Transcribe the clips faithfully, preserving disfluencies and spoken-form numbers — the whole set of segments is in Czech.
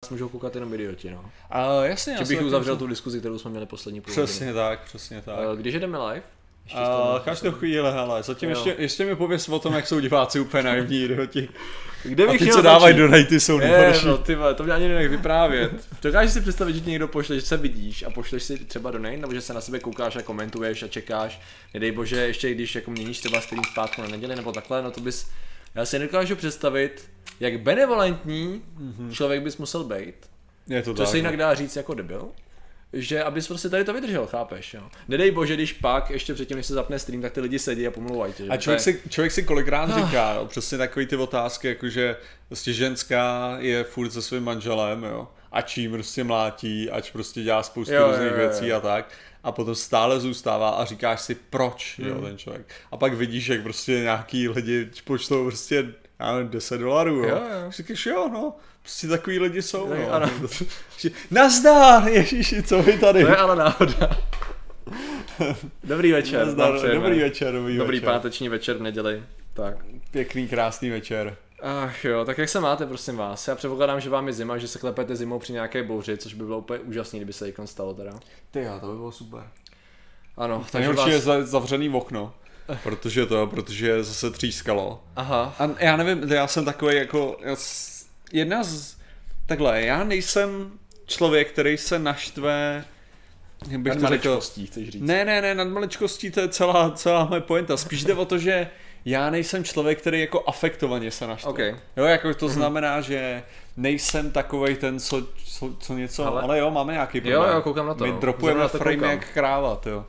nás můžou koukat jenom idioti, no. A jasně, já bych uzavřel tu diskuzi, kterou jsme měli poslední půl Přesně hodiny. tak, přesně tak. Když jdeme live? A každou chvíli, hele, zatím ještě, ještě mi pověs o tom, jak jsou diváci úplně naivní idioti. Kde bych a ty, co dávají donaty, jsou nejhorší. No, ty vole, to mě ani nenech vyprávět. Dokážeš si představit, že ti někdo pošle, že se vidíš a pošleš si třeba donate, nebo že se na sebe koukáš a komentuješ a čekáš. Nedej bože, ještě když jako měníš třeba stream zpátku na neděli nebo takhle, no to bys... Já si nedokážu představit, jak benevolentní mm-hmm. člověk bys musel být. Je to co tak, se jinak dá říct jako debil. Že abys prostě tady to vydržel, chápeš, jo. Nedej bože, když pak, ještě předtím, než se zapne stream, tak ty lidi sedí a pomlouvají tě. A člověk, je... si, člověk si kolikrát říká, jo, přesně takový ty otázky, jakože prostě ženská je furt se svým manželem, jo. Ač jí prostě mlátí, ač prostě dělá spoustu jo, různých jo, jo, věcí jo. a tak. A potom stále zůstává a říkáš si proč, hmm. jo, ten člověk. A pak vidíš, jak prostě nějaký lidi počtou prostě, já nevím, deset dolarů, jo. jo, jo. Říkáš, jo, no. Prostě takový lidi jsou, no. no. Ano. Nazdar, ježiši, co vy tady? To je ale náhoda. Dobrý večer. Nazdar, dobrý večer, dobrý, dobrý večer. páteční večer v neděli. Tak. Pěkný, krásný večer. Ach jo, tak jak se máte, prosím vás? Já předpokládám, že vám je zima, že se klepete zimou při nějaké bouři, což by bylo úplně úžasný, kdyby se jíkon stalo teda. Ty jo, to by bylo super. Ano, takže vás... je zavřený v okno. Protože to, protože zase třískalo. Aha. A já nevím, já jsem takový jako, jedna z, takhle, já nejsem člověk, který se naštve, jak bych nad maličkostí, chceš říct. Ne, ne, ne, nad maličkostí, to je celá, celá moje pointa, spíš jde o to, že já nejsem člověk, který jako afektovaně se naštve. Okay. Jo, jako to znamená, že nejsem takovej ten, co, co, co něco, ale, ale jo, máme nějaký problém. Jo, jo, koukám na to. My dropujeme frame jak kráva, jo.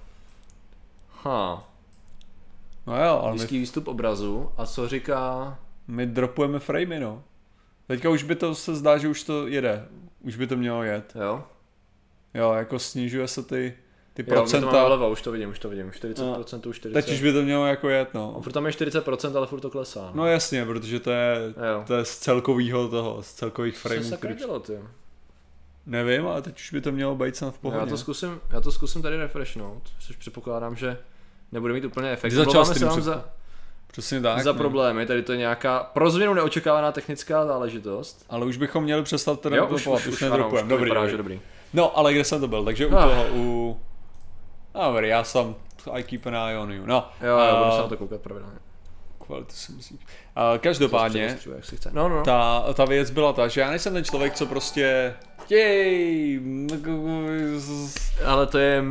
Ha. No jo, ale Nízký my... výstup obrazu a co říká... My dropujeme framey, no. Teďka už by to se zdá, že už to jede. Už by to mělo jet. Jo? Jo, jako snižuje se ty, ty jo, procenta. Jo, to mám leva, už to vidím, už to vidím. čtyřicet procent no, už čtyřicet procent. Teď už by to mělo jako jet, no. A furt tam je čtyřicet procent, ale furt to klesá. No, no jasně, protože to je, to je z celkovýho toho, z celkových frameů. Co se který... dělo, ty? Nevím, ale teď už by to mělo být snad v pohodě. Já to zkusím, já to zkusím tady refreshnout, což předpokládám, že nebude mít úplně efekt. Začal se vám za, Přesně tak, za problémy, tady to je nějaká pro změnu neočekávaná technická záležitost. Ale už bychom měli přestat teda už, už, už, nedropujeme. Dobrý, vypadá, dobrý. dobrý. No, ale kde jsem to byl? Takže u ah. toho, u... Dobrý, já jsem I keep an eye on you. No, jo, jo, budu se na to koukat pravidelně. Kvalitu si myslím. Uh, každopádně, no, no. Ta, ta věc byla ta, že já nejsem ten člověk, co prostě jej, ale to je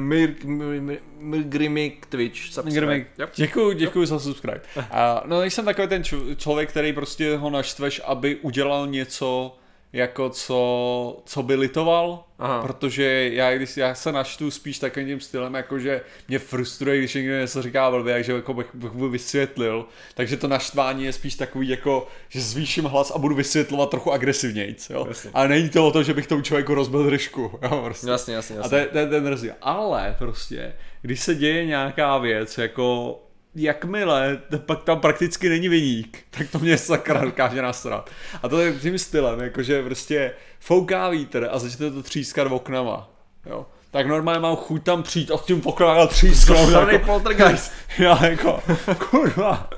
Mirgrimik Twitch subscribe. Děkuju, děkuju za subscribe. Uh, no nejsem takový ten č- člověk, který prostě ho naštveš, aby udělal něco jako co, co by litoval. Aha. Protože já, když já se naštvu spíš takovým tím stylem, jakože mě frustruje, když někdo něco říká blbě, takže jako bych, bych mu vysvětlil. Takže to naštvání je spíš takový jako, že zvýším hlas a budu vysvětlovat trochu agresivnějc, jo. Jasně. A není to o to, že bych tomu člověku rozbil držku, jo, prostě. Jasně, jasně, jasně. A to je, to je ten rozdíl. Ale prostě, když se děje nějaká věc, jako jakmile pak tam prakticky není viník, tak to mě sakra dokáže nasrat. A to je tím stylem, jakože prostě fouká vítr a začne to třískat oknama, jo. Tak normálně mám chuť tam přijít a s tím oknem třísknout. Jako, poltergeist. Já jako, kurva.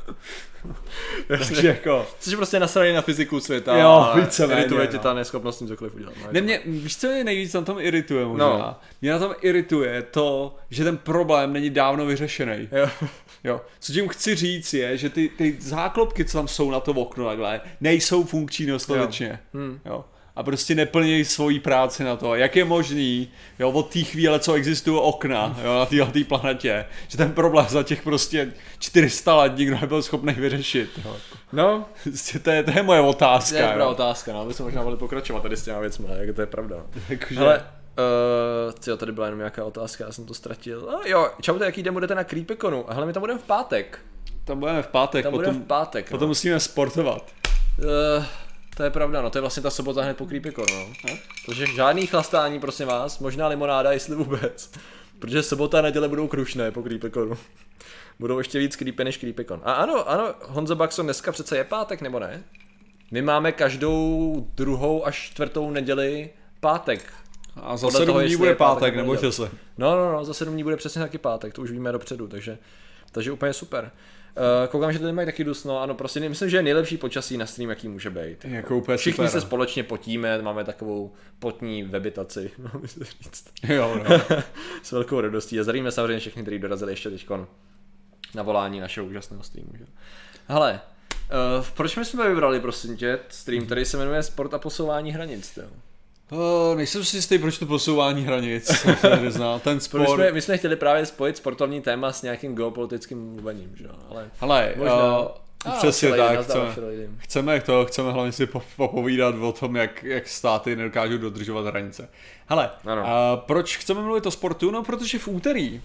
Takže jako... Což prostě nasraný na fyziku světa. Jo, víceméně. Irituje tě ta neschopnost tím cokoliv udělat. No, ne, mě, víš, co mě nejvíc na tom irituje možná? No. Mě na tom irituje to, že ten problém není dávno vyřešený. Jo. Jo. Co tím chci říct je, že ty, ty záklopky, co tam jsou na to okno takhle, nejsou funkční dostatečně. Jo. Hmm. Jo. A prostě neplnějí svoji práci na to. Jak je možný, jo, od té chvíle, co existují okna, jo, na této planetě, že ten problém za těch prostě čtyři sta let nikdo nebyl schopný vyřešit. Jo. No, to je, to je moje otázka. To je dobrá otázka, no, my jsme možná mohli pokračovat tady s těma věcmi, jak to je pravda. Jakože... Hele, uh, tyjo, tady byla jenom nějaká otázka, já jsem to ztratil. Uh, jo, čaute, jaký den budete na Creepyconu? A hele, my tam budeme v pátek. Tam budeme v pátek, tam potom, v pátek, potom no. musíme sportovat. Uh, To je pravda, no, to je vlastně ta sobota hned po Creepyconu, no. no. Takže žádný chlastání, prosím vás, možná limonáda, jestli vůbec. Protože sobota a neděle budou krušné po Creepyconu. Budou ještě víc creepy než Creepycon. A ano, ano, Honzo Baxon, dneska přece je pátek, nebo ne? My máme každou druhou až čtvrtou neděli pátek. A za sedm dní bude pátek, nebojte se. No, no, no, za sedm dní bude přesně taky pátek, to už víme dopředu, takže, takže úplně super. Uh, koukám, že tady mají taky dus, no ano, prostě myslím, že je nejlepší počasí na stream, jaký může být. Jako úplně Všichni super. se společně potíme, máme takovou potní webitaci, mám se říct. Jo, no. S velkou radostí a zdravíme samozřejmě všechny, kteří dorazili ještě teďkon na volání našeho úžasného streamu. Že? Hele, uh, proč my jsme vybrali, prosím tě, stream, který se jmenuje Sport a posouvání hranic, jo? Uh, nejsem si jistý, proč to posouvání hranic, neznal, ten sport. My jsme, my jsme chtěli právě spojit sportovní téma s nějakým geopolitickým mluvením, že jo, ale... Hele, možná... uh, přesně ah, tak, chceme, chceme to, chceme hlavně si popovídat o tom, jak, jak státy nedokážou dodržovat hranice. Hele, uh, proč chceme mluvit o sportu? No, protože v úterý,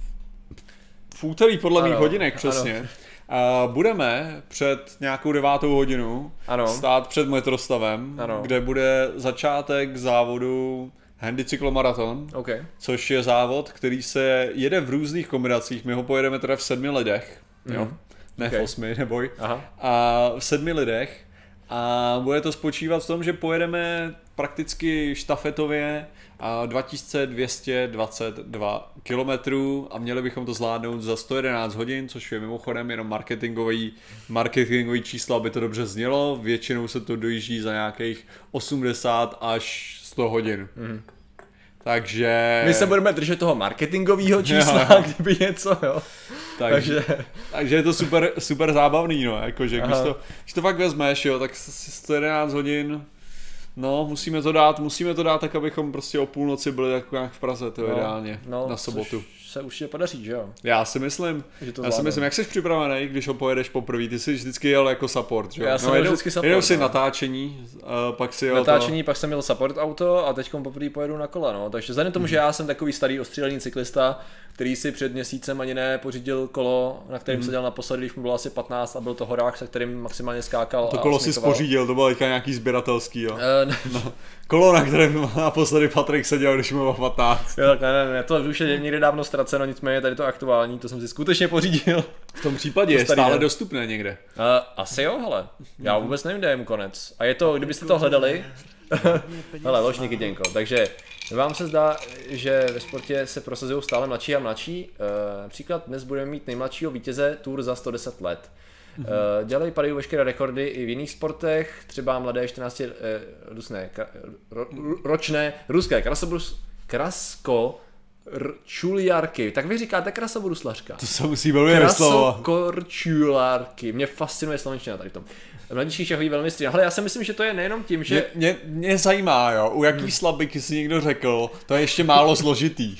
v úterý podle ano, mých hodinek přesně, ano. Uh, budeme před nějakou devátou hodinu ano. stát před metrostavem, ano. kde bude začátek závodu Handy cyklomaraton, okay. což je závod, který se jede v různých kombinacích. My ho pojedeme teda v sedmi lidech, mm. jo? ne okay. v osmi, neboj, Aha. a v sedmi lidech. A bude to spočívat v tom, že pojedeme prakticky štafetově dva tisíce dvě stě dvacet dva kilometrů a měli bychom to zvládnout za sto jedenáct hodin, což je mimochodem jenom marketingový, marketingový číslo, aby to dobře znělo. Většinou se to dojíždí za nějakých osmdesát až sto hodin. Mm. Takže... My se budeme držet toho marketingového čísla, jo. kdyby něco, jo. Takže, takže je to super, super zábavný, no, jakože když to, když to fakt vezmeš, jo, tak sto jedenáct hodin, no, musíme to dát, musíme to dát tak, abychom prostě o půlnoci byli tak nějak v Praze, to no, ideálně, no, na sobotu. Se určitě podaří, že jo? Já si myslím, já si myslím, jak jsi připravený, když ho pojedeš poprvé, ty jsi vždycky jel jako support, že jo? Já jsem no, jedou, vždycky support. Jedou si no. natáčení, uh, pak si jel Natáčení, to... pak jsem měl support auto a teďkom poprvé pojedu na kola, no. Takže vzhledem tomu, mm. že já jsem takový starý ostřílený cyklista, který si před měsícem ani ne pořídil kolo, na kterém mm. seděl naposledy, když mu bylo asi patnáct a byl to horák, se kterým maximálně skákal. To kolo si spořídil, to bylo nějaký sběratelský, jo? Uh, no. Kolo, na kterém naposledy Patrik seděl, když mu bylo patnáct. Jo, tak ne, ne, ne, to už je někdy dávno ztraceno, nicméně tady to aktuální, to jsem si skutečně pořídil. V tom případě je stále den. Dostupné někde. Uh, asi jo, hele, já vůbec nevím, kde je mu konec. A je to, kdybyste to hledali, hele, ložníky děnko, takže vám se zdá, že ve sportě se prosazují stále mladší a mladší. Uh, například dnes budeme mít nejmladšího vítěze Tour za sto deset let. Uh, dělají, padají veškeré rekordy i v jiných sportech, třeba mladé čtrnácti uh, rusné, ro, ročné ruské krasobrus, krasko r, čuliarky. Tak vy říkáte krasobruslařka. To se musí velmi vyslovovat. Krasokorčulárky. Mě fascinuje slovenština tady v tom. Mladíčí šachují velmi střídně. Ale já si myslím, že to je nejenom tím, že... Mě, mě, mě zajímá, jo, u jaký hmm. slabiky si někdo řekl, to je ještě málo složitý.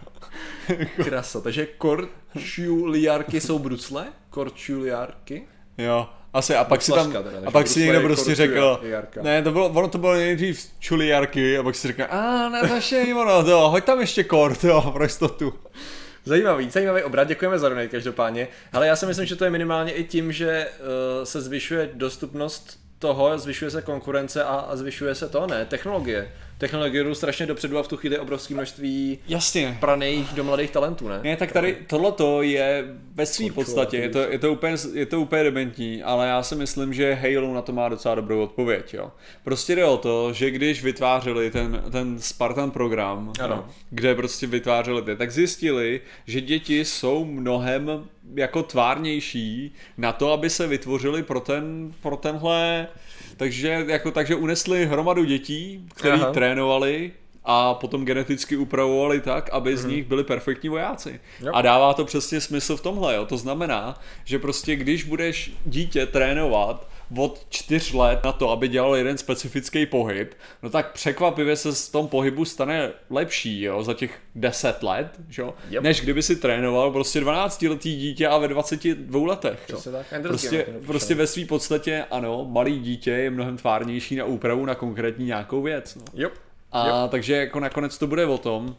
Krasa, takže korčuliárky jsou brucle? Korčuliárky? Jo, asi a pak si tam, teda, a pak si někdo prostě řekl, ne, to bylo, ono to bylo nejdřív čuliárky a pak si řekl, a ne, to ještě ono, to, hoď tam ještě kort, jo, pro jistotu. Zajímavý, zajímavý obrat, děkujeme za donate každopádně, ale já si myslím, že to je minimálně i tím, že uh, se zvyšuje dostupnost toho, zvyšuje se konkurence a, a zvyšuje se to, ne, technologie. Technologie jdou strašně dopředu a v tu chvíli obrovské množství Jasně. praných do mladých talentů, ne? Ne, tak tady tohleto je ve své podstatě, je to, je, to úplně, je to úplně dementní, ale já si myslím, že Halo na to má docela dobrou odpověď, jo. Prostě jde o to, že když vytvářeli ten, ten Spartan program, jo, kde prostě vytvářeli ty, tak zjistili, že děti jsou mnohem jako tvárnější na to, aby se vytvořili pro ten, pro tenhle... Takže, jako, takže unesli hromadu dětí, který Aha. trénovali a potom geneticky upravovali tak, aby z nich byli perfektní vojáci. Yep. A dává to přesně smysl v tomhle. Jo. To znamená, že prostě když budeš dítě trénovat od čtyř let na to, aby dělal jeden specifický pohyb, no tak překvapivě se z tom pohybu stane lepší, jo, za těch deset let, jo, yep. než kdyby si trénoval prostě dvanáctiletý dítě a ve dvaceti dvou letech. Jo. Prostě, prostě ve své podstatě, ano, malý dítě je mnohem tvárnější na úpravu na konkrétní nějakou věc. No. Yep. A yep. takže jako nakonec to bude o tom.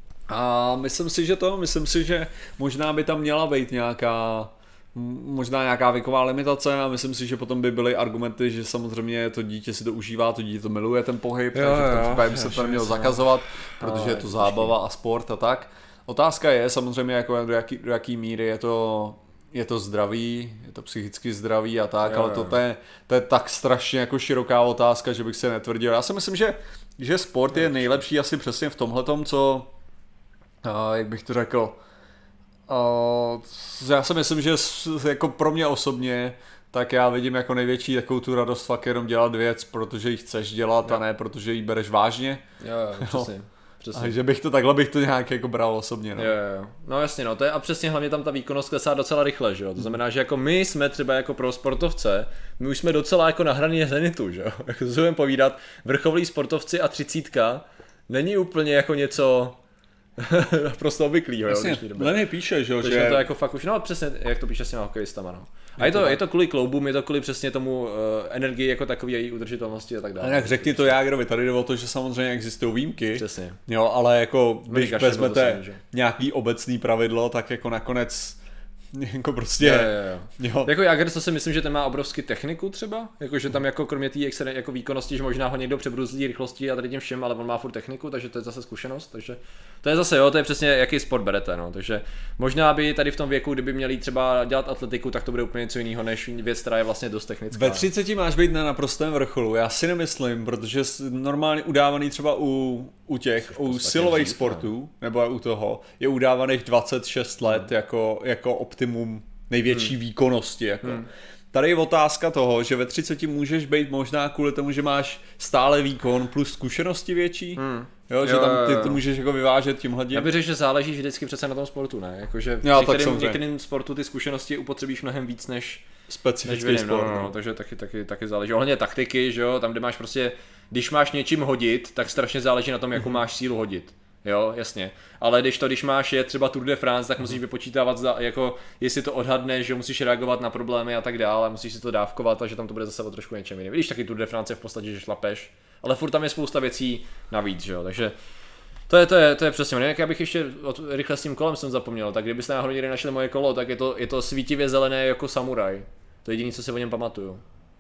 A myslím si, že to, myslím si, že možná by tam měla být nějaká možná nějaká věková limitace a myslím si, že potom by byly argumenty, že samozřejmě to dítě si to užívá, to dítě to miluje ten pohyb, jo, takže v tom případě by se to nemělo zakazovat, protože je to zábava a sport a tak. Otázka je samozřejmě, jako do, jaký, do jaký míry je to, je to zdravý, je to psychicky zdravý a tak, jo, ale to, to, je, to je tak strašně jako široká otázka, že bych se netvrdil. Já si myslím, že, že sport je nejlepší asi přesně v tomhletom, co, jak bych to řekl, Uh, já si myslím, že jako pro mě osobně, tak já vidím jako největší takovou tu radost fakt jenom dělat věc, protože ji chceš dělat no. a ne protože ji bereš vážně. Jo, jo, přesně. Přesně. Takže bych to takhle bych to nějak jako bral osobně. No. Jo, jo. No jasně, no to je a přesně hlavně tam ta výkonnost klesá docela rychle, že jo. To znamená, že jako my jsme třeba jako pro sportovce, my už jsme docela jako na hraně zenitu, že jo. Jako si budeme povídat, vrcholí sportovci a třicítka není úplně jako něco prostě obvyklýho, jo. Jasně, Lenny píše, že jo. Takže že... to jako fakt už, no přesně, jak to píše s těma hokejistama, no. A je to, je to kvůli kloubům, je to kvůli přesně tomu uh, energii jako takový a její udržitelnosti a tak dále. A jak řekni to Jágrovi, tady jde o to, že samozřejmě existují výjimky. Přesně. Jo, ale jako když vezmete nějaký obecný pravidlo, tak jako nakonec jako prostě... Jo, jo, jo. Jo. Jako Jágr, co si myslím, že ten má obrovský techniku třeba, jako že tam jako kromě té jako výkonnosti, že možná ho někdo přebruzlí rychlosti a tady tím všem, ale on má furt techniku, takže to je zase zkušenost, takže to je zase jo, to je přesně jaký sport berete, no, takže možná by tady v tom věku, kdyby měli třeba dělat atletiku, tak to bude úplně něco jiného než věc, která je vlastně dost technická. Ve třiceti máš být na naprostém vrcholu, já si nemyslím, protože normálně udávaný třeba u, u těch, u silových sportů, nebo u toho, je udávaných dvacet šest let hmm. jako, jako optimum největší hmm. výkonnosti, jako. Hmm. Tady je otázka toho, že ve třiceti můžeš být možná kvůli tomu, že máš stále výkon plus zkušenosti větší, hmm. jo, že jo, tam ty to můžeš jako vyvážet tímhledím. Já bych řekl, že záleží vždycky přece na tom sportu, ne? Jakože v některým, některým sportu ty zkušenosti upotřebíš mnohem víc než specifický než sport. No, no, takže taky, taky, taky záleží. Ohledně taktiky, že jo, tam kde máš prostě, když máš něčím hodit, tak strašně záleží na tom, jakou máš sílu hodit. Jo, jasně. Ale když to, když máš je třeba Tour de France, tak musíš vypočítávat, za, jako, jestli to odhadneš, že musíš reagovat na problémy a tak dále, musíš si to dávkovat, takže tam to bude zase o trošku něčem jiným. Vidíš, taky Tour de France je v podstatě, že šlapeš, ale furt tam je spousta věcí navíc, že jo, takže to je, to je, to je přesně. Jak já bych ještě od, rychle s tím kolem jsem zapomněl, tak kdybyste náhodou někdy našli moje kolo, tak je to, je to svítivě zelené jako samuraj. To je jediné, co si o něm pamatuju.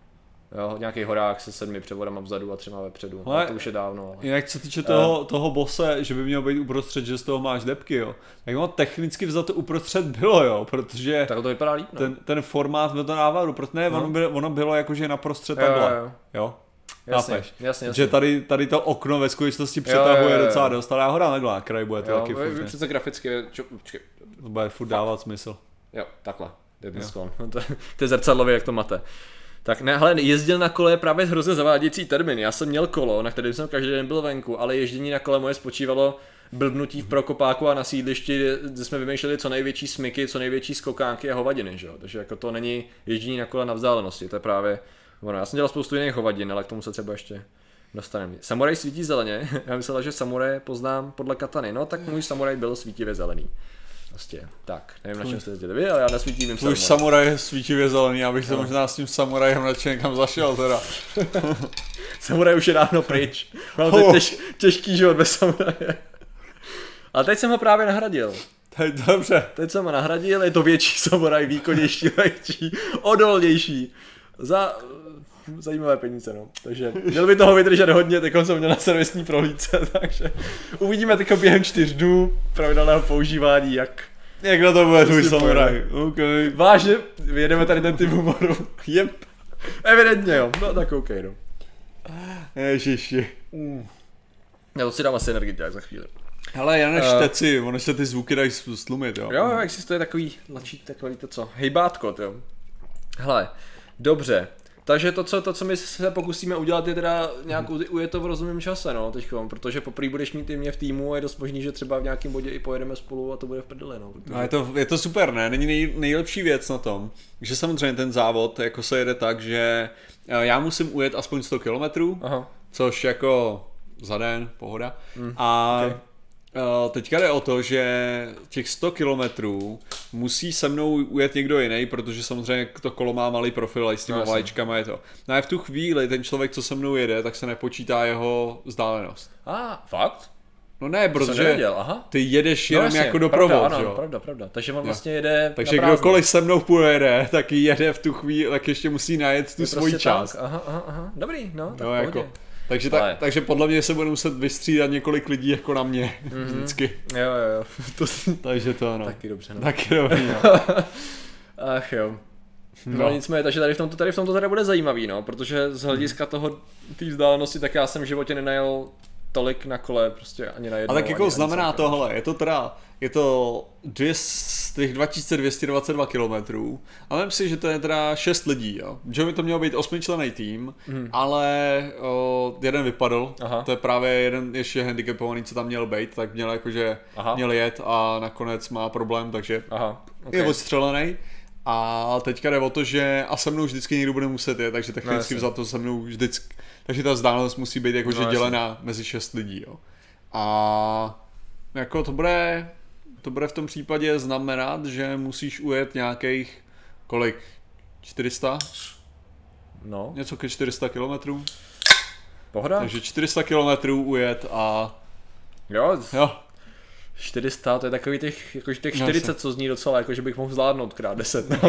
Jo, nějaký horák se sedmi převodama vzadu a třema vepředu. Ale to už je dávno. Ale... Jinak co týče toho, uh, toho bose, že by měl být uprostřed, že z toho máš depky, jo. Tak ono technicky vzato uprostřed bylo, jo, protože tak to vypadá líp, no. ten, ten formát byl to návodu, protože ne, no. ono, bylo, ono bylo jakože naprostřed takhle, jo. jo. jo. Jasně, jasně, jasně. Že tady, tady to okno ve skutečnosti přetahuje docela dost, ale já ho dám takhle, kraj bude to jo, taky furt. Přece graficky, čo, počkej. To bude furt dávat smysl. Jo, takhle, je ten sklon. To je zrcadlově, jak to máte. Tak ne, hele, jezdil na kole je právě hrozně zavádějící termín. Já jsem měl kolo, na kterém jsem každý den byl venku, ale ježdění na kole moje spočívalo blbnutí v prokopáku a na sídlišti, kde jsme vymýšleli co největší smyky, co největší skokánky a hovadiny, že jo. Takže jako to není ježdění na kole na vzdálenosti, to je právě ono. Já jsem dělal spoustu jiných hovadin, ale k tomu se třeba ještě dostaneme. Samuraj svítí zeleně. Já myslela, že samuraj poznám podle katany. No, tak můj samuraj byl svítivě zelený. Prostě, tak, nevím, na čem jste jezdili vy, ale já nesvítím jim samuraj. Tvůj samuraj je svítivě zelený, já bych se no. možná s tím samurajem radši někam zašel teda. Samuraj už je dávno pryč. Mám teď těž, těžký život bez samuraje. Ale teď jsem ho právě nahradil. Teď dobře. Teď jsem ho nahradil, je to větší samuraj, výkonnější, lehčí, odolnější. Za zajímavé peníze, no. Takže měl by toho vydržet hodně, teď jsem měl na servisní prohlídce, takže uvidíme teď během čtyř dnů pravidelného používání, jak... Jak na to bude tvůj samuraj. Okay. Vážně, vyjedeme tady ten typ humoru. Jep. Evidentně jo, no tak OK, no. Ježiši. Mm. Já to si dám asi energii za chvíli. Hele, já než uh, teci, ono se ty zvuky dají stlumit, jo. Jo, existuje takový, lačí, takový to co, hejbátko, jo. Hele, dobře. Takže to co, to, co my se pokusíme udělat, je teda nějak uje to v rozumném čase, no, teďko, protože poprvé budeš mít i mě v týmu a je dost možný, že třeba v nějakém bodě i pojedeme spolu a to bude v prdeli, no. Protože... No je to, je to super, ne? Není nej, nejlepší věc na tom, že samozřejmě ten závod jako se jede tak, že já musím ujet aspoň sto kilometrů, což jako za den, pohoda, mm, a... Okay. Teďka jde o to, že těch sto kilometrů musí se mnou ujet někdo jiný, protože samozřejmě to kolo má malý profil a s těma no, vlajčkama je to. No a v tu chvíli ten člověk, co se mnou jede, tak se nepočítá jeho vzdálenost. A ah, fakt? No ne, protože ty jedeš jenom no, jako doprovod, pravda, jo? Ano, pravda, pravda. Takže on vlastně jede Takže kdokoliv se mnou pojede, tak jede v tu chvíli, tak ještě musí najet tu svoji prostě část. Aha, aha, aha. Dobrý, no, tak no, jako, takže, tak, takže podle mě se bude muset vystřídat několik lidí jako na mě, mm-hmm. vždycky. Jo, jo, jo. To si... Takže to ano. Taky dobře, no. Taky dobrý, no. Ach jo. No, no nicméně, takže tady v tomto, tady v tomto tady bude zajímavý, no, protože z hlediska toho, té vzdálenosti, tak já jsem v životě nenajel tolik na kole, prostě ani na jednou. Ale tak jako znamená to, hele, je to teda, je to dvě z těch dva tisíce dvě stě dvacet dva kilometrů a myslím si, že to je teda šest lidí, jo. Že by to mělo být osmičlenný tým, hmm. ale o, jeden vypadl, Aha. to je právě jeden ještě handicapovaný, co tam měl být, tak měl jakože Aha. měl jet a nakonec má problém, takže Aha. Okay. je odstřelený. A teďka jde o to, že a se mnou vždycky někdo bude muset jet, takže technicky no, za to se mnou vždycky, takže ta vzdálenost musí být jakože no, dělená mezi šest lidí, jo. A jako to bude, to bude v tom případě znamenat, že musíš ujet nějakých, kolik, čtyři sta? No. Něco ke čtyři sta kilometrů. Pohoda. Takže čtyři sta kilometrů ujet a... Jo, jo. čtyři sta, to je takový těch, jakože těch čtyřicet, co zní docela, jakože bych mohl zvládnout krát deset. No.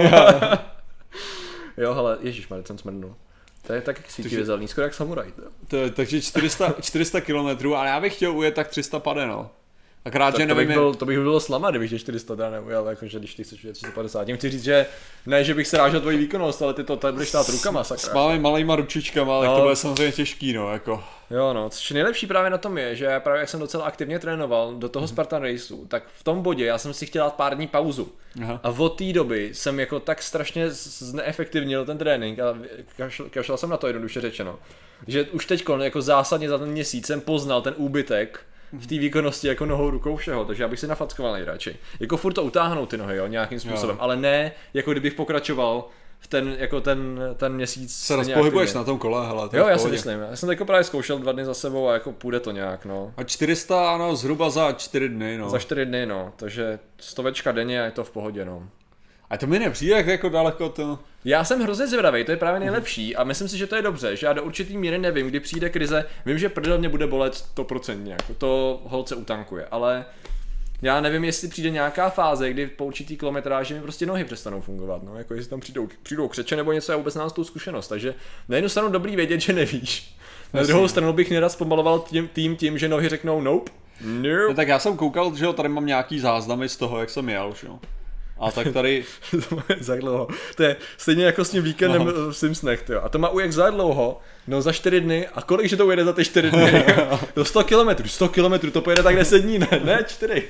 Jo, hele, ježišmarja, jsem smrdnul. To je tak jak svítí vezelný, skoro jak samuraj. To je, takže čtyři sta kilometrů, ale já bych chtěl ujet tak tři sta padé, no. Akrát, tak že to, nevím, bych byl, to bych bylo slama, kdybych tě čtyři sta teda neujel, jakože když ty chceš ujet tři sta padesát. Tím chci říct, že ne, že bych se rážel tvoji výkonnost, ale ty to tady budeš stát rukama, sakra. S malými malýma ručičkama, ale no. To bude samozřejmě těžký, no, jako. Jo, no, což nejlepší právě na tom je, že já právě jak jsem docela aktivně trénoval do toho Spartan Raceu, tak v tom bodě já jsem si chtěl dát pár dní pauzu. Aha. A od té doby jsem jako tak strašně zneefektivnil ten trénink a kašl, kašlal jsem na to, jednoduše řečeno. Že už teď jako zásadně za ten měsíc jsem poznal ten úbytek v té výkonnosti jako nohou, rukou, všeho, takže já bych si nafackoval nejradši. Jako furt to utáhnout ty nohy, jo, nějakým způsobem, jo. Ale ne, jako kdybych pokračoval v ten, jako ten, ten měsíc. Se rozpohybuješ na tom kole, hele. Jo, já si myslím, já jsem jako právě zkoušel dva dny za sebou a jako půjde to nějak, no. A čtyři sta, ano, zhruba za čtyři dny, no. Za čtyři dny, no, takže stovečka denně a je to v pohodě, no. A to mi nepřijde jako daleko to. Já jsem hrozně zvědavý, to je právě nejlepší a myslím si, že to je dobře, že já do určitý míry nevím, kdy přijde krize, vím, že prdel mě bude bolet sto procent nějak, to holce utankuje, ale já nevím, jestli přijde nějaká fáze, kdy po určitý kilometráži mi prostě nohy přestanou fungovat, no, jako jestli tam přijdou, přijdou křeče nebo něco, já vůbec mám tu zkušenost, takže na jednu stranu dobrý vědět, že nevíš, na druhou stranu bych nerad zpomaloval tím, tím, tím, že nohy řeknou nope, nope. No, tak já jsem koukal, že jo, tady mám nějaký záznamy z toho, jak jsem jel, že jo. A tak tady... to má za dlouho. To je stejně jako s tím víkendem no. v Simpsonech, jo. A to má ujek za dlouho, no za čtyři dny. A kolik, že to ujede za ty čtyři dny? Do sto kilometrů, sto kilometrů, to pojede tak deset dní, ne, ne čtyři.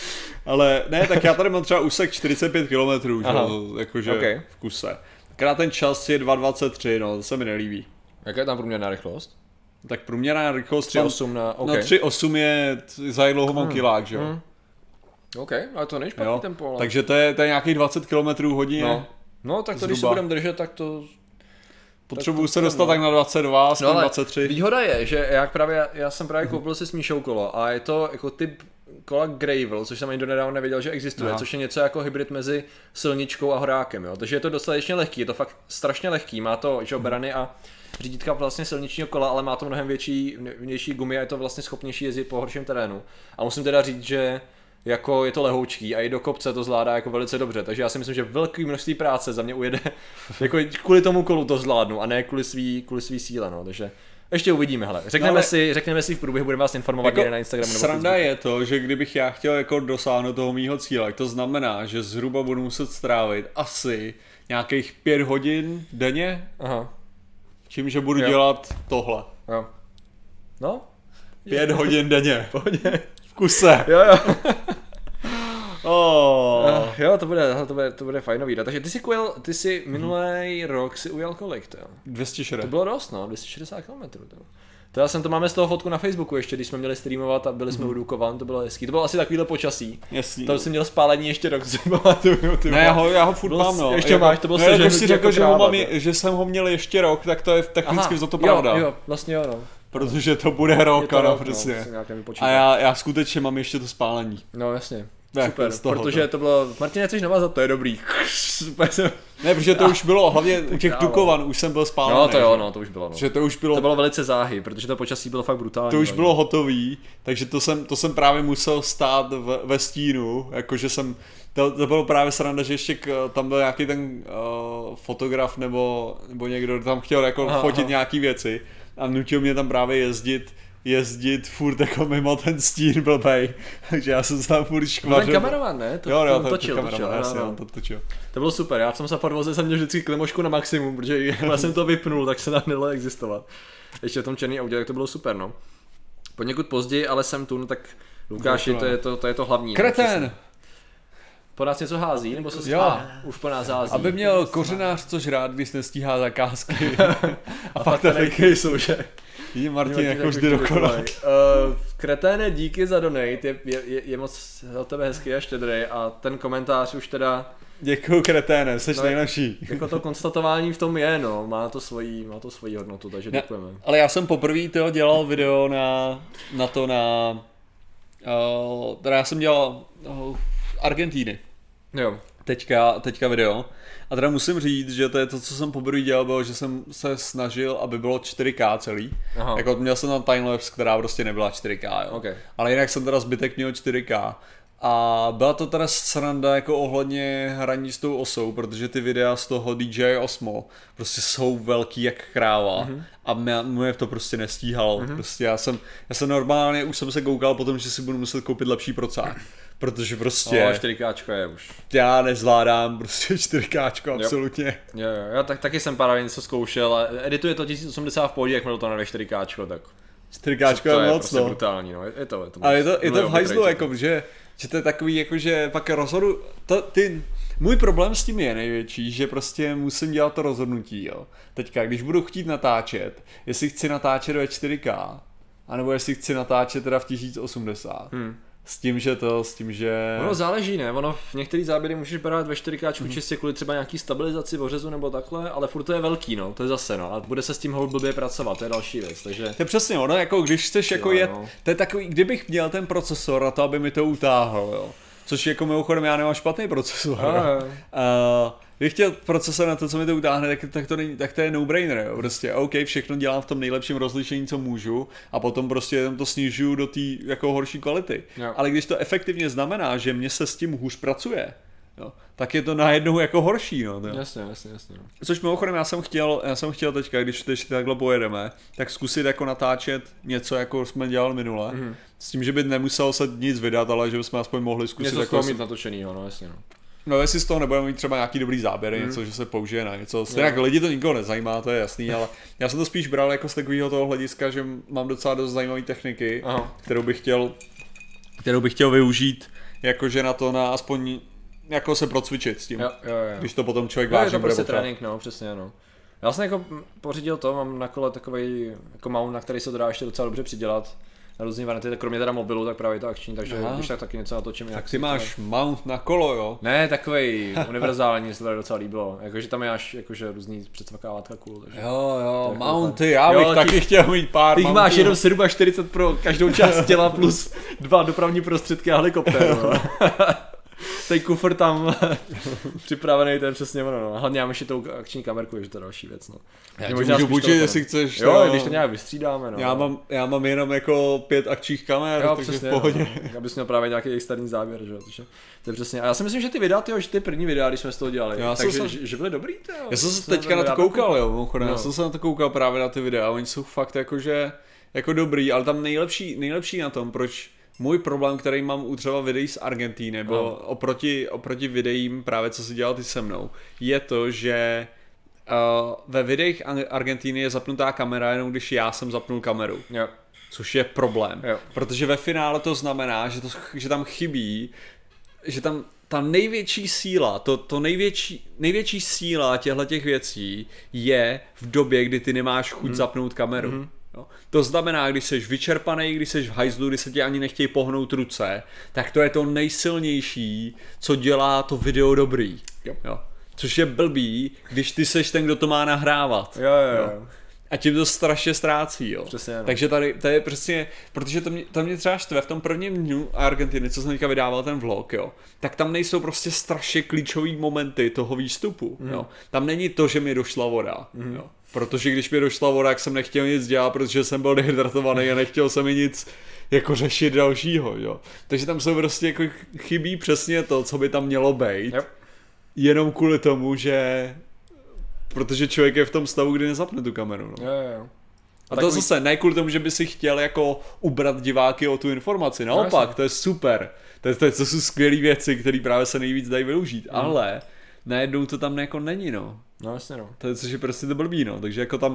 Ale ne, tak já tady mám třeba úsek čtyřicet pět kilometrů, jakože okay. v kuse. Akorát ten čas je dva dvacet tři, no, to se mi nelíbí. Jaká je tam průměrná rychlost? Tak průměrná rychlost... tři osm na... Okay. No tři osm je za dlouho mám hmm. kilák, že jo. Hmm. OK, ale to není špatný tempo. Ale... Takže to je, to je nějakých dvacet kilometrů hodině. No. no, tak to zhruba. Když se budeme držet, tak to... Potřebuji se dostat tak na dvacet dva, no, dvacet tři. Výhoda je, že jak právě, já jsem právě koupil si s Míšou kolo a je to jako typ kola Gravel, což jsem ani donedávna nevěděl, že existuje, Aha. což je něco jako hybrid mezi silničkou a horákem, jo. Takže je to dostatečně lehký, je to fakt strašně lehký, má to že berany a řídítka vlastně silničního kola, ale má to mnohem větší, větší gumy a je to vlastně schopnější jezdit po horším terénu. A musím teda říct, že jako je to lehoučký a i do kopce to zvládá jako velice dobře, takže já si myslím, že velké množství práce za mě ujede, jako kvůli tomu kolu to zvládnu a ne kvůli svý, kvůli svý síle, no, takže ještě uvidíme, hele. Řekneme, no, si, řekneme si v průběhu, budeme vás informovat jako na Instagramu. Sranda je to, že kdybych já chtěl jako dosáhnout toho mýho cíle, to znamená, že zhruba budu muset strávit asi nějakých pět hodin denně, Aha. čím, že budu jo. dělat tohle. Jo. No? Pět hodin denně. Pohodě. V kuse. Jo, jo. oh. uh, jo, to bude, to bude, to bude fajnový. Takže ty si ujel, ty si minulý hmm. rok si ujel kolik, to jo? dvě stě šedesát. To bylo dost, no, dvě stě šedesát kilometrů, to. To já jsem to máme z toho fotku na Facebooku ještě, když jsme měli streamovat a byli jsme hmm. u Dukovan, to bylo hezký. To bylo asi takovýhle počasí. Jasný. Tam jsem měl spálení ještě rok, si pamatuju. Ne, já ho, já ho furt mám, no. Ještě máš, to bylo no, když si řekl, že, ho mám, že jsem ho měl ještě rok, tak to je technicky za to pravda. Jo, jo, vlastně jo, no. Protože to bude rok, ano, přesně. A já, já skutečně mám ještě to spálení. No jasně. Super, protože to bylo, Martine, chceš navázat, to je dobrý. Ne, protože to už bylo, hlavně u těch Dukovan už jsem byl spálený. No to jo, no, to už bylo. No. Že to už bylo. To bylo velice záhy, protože to počasí bylo fakt brutální. To už bylo hotový, takže to jsem, to jsem právě musel stát v, ve stínu, jakože jsem, to, to bylo právě sranda, že ještě k, tam byl nějaký ten uh, fotograf nebo, nebo někdo tam chtěl jako aha, fotit aha. nějaký věci a nutil mě tam právě jezdit jezdit furt jako mimo ten stín blbej, takže já jsem tam furt škvařil. Ten kameraman, ne? To, jo, jo, to točil, ten kameraman, točil, jasně, to točil. To bylo super, já jsem se podvoze jsem měl vždycky klimošku na maximum, protože já jsem to vypnul, tak se tam nedalo existovat. Ještě v tom černý audě, tak to bylo super, no. Poněkud později, ale jsem tu, no tak Lukáši, to je to, to je to hlavní. Kreten! po nás něco hází, nebo se jo. ah, už po nás hází. Aby měl kořenář což rád, když nestíhá zakázky. A fakt to taky jsou, že? Je Martin jako vždy dokonal. Uh, Kreténe, díky za donate, je, je, je moc od tebe hezký a štědrý a ten komentář už teda... Děkuju Kreténe, jsi no, nejlepší. Jako to konstatování v tom je, no, má to svoji, má to svoji hodnotu, takže ne, děkujeme. Ale já jsem poprvé toho dělal video na, na to na... Uh, teda já jsem dělal uh, Argentíny. Jo. Teďka, teďka video. A teda musím říct, že to je to, co jsem poprvé dělal, bylo, že jsem se snažil, aby bylo čtyři ká celý. Aha. Jako měl jsem tam timelapse, která prostě nebyla čtyři ká, jo. Okay. Ale jinak jsem teda zbytek měl čtyři ká. A byla to teda sranda jako ohledně hraní s tou osou, protože ty videa z toho D J Osmo prostě jsou velký jak kráva mm-hmm. a mě, mě to prostě nestíhalo. Mm-hmm. Prostě já jsem, já jsem normálně, už jsem se koukal potom, že si budu muset koupit lepší procák. Protože prostě... No, čtyři ká je už. Já nezvládám prostě čtyři ká, absolutně. Jo, jo, já tak, taky jsem pár něco zkoušel a edituje to tisíc osmdesát v pohodě, jak měl to na čtyři ká, tak... čtyři ká je moc, prostě no. brutální, no, je to, je to ale je to, je to v hajzlu, jako, že, že to je takový, jako, že pak rozhodu, to, ty, můj problém s tím je největší, že prostě musím dělat to rozhodnutí, jo. Teďka, když budu chtít natáčet, jestli chci natáčet ve čtyři ká, anebo jestli chci natáčet teda v tisíc osmdesát. Hmm. S tím, že to, s tím, že... Ono záleží, ne? Ono v některých záběry můžeš brát ve čtyři ká mm. čistě kvůli třeba nějaký stabilizaci ořezu nebo takhle, ale furt to je velký, no, to je zase, no, a bude se s tím hold blbě pracovat, to je další věc, takže... To je přesně ono, jako když chceš jako jo, jet, no. To je takový, kdybych měl ten procesor na to, aby mi to utáhl, jo. Což jako mimochodem já nemám špatný procesor, jo. Uh, Kdybych chtěl procesor na to, co mi to utáhne, tak, tak, to, není, tak to je no-brainer, jo. Prostě OK, všechno dělám v tom nejlepším rozlišení, co můžu a potom prostě to snižuju do té jako horší kvality. Jo. Ale když to efektivně znamená, že mě se s tím hůř pracuje, jo, tak je to najednou jako horší, no. Jo. Jasně, jasně, jasně. Což mimochodem já jsem chtěl, já jsem chtěl teďka, když teď takhle pojedeme, tak zkusit jako natáčet něco, jako jsme dělali minule, mm-hmm. s tím, že by nemusel se nic vydat, ale že bychom aspoň mohli zkusit něco jako... mít natočenýho, no jasně, no. No jestli z toho nebudeme mít třeba nějaký dobrý záběry, mm. něco, že se použije na něco, stejně no. Lidi to nikoho nezajímá, to je jasný, ale já jsem to spíš bral jako z takového toho hlediska, že mám docela dost zajímavé techniky, Aha. kterou bych chtěl, kterou bych chtěl využít, jakože na to, na aspoň jako se procvičit s tím, jo, jo, jo. Když to potom člověk no, vážně je to bude prostě potřeba. trénink, no, přesně, no. Já jsem jako pořídil to, mám na kole takovej jako mount, na který se to dá ještě docela dobře přidělat. Na různý varianty, kromě teda mobilu, tak právě to akční, takže Aha. když tak taky něco natočím. Tak si máš tady. Mount na kolo, jo? Ne, takovej univerzální, se to tady docela líbilo. Jakože tam máš jakože různý předsvakávátka cool. Takže jo, jo, mounty, já bych jo, taky ty, chtěl mít pár Ty máš jenom sedm až čtyřicet pro každou část těla plus dva dopravní prostředky a helikoptér. Ten kufr tam připravený, to je přesně ono, no. Hlavně mám ještě tou akční kamerku, že to je další věc, no. Já ti můžu bučit, jestli chceš. Jo, no, když to nějak vystřídáme, no. Já mám, já mám jenom jako pět akčních kamer, jo, takže přesně, v pohodě. No. Abys měl právě nějaký externí záběr, že jo, takže to je přesně. A já si myslím, že ty videa, tyjo, že ty první videa, když jsme z toho dělali, já takže, jsem, že, že byly dobrý, tyjo. Já jsem se teďka na to koukal, jo, mimochodem, no. Já jsem se na to koukal právě na ty videa, oni jsou fakt jakože, jako dobrý, ale tam nejlepší, nejlepší na tom, proč můj problém, který mám u třeba videí z Argentíny, nebo no. oproti, oproti videím právě, co si dělal ty se mnou, je to, že uh, ve videích Argentíny je zapnutá kamera, jenom když já jsem zapnul kameru. Jo. Což je problém. Jo. Protože ve finále to znamená, že, to, že tam chybí, že tam ta největší síla, to, to největší, největší síla těchto věcí je v době, kdy ty nemáš chuť hmm. zapnout kameru. Hmm. Jo. To znamená, když jsi vyčerpaný, když jsi v hajzlu, když se ti ani nechtějí pohnout ruce, tak to je to nejsilnější, co dělá to video dobrý. Jo. Jo. Což je blbý, když ty seš ten, kdo to má nahrávat. Jo, jo, jo. A tím to strašně ztrácí, jo. Přesně, no. Takže tady, to je přesně, protože to mě, to mě třeba štve v tom prvním dnu Argentiny, co jsem teďka vydával ten vlog, jo, tak tam nejsou prostě strašně klíčový momenty toho výstupu, mm. jo. Tam není to, že mi došla voda, mm. jo. Protože když mi došla voda, tak jsem nechtěl nic dělat, protože jsem byl dehydratovaný a nechtěl jsem mi nic jako řešit dalšího, jo. Takže tam jsou prostě jako chybí přesně to, co by tam mělo být, yep. Jenom kvůli tomu, že protože člověk je v tom stavu, kdy nezapne tu kameru. No. Jo, jo. A, a to takový... zase ne kvůli tomu, že by si chtěl jako ubrat diváky o tu informaci. Naopak, no, to je super. To, je, to, je, to jsou skvělé věci, které právě se nejvíc dají využít. Mm. Ale najednou to tam jako není, no. No jasně, no. To je, což je prostě to blbý, no. Takže jako tam,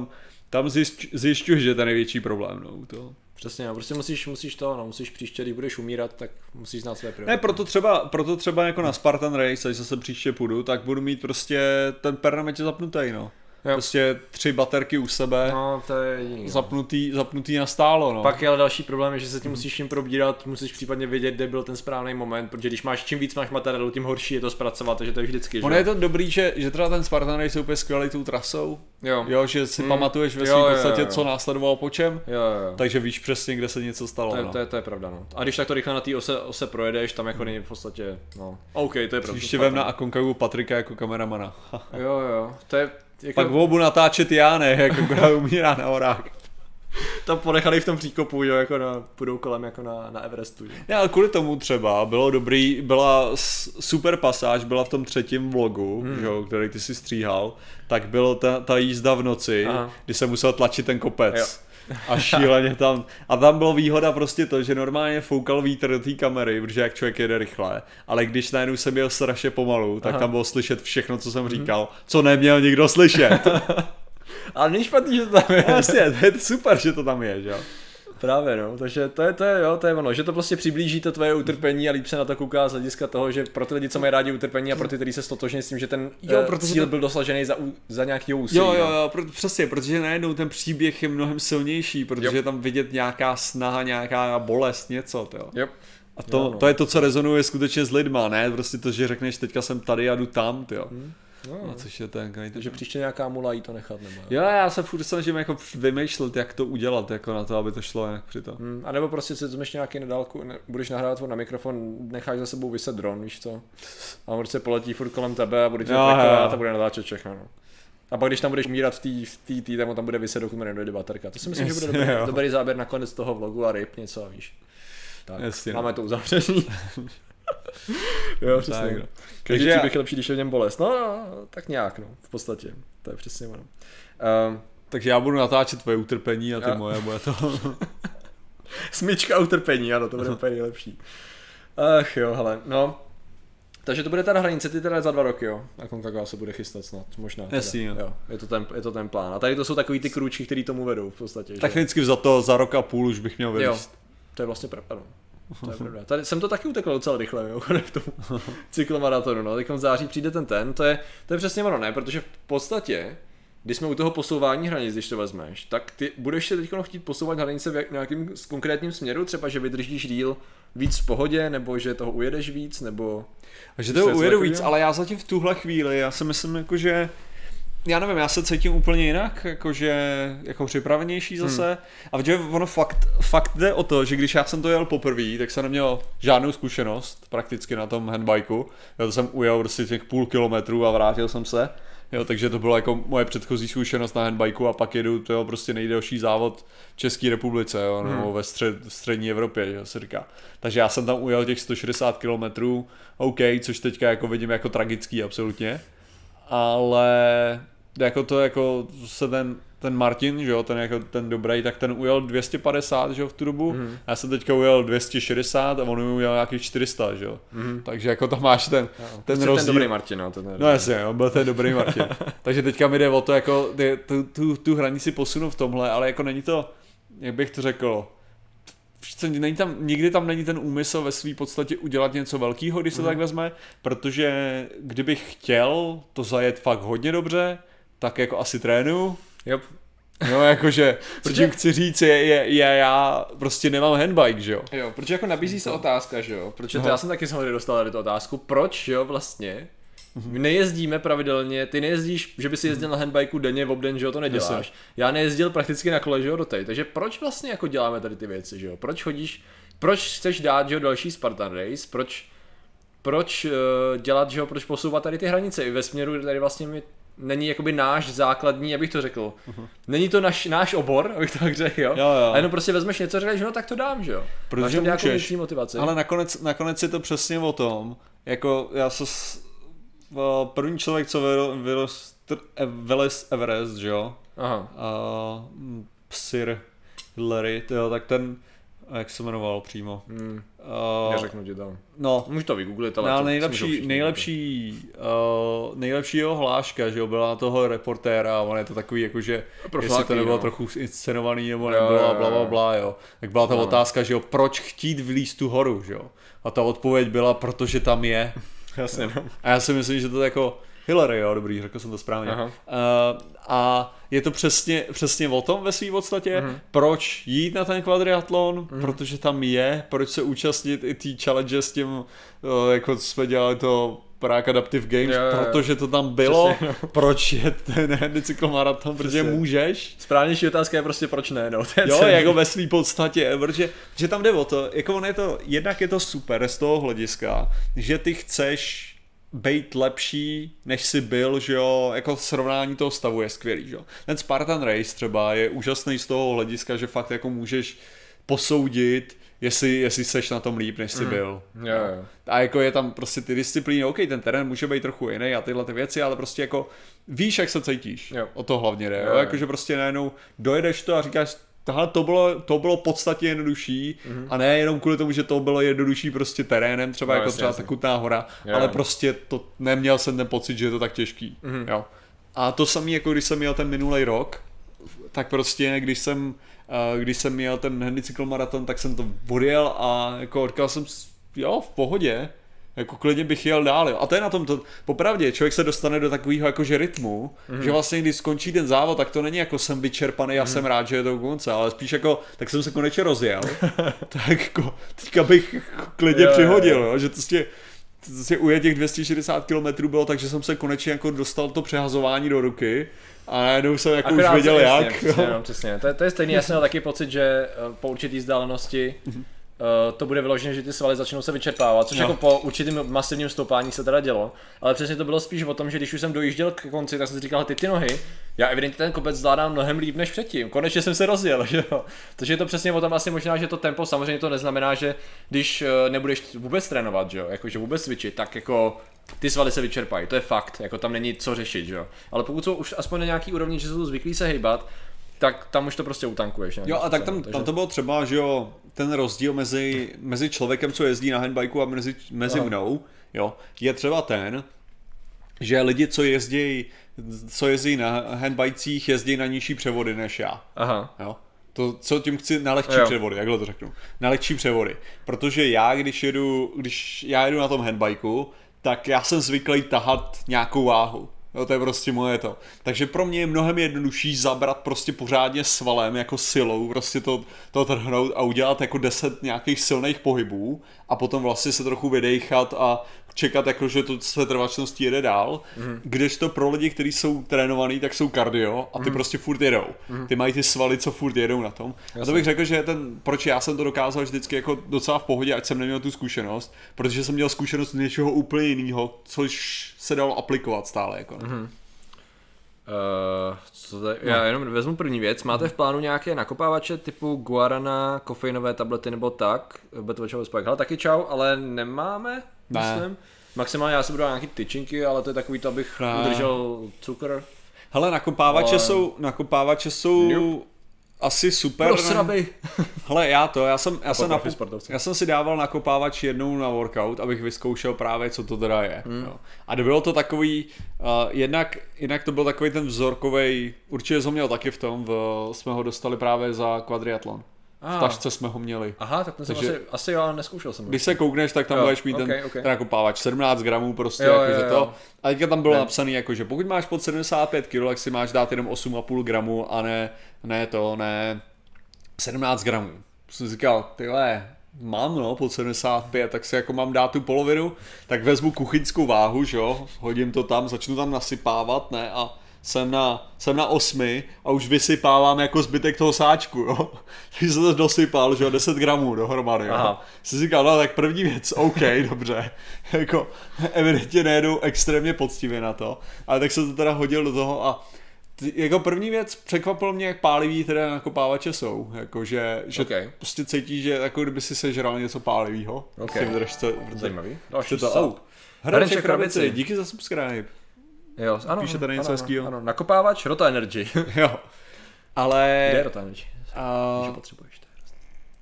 tam zjišťuješ, že to je největší problém, no, to. Přesně, no, prostě musíš, musíš to, no, musíš příště, když budeš umírat, tak musíš znát své priority. Ne, proto třeba, proto třeba jako na Spartan Race, až zase příště půjdu, tak budu mít prostě ten pernametě zapnutý, no. Jo. Prostě tři baterky u sebe, no, to je jediný, zapnutý, zapnutý na stálo, no. Pak je ale další problém, je, že se tím musíš tím probírat, musíš případně vědět, kde byl ten správný moment, protože když máš čím víc máš materiálu, tím horší je to zpracovat, takže to je vždycky. Ono je to dobrý, že, že teda ten Spartan Race je úplně skvělý tou trasou, jo, jo že si hmm. pamatuješ ve svým podstatě, jo, jo. co následovalo po čem, jo, jo. takže víš přesně, kde se něco stalo. To je, no. to je, to je pravda, no. A když tak to rychle na té ose, ose projedeš, tam jako není v podstatě, no. OK, to je pravda. Ještě vem na Akonkagu Patrika jako kameramana. jo, jo, to je... Jako... Pak obu natáčet já, ne, jako kdo umírá na horách. Tam ponechali v tom příkopu, jo, jako na, půjdou kolem jako na, na Everestu. Jo. Ne, ale kvůli tomu třeba bylo dobrý, byla super pasáž, byla v tom třetím vlogu, hmm. jo, který ty si stříhal, tak bylo ta, ta jízda v noci, aha. kdy se musel tlačit ten kopec. Jo. A šíleně tam, a tam bylo výhoda prostě to, že normálně foukal vítr do té kamery, protože jak člověk jede rychle, ale když najednou jsem jel strašně pomalu, tak aha. tam bylo slyšet všechno, co jsem říkal, hmm. co neměl nikdo slyšet. Ale není špatný, že to tam je. Vlastně, to je super, že to tam je, že jo. Právě no, takže to je, to je, jo, to je ono, že to prostě přiblíží to tvoje utrpení a líp se na to kouká z hlediska toho, že pro ty lidi, co mají rádi utrpení a pro ty, kteří se stotožní s tím, že ten jo, uh, cíl to... byl dosažený za, za nějaký úsilí. Jo, jo, jo, pro, přesně, protože najednou ten příběh je mnohem silnější, protože jo. je tam vidět nějaká snaha, nějaká bolest, něco, jo. Yep. A to, jo, no. to je to, co rezonuje skutečně s lidma, ne? Prostě to, že řekneš, teďka jsem tady a jdu tam, jo. Hmm. No, no, což je ten, takže příště nějaká mula jí to nechat nebo. Jo, já se furt snažím jako vymýšlet, jak to udělat, jako na to, aby to šlo jak při to. Hmm, a nebo prostě si vezmeš nějaký nadálku, ne, budeš nahrávat na mikrofon, necháš za sebou vyset dron, víš co? A on prostě poletí furt kolem tebe a bude tě trikovat a bude natáčet všechno. No. A pak když tam budeš mírat v té tý, tam bude vyset, dokud nedojde baterka. To si myslím, yes, že bude dobrý, dobrý záběr nakonec toho vlogu a ryb něco, víš. Tak, yes, máme no. to uzavřený. Jo, přesně. Tak, no. Každý příběh je lepší, když je v něm bolest. No, no, tak nějak, no, v podstatě. To je přesně ono. Um, Takže já budu natáčet tvoje utrpení a ty a... moje, bude to... Smyčka utrpení, ano, to bude úplně nejlepší. Ach jo, hele, no. Takže to bude ta hranice, ty teda za dva roky, jo. A Concagua se bude chystat snad, možná. Jasný, jo. jo. Je to, ten, je to ten plán. A tady to jsou takový ty krůčky, který tomu vedou v podstatě. Technicky za to za rok a půl už bych měl vyvíst. To je vlastně pravda, no. To je pravda. Tady jsem to taky utekl docela rychle, jo, v tom cyklomaratonu, no, teď v září přijde ten ten, to je, to je přesně ono, ne, protože v podstatě, když jsme u toho posouvání hranic, když to vezmeš, tak ty budeš se teď chtít posouvat hranice v nějakým konkrétním směru, třeba, že vydržíš díl víc v pohodě, nebo že toho ujedeš víc, nebo... A že toho ujedu víc, ale já zatím v tuhle chvíli, já si myslím, jako, že já nevím, já se cítím úplně jinak, jakože jako připravenější zase. Hmm. A protože ono fakt, fakt jde o to, že když já jsem to jel poprvé, tak jsem neměl žádnou zkušenost prakticky na tom handbajku. Já to jsem ujel prostě těch půl kilometru a vrátil jsem se. Jo, takže to bylo jako moje předchozí zkušenost na handbajku a pak jedu to prostě nejdelší závod v České republice, jo, nebo hmm. ve střed, střední Evropě, jo, se říká. Takže já jsem tam ujel těch sto šedesát kilometrů, OK, což teďka jako vidím jako tragický absolutně. Ale jako to jako se ten, ten Martin, že jo, ten jako ten dobrý, tak ten ujel dvě stě padesát, že jo, v tu dobu. Mm. Já jsem teďka ujel dvě stě šedesát a on ujel nějakých čtyři sta, že jo. Mm. Takže jako tam máš ten, no, ten rozdíl. Ten dobrý Martin, no. Ten no jasně, on byl ten dobrý Martin. Takže teďka mi jde o to, jako tu, tu, tu hranici posunu v tomhle, ale jako není to, jak bych to řekl, není tam, nikdy tam není ten úmysl ve své podstatě udělat něco velkého, když se mm. tak vezme, protože kdybych chtěl to zajet fakt hodně dobře, tak jako asi trénuju. Yep. No jakože, protože chci říct, je, je, je, já prostě nemám handbike, že jo. Jo, protože jako nabízí se otázka, že jo, protože to já jsem taky samozřejmě dostal tady tu otázku, proč jo vlastně my nejezdíme pravidelně, ty nejezdíš, že by si jezdil na handbajku denně v obden, že jo, to neděláš. Já nejezdil prakticky na kole, že jo, do tej. Takže proč vlastně jako děláme tady ty věci, že jo? Proč chodíš, proč chceš dát, že jo, další Spartan Race, proč, proč uh, dělat, že jo, proč posouvat tady ty hranice i ve směru, tady vlastně mi není jakoby náš základní, abych to řekl. Uh-huh. Není to naš, náš obor, abych to tak řekl, jo? Jo, jo. A jenom prostě vezmeš něco a řekneš, no tak to dám, že jo? Protože můžeš, motivaci. ale nakonec, nakonec je to přesně o tom, jako já se první člověk, co vylez Everest, že jo? Aha. Uh, Sir Hillary, jo, tak ten jak se jmenoval přímo. Hmm. Uh, Neřeknu ti to. No. Můžu to vygooglit, ale no, to nejlepší, nejlepší, uh, nejlepší jeho hláška, že jo, byla na toho reportéra, on je to takový jakože, jestli to nebylo no. trochu inscenovaný, nebo nebylo a bla, bla, bla, jo. Tak byla ta no. otázka, že jo, proč chtít vylízt tu horu, že jo. A ta odpověď byla, protože tam je. Jasně, no. A já si myslím, že to je jako Hillary, jo, dobrý, řekl jsem to správně. Uh, a je to přesně, přesně o tom ve svým podstatě, uh-huh. proč jít na ten kvadriatlon, uh-huh. protože tam je, proč se účastnit i té challenge s tím, uh, jako jsme dělali to Prague Adaptive Games, jo, jo, jo. protože to tam bylo, přesně, no. proč je ten cyklomaraton, protože můžeš. Správnější otázka je prostě proč ne, no. Jo, jako ve svým podstatě, protože že tam jde o to, jako on je to, jednak je to super z toho hlediska, že ty chceš být lepší, než jsi byl, že jo, jako srovnání toho stavu je skvělý, že jo. Ten Spartan Race třeba je úžasný z toho hlediska, že fakt jako můžeš posoudit, jestli, jestli seš na tom líp, než jsi mm. byl. Jo, jo. A jako je tam prostě ty disciplíny, ok, ten terén může být trochu jiný a tyhle ty věci, ale prostě jako víš, jak se cítíš. Jo. O to hlavně jde, jo, jo. Jakože prostě najednou dojedeš to a říkáš, tahle to bylo, to bylo podstatně jednodušší mm-hmm. a ne jenom kvůli tomu, že to bylo jednodušší prostě terénem, třeba no, jako jasně, třeba ta Kutná Hora, jo. ale prostě to neměl jsem ten pocit, že je to tak těžký. Mm-hmm. Jo. A to samé, jako když jsem měl ten minulý rok, tak prostě když jsem, když jsem měl ten Handy cyklomaraton, tak jsem to odjel a jako říkal jsem, jo, v pohodě, jako klidně bych jel dál, jo. A to je na tom, to, popravdě, člověk se dostane do takového jakože rytmu, mm-hmm. že vlastně když skončí ten závod, tak to není jako jsem vyčerpaný, já mm-hmm. jsem rád, že je to u konce, ale spíš jako, tak jsem se konečně rozjel, tak jako, teďka bych klidně jo, přihodil, jo, že to prostě, prostě u těch dvě stě šedesát kilometrů bylo, takže jsem se konečně jako dostal to přehazování do ruky. A najednou jsem jako akorát už věděl jak. Přesně, no, přesně. To, je, to je stejný, já jsem měl taky pocit, že po určitý vzdálenosti mm-hmm. Uh, to bude vyložené, že ty svaly začnou se vyčerpávat, což no. jako po určitým masivním stoupání se teda dělo, ale přesně to bylo spíš o tom, že když už jsem dojížděl k konci, tak jsem si říkal, ty ty nohy, já evidentně ten kopec zvládám mnohem líp než předtím, konečně jsem se rozjel, že jo. Takže je to přesně o tom asi možná, že to tempo, samozřejmě to neznamená, že když uh, nebudeš vůbec trénovat, že jo, jakože vůbec cvičit, tak jako ty svaly se vyčerpají, to je fakt, jako tam není co řešit, že jo. Ale pokud jsou už aspoň na nějaký úrovni, že jsou zvyklí se hejbat, tak tam už to prostě utankuješ. Jo a tak tam, takže... tam to bylo třeba, že jo, ten rozdíl mezi, mezi člověkem, co jezdí na handbajku a mezi, mezi mnou, jo, je třeba ten, že lidi, co jezdí, co jezdí na handbajcích, jezdí na nižší převody než já. Aha. Jo. To, co tím chci, na lehčí jo. převody, jakhle to řeknu. Na lehčí převody. Protože já, když jedu, když já jedu na tom handbajku, tak já jsem zvyklý tahat nějakou váhu. Jo, to je prostě moje to. Takže pro mě je mnohem jednodušší zabrat prostě pořádně svalem, jako silou, prostě to, to trhnout a udělat jako deset nějakých silných pohybů a potom vlastně se trochu vydejchat a čekat, jako, že to se trvačností jede dál, mm. kdežto pro lidi, kteří jsou trénovaný, tak jsou kardio a ty mm. prostě furt jedou. Mm. Ty mají ty svaly, co furt jedou na tom. Jasně. A to bych řekl, že ten, proč já jsem to dokázal vždycky jako docela v pohodě, ať jsem neměl tu zkušenost, protože jsem měl zkušenost z něčeho úplně jiného, což se dalo aplikovat stále. Jako. Mm. Uh, co tady? No. Já jenom vezmu první věc. Máte v plánu nějaké nakopávače typu guarana, kofeinové tablety nebo tak? Betovačový spike. Hele, taky čau, ale nemáme, ne. myslím. Maximálně já si budu dát nějaký tyčinky, ale to je takový to, abych ne. udržel cukr. Hele, nakopávače ale... jsou, nakopávače jsou nope. asi super. Prosraby. Hele, já to, já jsem, já jsem, napo... já jsem si dával nakopávač jednou na workout, abych vyzkoušel právě, co to teda je. Hmm. Jo. A bylo to takový, uh, jednak, jednak to byl takový ten vzorkovej, určitě jsem měl taky v tom, v, jsme ho dostali právě za kvadriatlon. V tašce jsme ho měli. Aha, tak ten jsem asi, asi jo, neskoušel jsem. Když se koukneš, tak tam jo, budeš mít okay, ten, okay. ten nakopávač sedmnáct gramů prostě, jo, jakože jo, jo. to. A teďka tam bylo ne. napsané, jakože pokud máš pod sedmdesát pět kilogramů, tak si máš dát jenom osm a půl gramu a ne, ne to, ne sedmnáct gramů. Jsem říkal, tyhle, mám no, pod sedmdesát pět, tak si jako mám dát tu polovinu, tak vezmu kuchyňskou váhu, že jo, hodím to tam, začnu tam nasypávat, ne, a Jsem na, jsem na osmi a už vysypávám jako zbytek toho sáčku, jo. Takže jsem to dosypal, že jo, deset gramů dohromady, jo. Jsi říkal, no tak první věc, OK, dobře. Jako evidentně nejedu extrémně poctivě na to, ale tak jsem to teda hodil do toho a t- jako první věc překvapilo mě, jak pálivý teda nakopávače jsou, jako že, že okay. prostě cítíš, že jako kdyby si sežral něco pálivýho. Okay. V držce, v Zajímavý. Další to jsou. Hraček krabici, díky za subscribe. Jo, ano, píše tady něco hezkýho. Ano, nakopávač, Rota Energy. Jo. Ale... Kde je Rota Energy? Uh... Že potřebuješ to.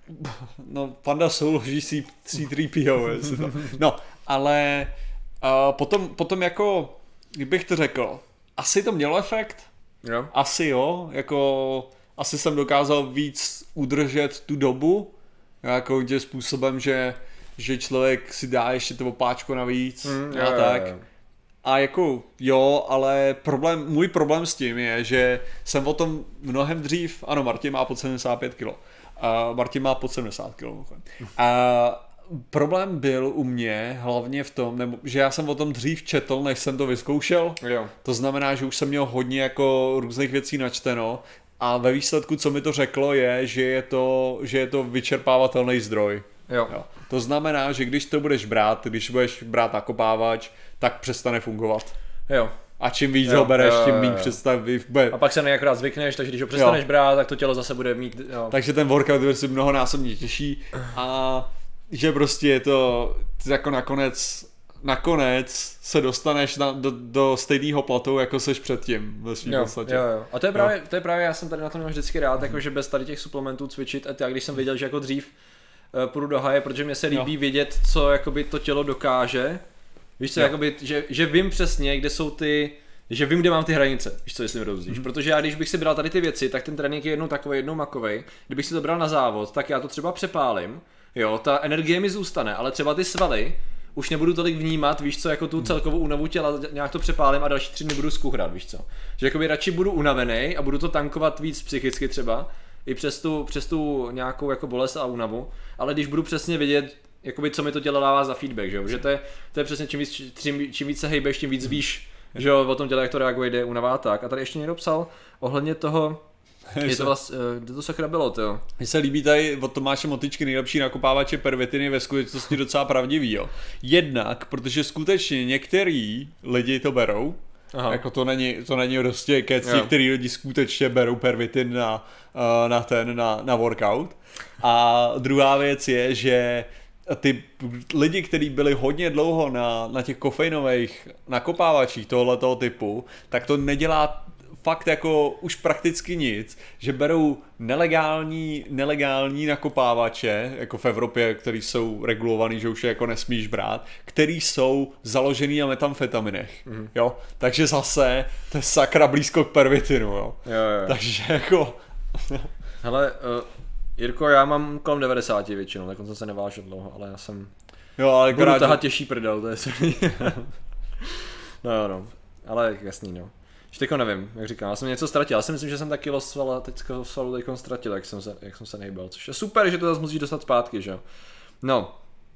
no Panda souloží C tři P O, jestli to. No, ale uh, potom, potom jako, kdybych to řekl, asi to mělo efekt, jo. asi jo, jako asi jsem dokázal víc udržet tu dobu, jako tím způsobem, že, že člověk si dá ještě to opáčko navíc mm, a jo, tak. Jo, jo. A jako jo, ale problém, můj problém s tím je, že jsem o tom mnohem dřív, ano, Martin má pod sedmdesát pět kilo. Uh, Martin má pod sedmdesát kilo. A problém byl u mě hlavně v tom, nebo, že já jsem o tom dřív četl, než jsem to vyzkoušel. Jo. To znamená, že už jsem měl hodně jako různých věcí načteno a ve výsledku, co mi to řeklo, je, že je to, že je to vyčerpávatelný zdroj. Jo. Jo. To znamená, že když to budeš brát, když budeš brát nakopávač, tak přestane fungovat. Jo. A čím víc jo, ho bereš, jo, jo, tím méně přestane. A pak se nejakrát zvykneš, takže když ho přestaneš jo. brát, tak to tělo zase bude mít. Jo. Takže ten workout bude si mnohonásobně těžší a že prostě je to jako nakonec, nakonec se dostaneš na, do, do stejného platu, jako seš předtím ve svým jo, podstatě. Jo, jo. A to je, právě, to je právě, já jsem tady na tom vždycky rád, jako, že bez tady těch suplementů cvičit, a já když jsem věděl, že jako dřív uh, půjdu do haje, protože mě se líbí jo. vědět, co jakoby to tělo dokáže. Víš co, jakoby, že, že vím přesně, kde jsou ty, že vím, kde mám ty hranice, víš co, jestli mi rozumíš. Mm-hmm. Protože já, když bych si bral tady ty věci, tak ten trénink je jednou takový, jednou makovej. Kdybych si to bral na závod, tak já to třeba přepálím, jo, ta energie mi zůstane, ale třeba ty svaly už nebudu tolik vnímat, víš co, jako tu celkovou únavu těla, nějak to přepálím a další tři dny budu skuchrat, víš co. Že jakoby radši budu unavený a budu to tankovat víc psychicky třeba, i přes tu, přes tu nějakou jako bolest a únavu, ale když budu přesně vědět, jakoby, co mi to tělo dává za feedback, že jo, že to je, to je přesně čím víc, čím, čím víc se hejbeš, tím víc víš, že jo, o tom těle, jak to reaguje, jde unavá tak. A tady ještě někdo psal ohledně toho, je to vlastně, kde to sakra bylo, to. Mně se líbí tady od Tomáše Motyčky nejlepší nakopávače pervitiny ve skutečnosti docela pravdivý, jo. Jednak, protože skutečně některý lidi to berou, aha. Jako to není, to není prostě kec, některý lidi skutečně berou pervitin na, na ten, na, na workout. A druhá věc je, že ty lidi, kteří byli hodně dlouho na, na těch kofeinových nakopávačích tohoto typu, tak to nedělá fakt jako už prakticky nic, že berou nelegální, nelegální nakopávače, jako v Evropě, který jsou regulovaný, že už je jako nesmíš brát, který jsou založený na metamfetaminech, mm. jo, takže zase to je sakra blízko k pervitinu, jo, jo, jo. Takže jako... Hele, uh, Jirko, já mám kolem devadesát většinou, tak on jsem se nevážil dlouho, ale já jsem... Jo, ale budu krát... tahat těžší prdel, to je silný. No jo, no, ale jasný, no. Ještě teďko nevím, jak říkám, já jsem něco ztratil, já si myslím, že jsem taky kilo svala, teďka svalu teďko ztratil, jak jsem se, jak jsem se nejbal, což je super, že to zase musíš dostat zpátky, že jo. No,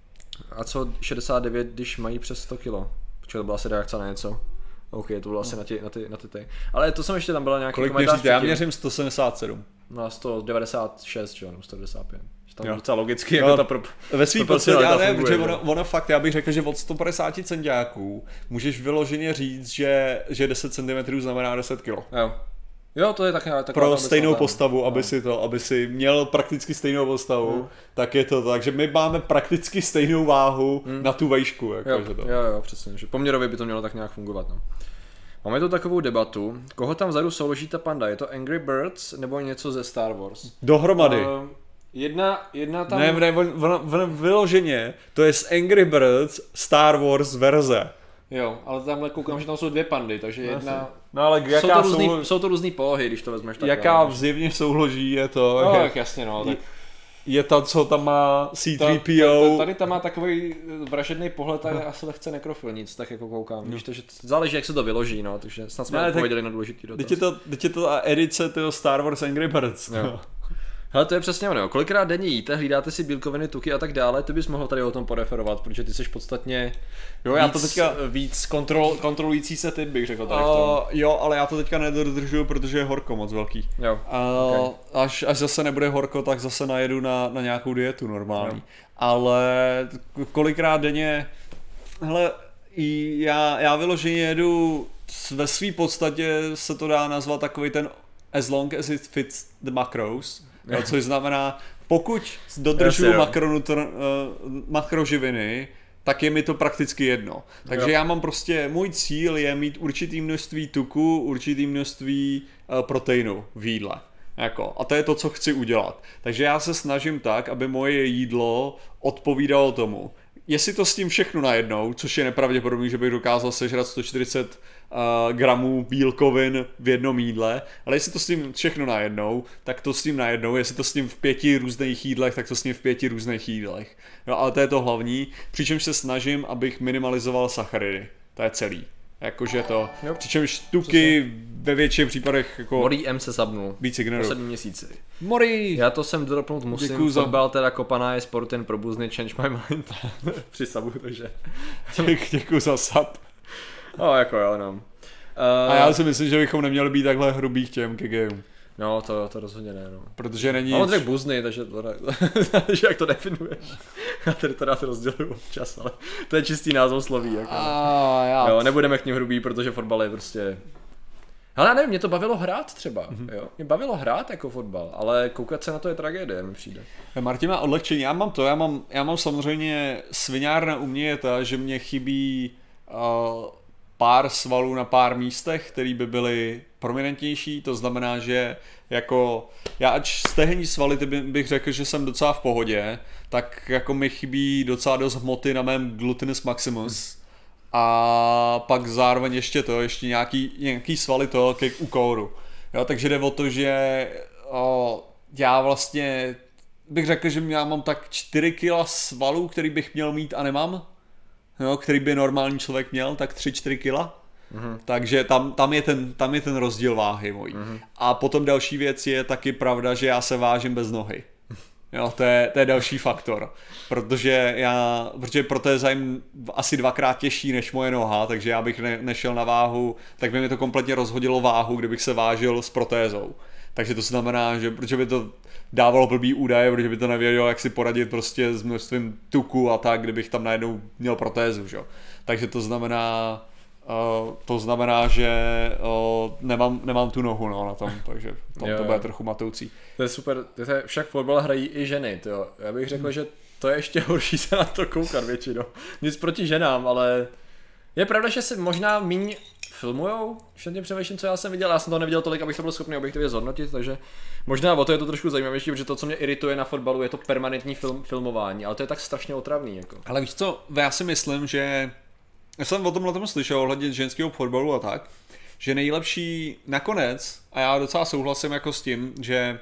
a co šedesát devět, když mají přes sto kilo? Počkej, to byla asi reakce na něco. OK, to bylo asi na ty, na ty, na ty ty. Ale to jsem ještě tam byla nějaký kolik měříte? Já měřím sto sedmdesát sedm. No sto devadesát šest, jo, nebo sto devadesát pět. Tam jo. Docela logicky, jo. Jako ta pro... Ve svým podstatě, ale ne, protože ono, ono fakt, já bych řekl, že od sto padesát centiáků můžeš vyloženě říct, že, že deset centimetrů znamená deset kilo. Jo. Jo, to je tak, tak pro stejnou postavu, no. aby si to, aby si měl prakticky stejnou postavu, mm. tak je to tak, že my máme prakticky stejnou váhu mm. na tu vejšku. Jako, jo, že to. jo, jo, přesně, že poměrově by to mělo tak nějak fungovat, no. Máme tu takovou debatu, koho tam vzadu souloží ta panda, je to Angry Birds nebo něco ze Star Wars? Dohromady. Uh, jedna, jedna tam... Ne, ne, on, on, vyloženě, to je z Angry Birds Star Wars verze. Jo, ale tamhle koukám, že tam jsou dvě pandy, takže jedna... No ale jaká jsou to různý, soulo... jsou to různý polohy, když to vezmeš takhle. Jaká zjevně souloží je to? No, je... tak jasně, no. Tak... Je ta, co tam má C tři P O. Tady tam má takový vražedný pohled a je asi lehce nekrofilnic, tak jako koukám. Víš to, že záleží, jak se to vyloží, no, takže snad jsme odpověděli na důležitý dotaz. Teď je to, teď je to ta edice toho Star Wars Angry Birds. No. Hele, to je přesně ono, kolikrát denně jíte, hlídáte si bílkoviny, tuky a tak dále, ty bys mohl tady o tom poreferovat, protože ty jsi podstatně jo, já víc, to teďka... víc kontrol, kontrolující se typ, bych řekl tady v tom. Uh, jo, ale já to teďka nedodržuju, protože je horko moc velký. Jo, uh, okay. až, až zase nebude horko, tak zase najedu na, na nějakou dietu normální. Jo. Ale kolikrát denně, hele, já, já vyloženě jedu, ve své podstatě se to dá nazvat takový ten as long as it fits the macros. Jo, což znamená, pokud dodržuju makronutr, uh, makroživiny, tak je mi to prakticky jedno. Takže jo. Já mám prostě, můj cíl je mít určitý množství tuku, určitý množství uh, proteinu v jídle. Jako, a to je to, co chci udělat. Takže já se snažím tak, aby moje jídlo odpovídalo tomu. Jestli to s tím všechno najednou, což je nepravděpodobný, že bych dokázal sežrat sto čtyřicet uh, gramů bílkovin v jednom jídle, ale jestli to s tím všechno najednou, tak to s tím najednou, jestli to s tím v pěti různých jídlech, tak to s tím v pěti různých jídlech. No, ale to je to hlavní, přičemž se snažím, abych minimalizoval sacharidy. To je celý. Jakože to, jo, přičemž tuky přesně. Ve většině případech jako... Mori M se sabnul. Víc ignorují. Poslední měsíci. Mori! Já to jsem dropnout musím, děkuju fotbal za... teda kopaná je sport, ten probuzný change my mind. Při sabu, takže... Děk, děkuju za sub. No jako jo, no. Uh... A já si myslím, že bychom neměli být takhle hrubý k těm ke gayům. No, to, to rozhodně ne, no. Protože není... A on řekl buzný, takže to ne... že jak to definuješ. Já tady to rád rozděluju občas, ale to je čistý názov sloví, jako. A, já... Jo, nebudeme k ním hrubý, protože fotbal je prostě... Ale já nevím, mě to bavilo hrát třeba, mm-hmm. jo. Mě bavilo hrát jako fotbal, ale koukat se na to je tragédie, mi přijde. Martin má odlehčení, já mám to, já mám, já mám samozřejmě sviňárna u mě je ta, že mě chybí uh, pár svalů na pár místech, které by byly prominentnější, to znamená, že jako já ač stehenní svaly bych řekl, že jsem docela v pohodě, tak jako mi chybí docela dost hmoty na mém glutinus maximus. Mm. A pak zároveň ještě to, ještě nějaký, nějaký svaly toho ke u kóru. Jo, takže jde o to, že o, já vlastně bych řekl, že já mám tak čtyři kila svalů, který bych měl mít a nemám. Jo, který by normální člověk měl, tak tři čtyři kila. Mm-hmm. Takže tam, tam, je ten, tam je ten rozdíl váhy mojí. Mm-hmm. A potom další věc je taky pravda, že já se vážím bez nohy. Jo, to je, to je další faktor, protože já, protože protéza jim asi dvakrát těžší než moje noha, takže já bych ne, nešel na váhu, tak by mi to kompletně rozhodilo váhu, kdybych se vážil s protézou. Takže to znamená, že protože by to dávalo blbý údaje, protože by to nevědělo, jak si poradit prostě s množstvím tuku a tak, kdybych tam najednou měl protézu, že? Takže to znamená, Uh, to znamená, že uh, nemám, nemám tu nohu no, na tom, takže tam jo, to bude trochu matoucí. To je super, to je, však fotbal hrají i ženy, tyjo. Já bych řekl, hmm. že to je ještě horší se na to koukat většinou. Nic proti ženám, ale je pravda, že se možná míň filmujou, všem tím přemýšlím, co já jsem viděl, já jsem to neviděl tolik, abych to byl schopný objektivně zhodnotit, takže možná o to je to trošku zajímavější, protože to, co mě irituje na fotbalu, je to permanentní film, filmování, ale to je tak strašně otravný. Jako. Ale víš co, já si myslím, že já jsem o tomhle tomu slyšel ohledně ženského fotbalu a tak, že nejlepší nakonec, a já docela souhlasím jako s tím, že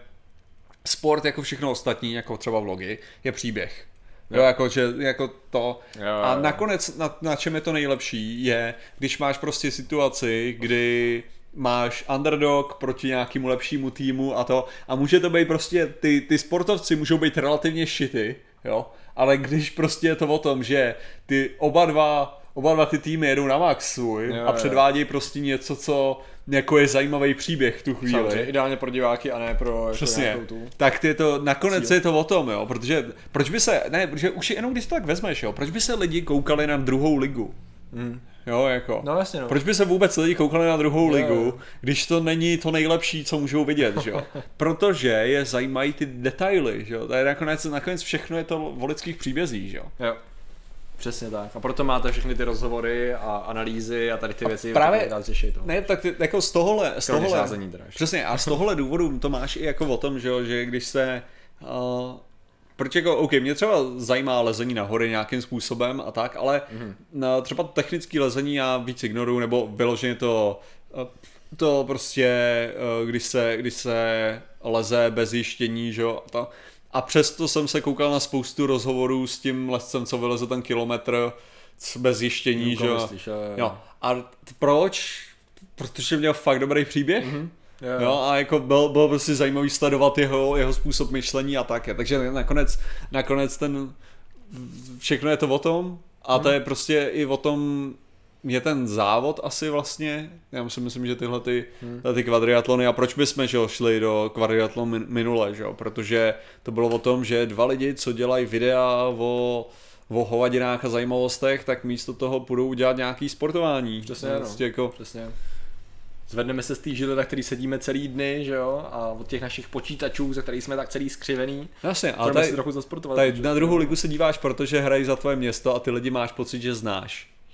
sport jako všechno ostatní, jako třeba vlogy, je příběh. Jo, jo jako, že, jako to. Jo, jo, a nakonec, na, na čem je to nejlepší, je, když máš prostě situaci, kdy máš underdog proti nějakému lepšímu týmu a to, a může to být prostě, ty, ty sportovci můžou být relativně shitty, jo, ale když prostě je to o tom, že ty oba dva Oba dva ty týmy jedou na max svůj jo, a předvádějí prostě něco, co jako je zajímavý příběh v tu chvíli. Samozřejmě, ideálně pro diváky a ne pro přesně. Jako tu... Tak je to, nakonec cíl. Je to o tom, jo, protože, proč by se, ne, protože už jenom když to tak vezmeš, jo, proč by se lidi koukali na druhou ligu? Hmm. Jo, jako. No, jasně, no. Proč by se vůbec lidi koukali na druhou jo, ligu, jo. když to není to nejlepší, co můžou vidět, že jo? Protože je zajímají ty detaily, že jo? To je nakonec, nakonec všechno je to o lidských příbězích, že jo? Jo. Přesně tak. A proto máte všechny ty rozhovory a analýzy a tady ty a věci. Právě, řešit, ne, tak ty, jako z tohohle, z tohohle sázení, přesně, a z tohohle důvodu to máš i jako o tom, že, jo, že když se, uh, proč jako, ok, mě třeba zajímá lezení na hory nějakým způsobem a tak, ale mm-hmm. na třeba technické lezení já víc ignoruju, nebo vyloženě to, uh, to prostě, uh, když se, když se leze bez jištění, že jo, to, a přesto jsem se koukal na spoustu rozhovorů s tím lescem, co vyleze ten kilometr bez jištění, že jo. Jo. A proč? Protože měl fakt dobrý příběh. Mm-hmm. Yeah. Jo, a jako byl, byl prostě zajímavý sledovat jeho, jeho způsob myšlení a tak. Takže nakonec, nakonec ten, všechno je to o tom a mm. to je prostě i o tom, je ten závod asi vlastně, já si myslím, že tyhle ty, hmm. ty kvadriatlony, a proč bychom že, šli do kvadriatlonu minule, že? Protože to bylo o tom, že dva lidi, co dělají videa o, o hovadinách a zajímavostech, tak místo toho půjdou dělat nějaký sportování. Přesně, no. Prostě jako... Přesně. Zvedneme se z té žily, na který sedíme celý dny, že jo, a od těch našich počítačů, za kterých jsme tak celý skřivený. Jasně, ale tady, si trochu zasportovat. Tady na druhou ligu se díváš, protože hrají za tvoje město a ty lidi máš pocit, že znáš.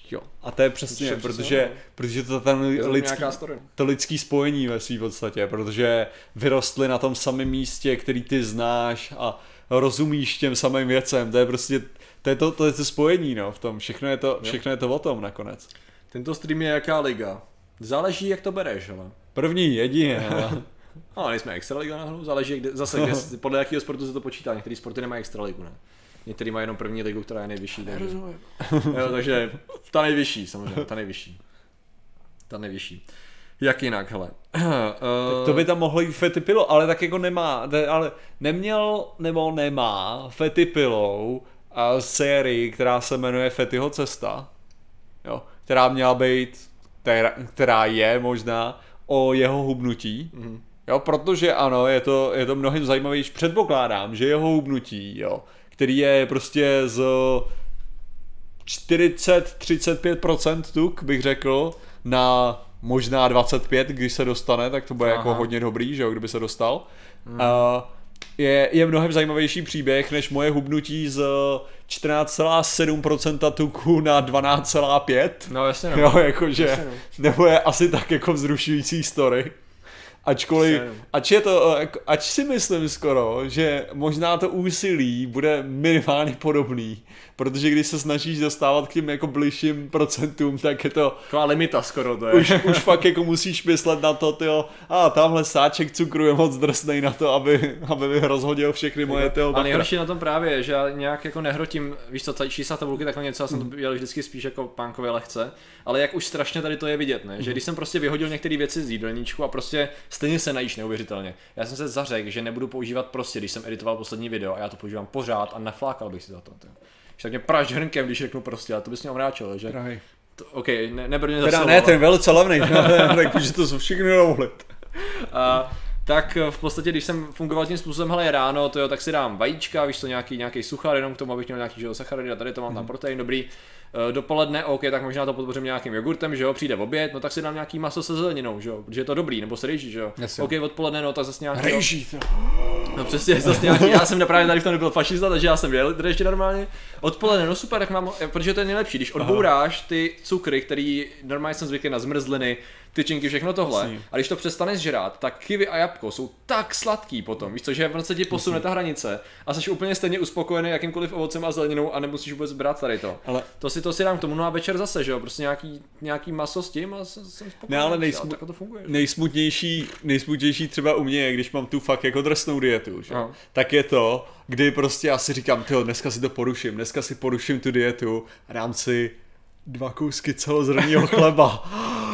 Jo, a to je přesně, to protože, protože to ten lidský, to lidský spojení ve svým podstatě, protože vyrostli na tom samém místě, který ty znáš a rozumíš těm samým věcem, to je prostě, to je to, to, je to spojení, no, v tom, všechno je to, všechno je to o tom nakonec. Tento stream je jaká liga? Záleží, jak to bereš, ale. První, jedině, ale. No, nejsme extraliga náhodou, záleží kde, zase, kde, podle jakého sportu se to počítá, některý sporty nemají extraligu, ne? Některý mají jenom první ligu, která je nejvyšší, takže, jo, takže ta nejvyšší, samozřejmě, ta nejvyšší. Ta nejvyšší. Jak jinak, hele. Tak to by tam mohlo jít Fetty Pillow, ale tak jako nemá, ale neměl nebo nemá Fetty Pillow a sérii, která se jmenuje Fettyho cesta, jo, která měla být, která, která je možná o jeho hubnutí, mm-hmm. jo, protože ano, je to, je to mnohem zajímavější, předpokládám, že jeho hubnutí, jo, který je prostě z čtyřicet až třicet pět procent tuk, bych řekl, na možná dvacet pět, když se dostane, tak to bude Aha. jako hodně dobrý, že jo, kdyby se dostal. Hmm. Uh, je, je mnohem zajímavější příběh, než moje hubnutí z čtrnáct celá sedm procent tuku na dvanáct celá pět. No jasně no. Jo, jakože, jasně no. Nebo je asi tak jako vzrušující story. Ačkoliv, ač je to, ač si myslím skoro, že možná to úsilí bude minimálně podobný, protože když se snažíš dostávat k těm jako bližším procentům, tak je to... Taková limita skoro to je. Už, už fakt jako musíš myslet na to, tyjo, a tamhle sáček cukru je moc drsnej na to, aby, aby mi rozhodil všechny moje tyjo. A nejhorší na tom právě je, že já nějak jako nehrotím, víš co, čísla tabulky, takhle něco, já jsem to dělal vždycky spíš jako pánkově lehce, ale jak už strašně tady to je vidět, ne? Že když jsem prostě vyhodil některé věci z jídelníčku a prostě stejně se najíš neuvěřitelně. Já jsem se zařekl, že nebudu používat prostě, když jsem editoval poslední video a já to používám pořád a naflákal bych si za to. Tyjo. Že tak mě praž hrnkem, když řeknu prostě, ale to bys mě omráčil, že? To, OK, ne, neber mě za slovo. Ne, ten velice levný, takže to jsou všechny dovolit. A tak v podstatě, když jsem fungoval tím způsobem, hele, ráno, to jo, tak si dám vajíčka, víš to, nějaký, nějaký suchar, jenom k tomu, abych měl nějaký, že jo, sacharidy, a tady to mám tam protein, dobrý. Dopoledne, OK, tak možná to podpořím nějakým jogurtem, že jo, přijde v oběd, no tak si dám nějaký maso se zeleninou, že jo, protože je to dobrý, nebo se rejží, že jo. Yes, OK, odpoledne, no tak zase nějaký. Rejží to. No přesně, zase nějaký, já jsem právě tady v tom nebyl fašista, takže já jsem jel ještě normálně. Odpoledne, no super, tak mám, protože to je nejlepší, když odbouráš ty cukry, který normálně jsem zvyklý na zmrzliny, tyčinky, všechno tohle. Jasně. A když to přestaneš žrát, tak kiwi a jabko jsou tak sladký potom, víš co, že v se ti posune ta hranice a jsi úplně stejně uspokojený jakýmkoliv ovocem a zeleninou a nemusíš vůbec brát tady to. Ale to si to si dám k tomu, no a večer zase, že jo, prostě nějaký, nějaký maso s tím a jsem spokojený. Ne, ale nejsmu, to funguje. Nejsmutnější, nejsmutnější třeba u mě je, když mám tu fakt jako drsnou dietu, že? Tak je to, kdy prostě já si říkám, tyjo, dneska si to poruším, dneska si poruším tu dietu a dám si dva kousky celozrnního chleba.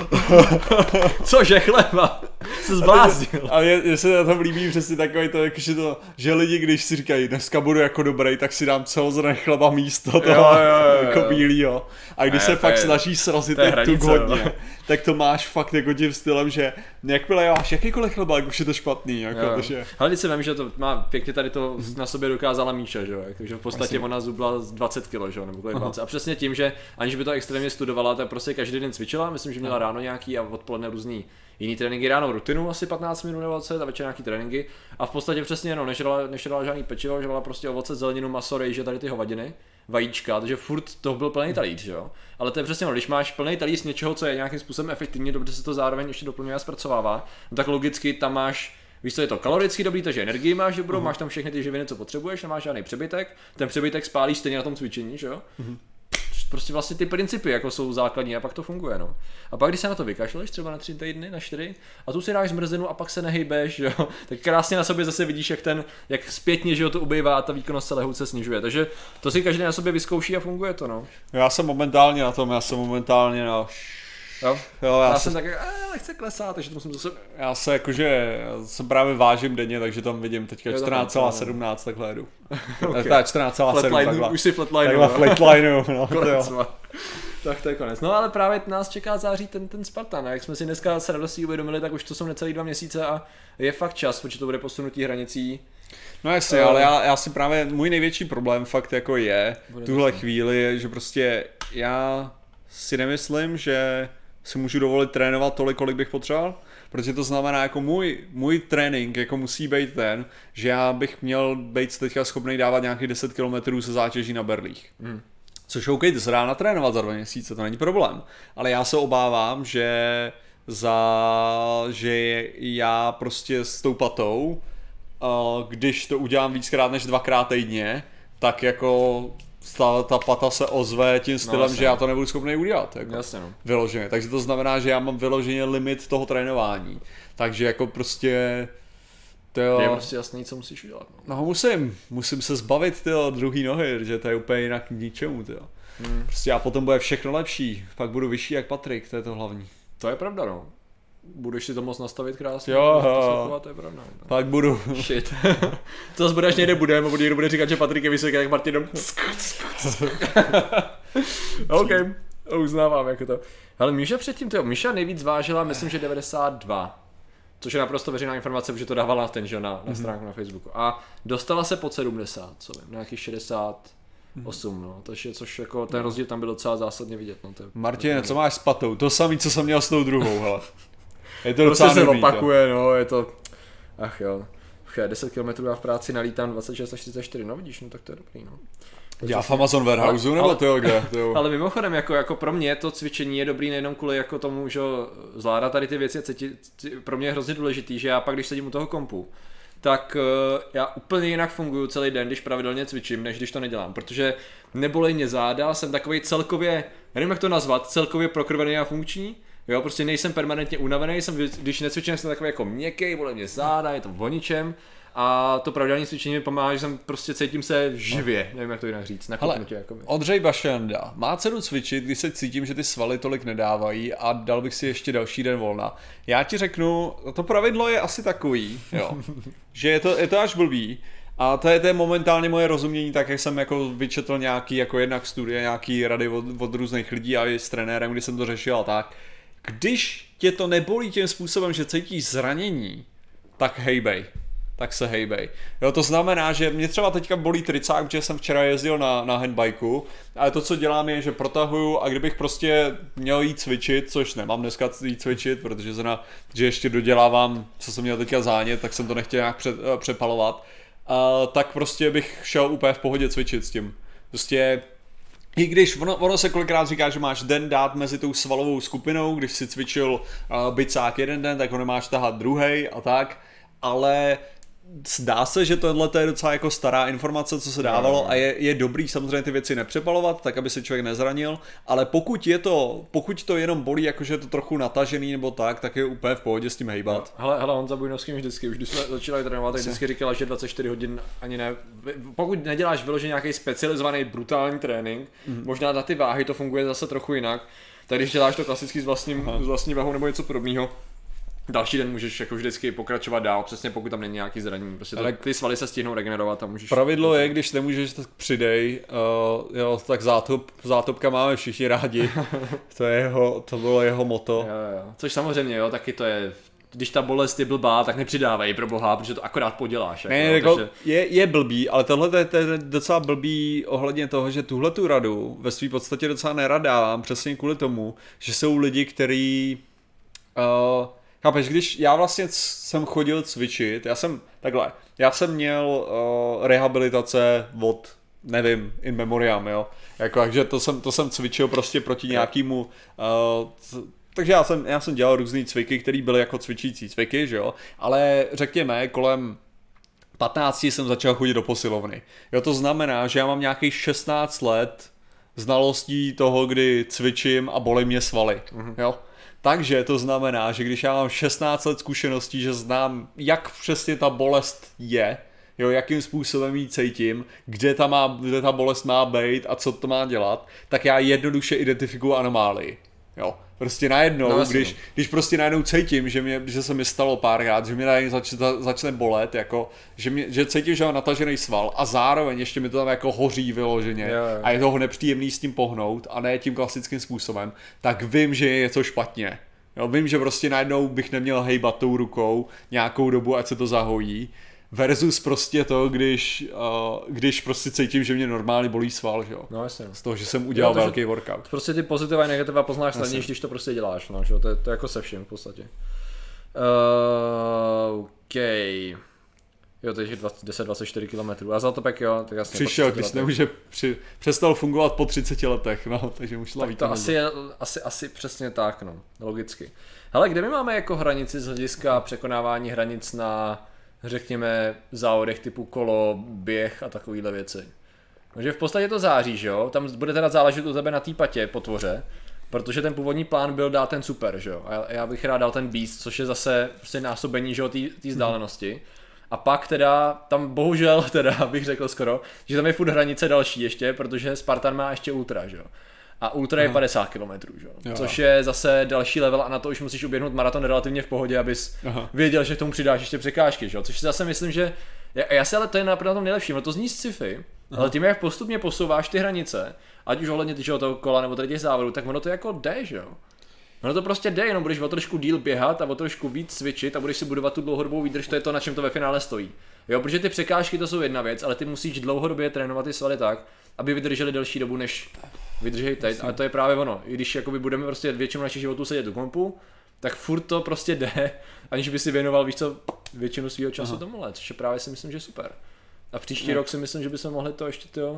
Cože chleba? Se zbláznil. Ale je, se na tom líbí přesně takový to, že, to, že lidi, když si říkají, dneska budu jako dobrý, tak si dám celozrnný chleba místo toho jo, jo, jo, jako bílýho. A když ne, se fakt je, snažíš srazit tuk hodně, tak to máš fakt jako tím stylem, že jakmile máš jakýkoliv chleba, jak už je to špatný. Jako, takže... Ale když si vím, že to má pěkně tady to na sobě dokázala Míša, že jo? Takže v podstatě ona zubla dvacet kilo, že jo? Nebo kolik dvacet. A přesně tím, že aniž by to extrémně studovala, tak prostě každý den cvičila, myslím, že měla ráno nějaký a odpoledne různý jiný tréninky, ráno rutinu asi patnáct minut nebo dvacet a večer nějaký tréninky a v podstatě přesně no, nežrala, nežrala žádný pečivo, žrala prostě ovoce, zeleninu, maso, rejže, tady ty hovadiny, vajíčka, takže furt to byl plný talíř, jo. Ale to je přesně no, když máš plný talíř něčeho, co je nějakým způsobem efektivně, dobře se to zároveň ještě doplňuje a zpracovává, no tak logicky tam máš, víš co, je to kaloricky dobrý, takže energii máš dobrou, uh-huh. máš tam všechny ty živiny, co potřebuješ, nemáš žádný přebytek, ten přebytek spálíš stejně na tom cvičení, že jo. Uh-huh. Prostě vlastně ty principy jako jsou základní a pak to funguje, no. A pak když se na to vykašleš třeba na tři týdny, na čtyři a tu si dáš zmrzlinu a pak se nehejbeš, jo, tak krásně na sobě zase vidíš, jak ten, jak zpětně, že jo, to ubývá a ta výkonnost se lehůce snižuje. Takže to si každý na sobě vyzkouší a funguje to, no. Já jsem momentálně na tom, já jsem momentálně na... Jo, jo já, já jsem tak, lehce klesá, takže to musím zase... Já se jakože, já se právě vážím denně, takže tam vidím teďka čtrnáct celá sedmnáct, takhle jedu. Okay. Tak čtrnáct celá sedm, takhle. Už si flatline. Takhle flatline, no. Tak to je konec. No ale právě nás čeká září ten, ten Spartan. A jak jsme si dneska s radostí uvědomili, tak už to jsou necelý dva měsíce a je fakt čas, protože to bude posunutí hranicí. No jasně, uh, ale já, já si právě, můj největší problém fakt jako je, tuhle chvíli je, že prostě já si nemyslím, že si můžu dovolit trénovat tolik, kolik bych potřeboval, protože to znamená jako můj, můj trénink jako musí být ten, že já bych měl být teďka schopný dávat nějakých deset kilometrů se zátěží na berlích. Hmm. Což OK, to se dá natrénovat za dva měsíce, to není problém. Ale já se obávám, že za, že já prostě s tou patou, když to udělám víckrát než dvakrát týdně, tak jako ta, ta pata se ozve tím stylem, no, že já to nebudu schopný udělat. Jako jasně, no. Vyloženě. Takže to znamená, že já mám vyloženě limit toho trénování. Takže jako prostě... To je prostě jasný, co musíš udělat. No, no musím. Musím se zbavit tyjo, druhý nohy, že to je úplně jinak k ničemu. Tyjo. Hmm. Prostě a potom bude všechno lepší. Pak budu vyšší jak Patrik, to je to hlavní. To je pravda, no. Budeš si to moc nastavit krásně. Jo, to, chovat, to je pravda. No. Pak budu. Shit. To zase bude, až někde budeme, a někdo bude říkat, že Patrik je vysoký jak Martin. OK, uznávám jako to. Ale Míša předtím, to jo, Míša nejvíc vážila, myslím, že devadesát dva. Což je naprosto veřejná informace, protože to dávala ten, že na, na stránku mm-hmm. na Facebooku. A dostala se pod sedmdesát, co vím, nějakých šedesát osm, no. Takže, což jako ten rozdíl tam byl docela zásadně vidět. No, to je, Martine, co máš s patou? To samý, co jsem měl s tou druhou, hele. Je to docela se opakuje, no, je to... Ach jo. deset kilometrů já v práci nalítám dvacet šest až čtyřicet čtyři, no vidíš, no tak to je dobrý, no. Já v Amazon Warehouse, nebo ale, to jo, kde? To jo. Ale mimochodem, jako, jako pro mě to cvičení je dobrý nejenom kvůli jako tomu, že zvládat tady ty věci, cítit, pro mě je hrozně důležitý, že já pak, když sedím u toho kompu, tak uh, já úplně jinak funguju celý den, když pravidelně cvičím, než když to nedělám, protože nebolej mě záda, jsem takovej celkově, nevím jak to nazvat, celkově prokrvený a funkční. Jo, prostě nejsem permanentně unavený, jsem, když necvičím, jsem takový jako měkkej, bolej mě záda, je to o ničem. A to pravidelné cvičení mi pomáhá, že jsem prostě cítím se živě, nevím jak to jinak říct. Hele, Ondřej Bašenda, má cenu cvičit, když se cítím, že ty svaly tolik nedávají a dal bych si ještě další den volna. Já ti řeknu, to pravidlo je asi takový, jo, že je to, je to až blbý. A to je, to je momentálně moje rozumění, tak jak jsem jako vyčetl nějaký jako jednak studie, nějaký rady od, od různých lidí a i s trenérem, kdy jsem to řešil a tak. Když tě to nebolí tím způsobem, že cítíš zranění, tak hejbej. Tak se hejbej. Jo, to znamená, že mě třeba teďka bolí tricák, protože jsem včera jezdil na, na handbajku, ale to, co dělám, je, že protahuju a kdybych prostě měl jít cvičit, což nemám dneska jít cvičit, protože, zna, že ještě dodělávám, co jsem měl teďka zánět, tak jsem to nechtěl nějak před, přepalovat, uh, tak prostě bych šel úplně v pohodě cvičit s tím. Prostě i když ono, ono se kolikrát říká, že máš den dát mezi tou svalovou skupinou, když si cvičil uh, bicák jeden den, tak ho nemáš tahat druhej a tak, ale zdá se, že tohle je docela jako stará informace, co se dávalo a je, je dobrý samozřejmě ty věci nepřepalovat, tak aby se člověk nezranil, ale pokud je to, pokud to jenom bolí, jakože je to trochu natažený nebo tak, tak je úplně v pohodě s tím hejbat. Hele, hele, Honza Bujnovský vždycky, už když jsme začínali trénovat, tak vždycky říkala, že dvacet čtyři hodin ani ne, pokud neděláš vyloženě nějaký specializovaný brutální trénink, mm. možná na ty váhy to funguje zase trochu jinak, tak když děláš to klasicky s vlastním, s vlastní váhou nebo něco podobného, další den můžeš jako vždycky pokračovat dál, přesně pokud tam není nějaký zranění. Prostě to, ty svaly se stihnou regenerovat a můžeš... Pravidlo je, když nemůžeš, tak přidej. Uh, jo, tak zátop, zátopka máme všichni rádi. To, je jeho, to bylo jeho moto. Jo, jo. Což samozřejmě, jo, taky to je... Když ta bolest je blbá, tak nepřidávej pro boha, protože to akorát poděláš. Ne, jako, jako, takže... je, je blbý, ale tohle je, to je docela blbý ohledně toho, že tuhle tu radu ve své podstatě docela nerad dávám, přesně kvůli tomu, že jsou lidi, kteří... Uh, Chápeš, když já vlastně jsem chodil cvičit, já jsem, takhle, já jsem měl uh, rehabilitace od, nevím, in memoriam, jo, jako, takže to jsem, to jsem cvičil prostě proti nějakému, uh, c- takže já jsem, já jsem dělal různý cviky, které byly jako cvičící cviky, že jo, ale řekněme, kolem patnácti jsem začal chodit do posilovny, jo, to znamená, že já mám nějakých šestnáct let znalostí toho, kdy cvičím a bolí mě svaly, mm-hmm. jo. Takže to znamená, že když já mám šestnáct let zkušeností, že znám, jak přesně ta bolest je, jo, jakým způsobem ji cítím, kde ta, má, kde ta bolest má být a co to má dělat, tak já jednoduše identifikuju anomálii. Jo, prostě najednou, no, když, když prostě najednou cítím, že, mě, že se mi stalo párkrát, že mě najednou začne, začne bolet, jako, že, mě, že cítím, že mám natažený sval a zároveň ještě mi to tam jako hoří vyloženě jo, jo. a je toho nepříjemný s tím pohnout a ne tím klasickým způsobem, tak vím, že je něco špatně. Jo, vím, že prostě najednou bych neměl hejbat tou rukou nějakou dobu, ať se to zahojí. Versus prostě to, když, uh, když prostě cítím, že mě normálně bolí sval, že jo. No jasně. Z toho, že jsem udělal jo, velký workout. Prostě ty pozitiva a negativa poznáš snadněji, když to prostě děláš, no, že jo. To je, to je jako se vším v podstatě. Uh, OK. Jo, takže deset dvacet čtyři kilometrů. A Zlatopek jo, tak jasně. Přišel, když nemůže, při, přestal fungovat po třiceti letech, no, takže už tak to asi, je, asi, asi přesně tak, no, logicky. Hele, kde my máme jako hranici z hlediska překonávání hranic na, řekněme, závodech typu kolo, běh a takovýhle věci? Takže v podstatě to září, že jo, tam bude teda záležet u tebe na té patě, potvoře, protože ten původní plán byl dát ten super, že jo, a já bych rád dal ten beast, což je zase prostě násobení, že jo, té vzdálenosti. A pak teda, tam bohužel teda bych řekl skoro, že tam je furt hranice další ještě, protože Spartan má ještě ultra, že jo. A ultra Aha. je padesát kilometrů, že jo. Což je zase další level a na to už musíš uběhnout maraton relativně v pohodě, abys Aha. věděl, že k tomu přidáš ještě překážky, že jo. Což si zase myslím, že, já, já si ale to je na tom nejlepší, no to zní sci-fi, Aha. ale tím jak postupně posouváš ty hranice, ať už ohledně toho kola nebo tady těch závodů, tak ono to jako jde, že jo. No to prostě jde, jenom budeš o trošku díl běhat a o trošku víc cvičit a budeš si budovat tu dlouhodobou výdrž, to je to, na čem to ve finále stojí. Jo, protože ty překážky to jsou jedna věc, ale ty musíš dlouhodobě trénovat ty svaly tak, aby vydrželi delší dobu, než vydržej teď. A to je právě ono. I když jakoby budeme prostě většinu našich životů sedět u kompu, tak furt to prostě jde, aniž by si věnoval, víš co, většinu svého času tomuhle, což je právě si myslím, že super. A příští no. rok si myslím, že bychom mohli to ještě to.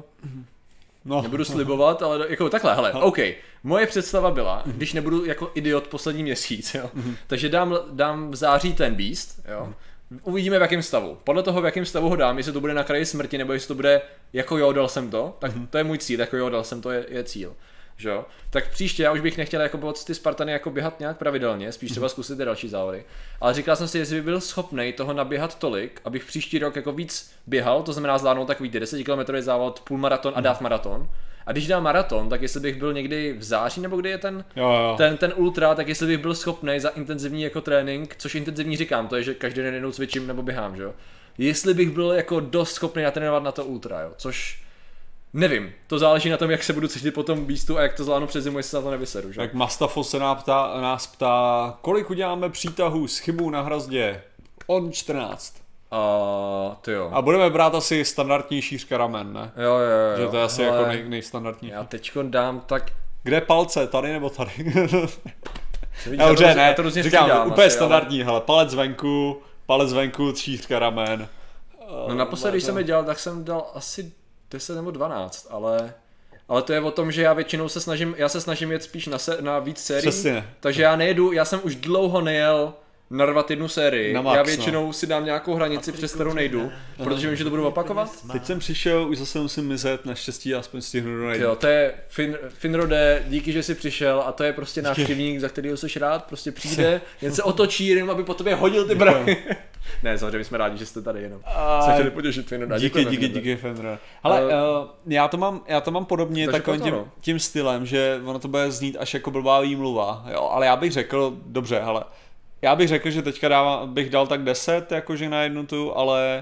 No. Nebudu slibovat, ale jako takhle, hele, OK. Moje představa byla, když nebudu jako idiot poslední měsíc, jo, mm-hmm. takže dám, dám v září ten Beast, jo, uvidíme v jakém stavu. Podle toho, v jakém stavu ho dám, jestli to bude na kraji smrti, nebo jestli to bude jako jo, dal jsem to, tak mm-hmm. to je můj cíl, jako jo, dal jsem to, je, je cíl. Že jo? Tak příště já už bych nechtěl jako ty Spartany jako běhat nějak pravidelně, spíš třeba zkusit ty další závody. Ale říkal jsem si, jestli by byl schopnej toho naběhat tolik, abych příští rok jako víc běhal, to znamená zvládnout takový ty desetikilometrový závod, půlmaraton a dát maraton. A když dám maraton, tak jestli bych byl někdy v září nebo kdy je ten, jo, jo. ten, ten ultra, tak jestli bych byl schopnej za intenzivní jako trénink, což intenzivní říkám, to je, že každý den jednou cvičím nebo běhám, že jo. Jestli bych byl jako dost schopný natrénovat na to ultra, jo, což nevím, to záleží na tom, jak se budu cítit po tom Beastu a jak to zvládnu přes zimu, jestli se na to nevyseru, že? Tak Mastafo se nás ptá, nás ptá, kolik uděláme přítahů s chybou na hrazdě? On čtrnáct. A ty jo. A budeme brát asi standardní šířka ramen, ne? Jo, jo, jo. Že to je asi ale jako nej, nejstandardní. Já teďko dám tak... Kde palce? Tady nebo tady? Já Dobře, ne, to říkám, úplně asi, standardní, ale... hele, palec venku, palec venku, šířka ramen. No naposledy, když jsem je dělal, tak jsem dal asi deset nebo dvanáct, ale... Ale to je o tom, že já většinou se snažím, já se snažím jet spíš na, se, na víc sérií. Přesně. Takže já nejedu, já jsem už dlouho nejel narvat jednu sérii. Max, já většinou no. si dám nějakou hranici, přes kterou nejdu, protože vím, že to budu opakovat. Teď jsem přišel, už zase musím mizet, naštěstí aspoň stihnu do nejdu. Jo, to je fin, Finrode, díky, že jsi přišel a to je prostě návštěvník, za kterýho jsi rád, prostě přijde, jen se otočí, jenom aby po tobě hodil ty brahy. Ne, samozřejmě jsme rádi, že jste tady jenom. Jsme chtěli potěšit Finroda. Díky, díky, díky Finrode. Ale uh, já, to mám, já to mám podobně takovým tím, tím stylem, že ono to bude znít až jako blbá výmluva, jo, ale já bych řekl, dobře, hele, já bych řekl, že teďka dávám, bych dal tak deset, jakože na jednu tu, ale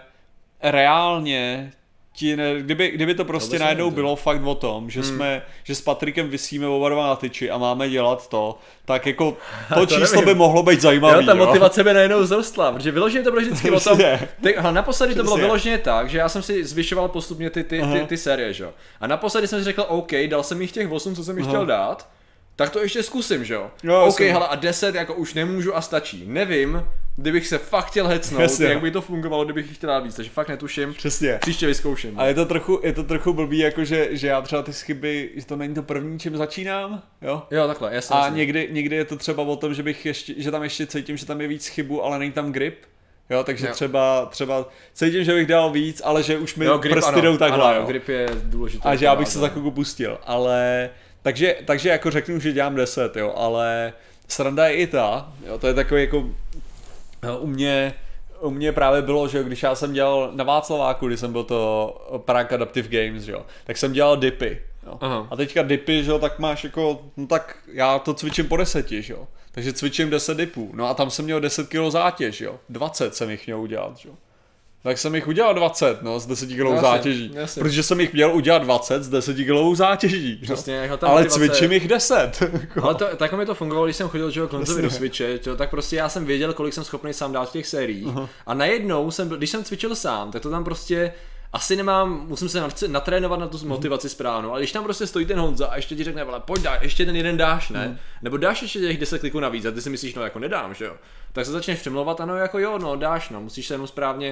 reálně ti ne, kdyby, kdyby to prostě to najednou bylo fakt o tom, že hmm. jsme, že s Patrikem visíme oba dva na tyči a máme dělat to, tak jako to, to číslo nevím. By mohlo být zajímavý. Jo, ta motivace jo? by najednou vzrostla, protože vyloženě to bylo vždycky o tom, ty, aha, naposledy to bylo vyloženě tak, že já jsem si zvyšoval postupně ty, ty, ty, ty, ty série, že jo. A naposledy jsem si řekl, OK, dal jsem jich těch osm, co jsem jich chtěl dát, tak to ještě zkusím, že jo? No, OK, hele, a deset jako už nemůžu a stačí. Nevím, kdybych se fakt chtěl hecnout, Jasně. jak by to fungovalo, kdybych jich chtěl dát víc, takže fakt netuším. Přesně. Příště vyzkouším. A je to trochu, je to trochu blbý, jakože, že já třeba ty chyby, že to není to první, čím začínám, jo? Jo, takhle, jasně. A jasně. někdy, někdy je to třeba o tom, že bych ještě, že tam ještě cítím, že tam je víc chybu, ale není tam grip. Jo, takže jo. třeba, třeba cítím, že bych dal víc, ale že už mi jo, grip, prsty jdou takhle. Ano, jo. Grip je důležitý. A že já bych se za chvilku pustil, ale... Takže, takže jako řeknu, že dělám deset, jo, ale sranda je i ta, jo, to je takový jako, jo, u mě, u mě právě bylo, že když já jsem dělal na Václaváku, když jsem byl to Prague Adaptive Games, jo, tak jsem dělal dipy, jo. A teďka dipy, že jo, tak máš jako, no tak já to cvičím po deseti, že jo, takže cvičím deset dipů, no a tam jsem měl deset kilo zátěž, jo, dvacet jsem jich měl udělat, že jo. Tak jsem jich udělal dvacet, no, s desetikilovou zátěží. Jasně. Protože jsem jich měl udělat dvacet s desetikilovou zátěží. Přesně, no. Ale motivace... cvičím jich deset. Ale to, tak mi to fungovalo, když jsem chodil k Konzovi do switche, to, tak prostě já jsem věděl, kolik jsem schopný sám dát v těch sériích. Uh-huh. A najednou, jsem, když jsem cvičil sám, tak to tam prostě... Asi nemám, musím se natrénovat na tu motivaci správnou, ale když tam prostě stojí ten Honza a ještě ti řekne, vole, pojď dá, ještě ten jeden dáš, ne? Mm. Nebo dáš ještě těch deset kliků navíc a ty si myslíš, no jako nedám, že jo? Tak se začneš přemlouvat a no jako jo, no dáš, no, musíš se jenom správně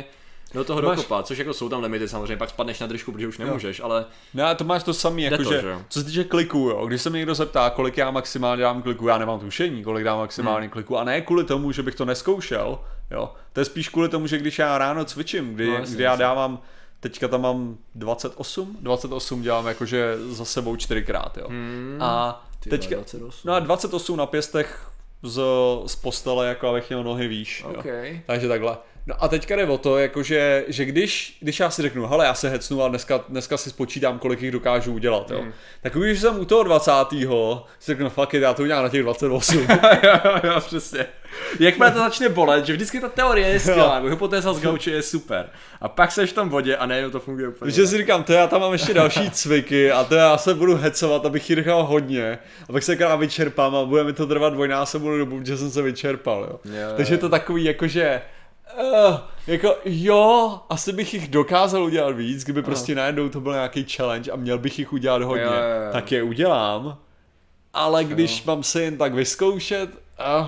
do toho máš... dokopat, což jako jsou tam limity samozřejmě, pak spadneš na držku, protože už nemůžeš, jo. ale... No a to máš to samý, jakože, co se týče kliků, jo, když se mě někdo zeptá, kolik já maximálně dám kliků, já nemám tušení, kolik dám maximálně hmm. kliků, a ne kvůli tomu, že bych to neskoušel, jo, to je spíš kvůli tomu, že když já ráno cvičím, kdy, no, jasný, kdy já dávám, teďka tam mám dvacet osm, dvacet osm dělám jakože za sebou čtyřikrát, jo, hmm. a teďka, dvacet osm. No a dvacet osm na pěstech z, z postele, jako abych měl nohy výš, okay. jo, takže takhle. No a teďka jde o to, jakože, že když, když já si řeknu, hele, já se hecnu a dneska, dneska si spočítám, kolik jich dokážu udělat, jo. Mm. Tak když jsem u toho dvacátého si řeknu, fuck it, já to udělám na těch dvacet osm. jo, jo, přesně. Jakmile to začne bolet, že vždycky ta teorie je skvělá, hypotéza z gauče je super. A pak seš v tom vodě a najednou to funguje úplně. Takže si říkám, to já tam mám ještě další cviky a to já se budu hecovat, abych jich nechal hodně. A pak se krát vyčerpám a bude mi to trvat dvojnásobnou dobu, protože jsem se vyčerpal, jo. jo Takže je to takový jakože... Uh, jako jo, asi bych jich dokázal udělat víc, kdyby prostě najednou to byl nějaký challenge a měl bych jich udělat hodně, jo, jo, jo. tak je udělám, ale když jo. mám se jen tak vyzkoušet, uh.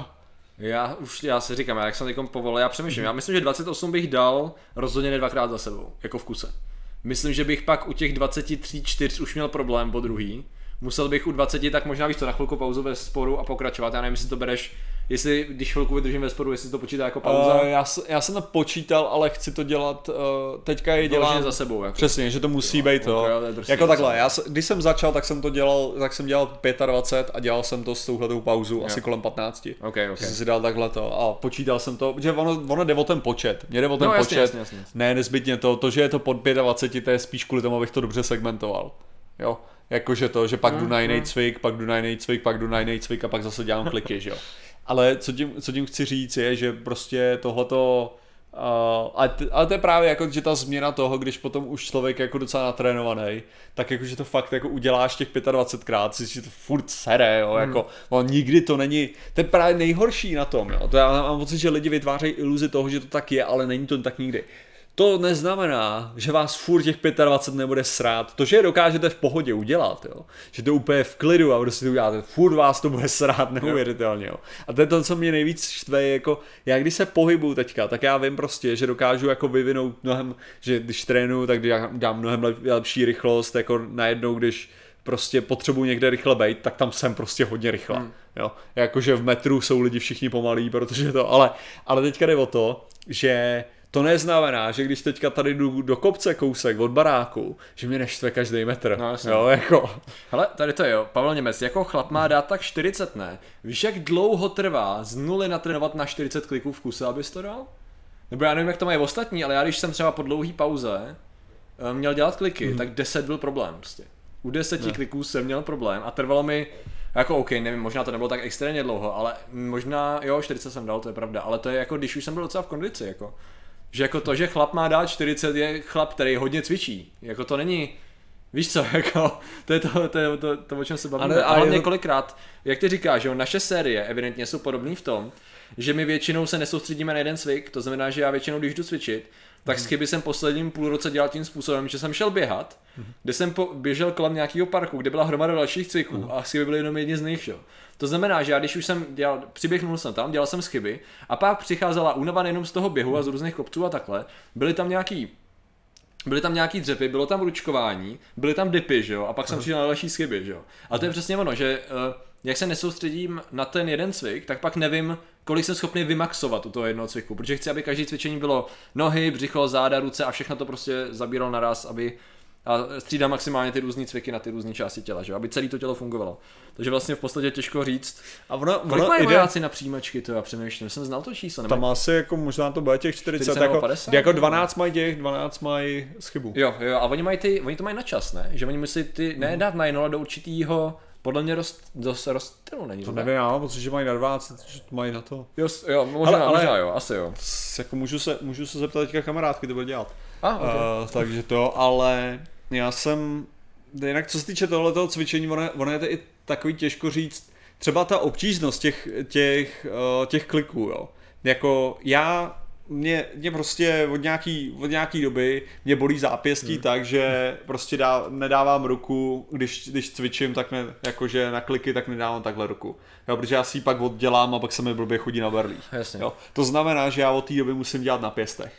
Já už, já si říkám, jak jsem teď povolil, já přemýšlím, já myslím, že dvacet osm bych dal rozhodně ne dvakrát za sebou, jako v kuse. Myslím, že bych pak u těch dvacet tři čtyři už měl problém po druhý. Musel bych u dvaceti tak možná víš to na chvilku pauzu ve sporu a pokračovat, já nevím, jestli to bereš, jestli když chvilku vydržím ve sporu, jestli to počítá jako pauza. Uh, já, já jsem to počítal, ale chci to dělat, uh, teďka je dělám za sebou. Jako. Přesně, že to musí jo, být to. Okay, jako takhle, já, když jsem začal, tak jsem to dělal, tak jsem dělal dvacet pět a dělal jsem to s touhletou pauzu jo. asi kolem patnácti. Okay, okay. Že jsem si dal takhle to a počítal jsem to, že ono, ono jde o ten počet, mě jde o ten no, počet, jasně, jasně, jasně. ne nezbytně to, to, že je to pod dvacet pět, to je spíš kvůli tomu, abych to dobře segmentoval. Jo. Jakože to, že pak jdu na jiný cvik, pak jdu na jiný cvik, pak jdu na jiný cvik a pak zase dělám kliky, že jo. Ale co tím, co tím chci říct je, že prostě tohleto, uh, ale, t, ale to je právě jako, že ta změna toho, když potom už člověk jako docela natrénovaný, tak jakože to fakt jako uděláš těch dvacet pět krát, si to furt sere, jo, hmm. jako, no, nikdy to není, to je právě nejhorší na tom, jo. To já mám pocit, že lidi vytvářejí iluzi toho, že to tak je, ale není to tak nikdy. To neznamená, že vás furt těch dvacet pět nebude srát. To, že je dokážete v pohodě udělat, jo. Že to úplně v klidu a prostě to uděláte, furt vás to bude srát neuvěřitelně, jo. A to je to, co mě nejvíc štve, jako já když se pohybuju teďka, tak já vím prostě, že dokážu jako vyvinout mnohem, že když trénuju, tak dám mnohem lepší rychlost, jako najednou, když prostě potřebuji někde rychle bejt, tak tam jsem prostě hodně rychle, hmm. jo. Jakože v metru jsou lidi všichni pomalí, protože to, ale, ale teďka jde o to, že to neznamená, že když teďka tady jdu do kopce kousek od baráku, že mě neštve každý metr. No, jo, jako. Hele, tady to je jo, Pavel Němec, jako chlap má dát tak čtyřicet, ne? Víš, jak dlouho trvá z nuly natrénovat na čtyřicet kliků v kuse, abys to dal? Nebo já nevím, jak to mají ostatní, ale já když jsem třeba po dlouhý pauze měl dělat kliky, hmm. tak deset byl problém prostě. U deseti ne. kliků jsem měl problém a trvalo mi, jako OK, nevím, možná to nebylo tak extrémně dlouho, ale možná, jo, čtyřicet jsem dal, to je pravda, ale to je jako, když už jsem byl docela v kondici, jako. Že jako to, že chlap má dát čtyřicet, je chlap, který hodně cvičí. Jako to není, víš co, jako, to je to, to, je to, to o čem se bavíme. Ale několikrát, jak ty říkáš, že jo, naše série evidentně jsou podobné v tom, že my většinou se nesoustředíme na jeden cvik, to znamená, že já většinou, když jdu cvičit, tak z chyby jsem posledním půl roce dělal tím způsobem, že jsem šel běhat, kde jsem po, běžel kolem nějakého parku, kde byla hromada dalších cviků a chyby byly jenom jedni z nich, jo. To znamená, že já když už jsem dělal, přiběhnul jsem tam, dělal jsem chyby a pak přicházela únava nejenom z toho běhu a z různých kopců a takhle, byly tam nějaký Byly tam nějaký dřepy, bylo tam ručkování, byly tam dipy, že jo, a pak jsem přišel na další chyby, že jo. A to je přesně ono, že uh, jak se nesoustředím na ten jeden cvik, tak pak nevím, kolik jsem schopný vymaxovat u toho jednoho cviku, protože chci, aby každý cvičení bylo nohy, břicho, záda, ruce a všechno to prostě zabíralo naraz, aby a střídám maximálně ty různý cviky na ty různé části těla, že? Aby celé to tělo fungovalo. Takže vlastně v podstatě těžko říct. A ono, kolik ono mají vojáci na přijímačky, to já přemýšlím, jsem znal to číslo. Tam asi jako možná to bude těch čtyřicet, čtyřicet jako, padesát, jako dvanáct mají těch, dvanáct mají chybu. Jo, jo, a oni mají ty, oni to mají na čas, ne? Že oni musí ty, ne dát na jedno, ale do určitýho, podle mě rost, dost rozstylu není. To nevím, já mám pocit, že mají na dvacet, že mají na to. Jo, jo možná, ale, ale, možná jo, asi jo. Jako můžu se, můžu se zeptat teďka kamarádky, to bude dělat. Ah, okay. uh, takže to, ale já jsem, jinak co se týče tohletoho cvičení, ono, ono je to i takový těžko říct, třeba ta obtížnost těch, těch, uh, těch kliků, jo. Jako já, mě, mě prostě od nějaký, od nějaký doby mě bolí zápěstí hmm. tak, že prostě dá, nedávám ruku, když, když cvičím, tak ne, jakože na kliky, tak nedávám takhle ruku. Jo, protože já si ji pak oddělám a pak se mi blbě chodí na berlích. Jasně. Jo. To znamená, že já od té doby musím dělat na pěstech.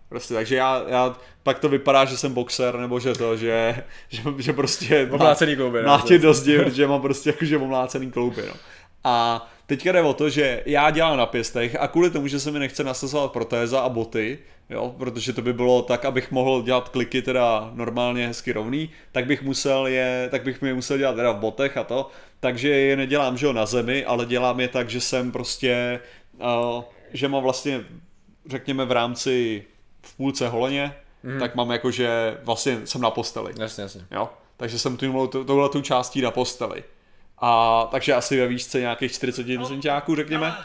Prostě, takže já, já pak to vypadá, že jsem boxer, nebo že to, že, že, že prostě omlácený klouby, mlátě do zdi, protože mám prostě jakože omlácený klouby, no. A teďka jde o to, že já dělám na pěstech a kvůli tomu, že se mi nechce nasazovat protéza a boty, jo, protože to by bylo tak, abych mohl dělat kliky teda normálně hezky rovný, tak bych musel je, tak bych mi je musel dělat teda v botech a to, takže je nedělám, že jo, na zemi, ale dělám je tak, že jsem prostě, uh, že mám vlastně, řekněme v rámci v půlce holeně, mm. tak mám jakože vlastně jsem na posteli. Jasně, jasně. Jo, takže jsem tu, touhle tu částí na posteli. A takže asi ve výšce nějakých čtyřicet centiáků, řekněme.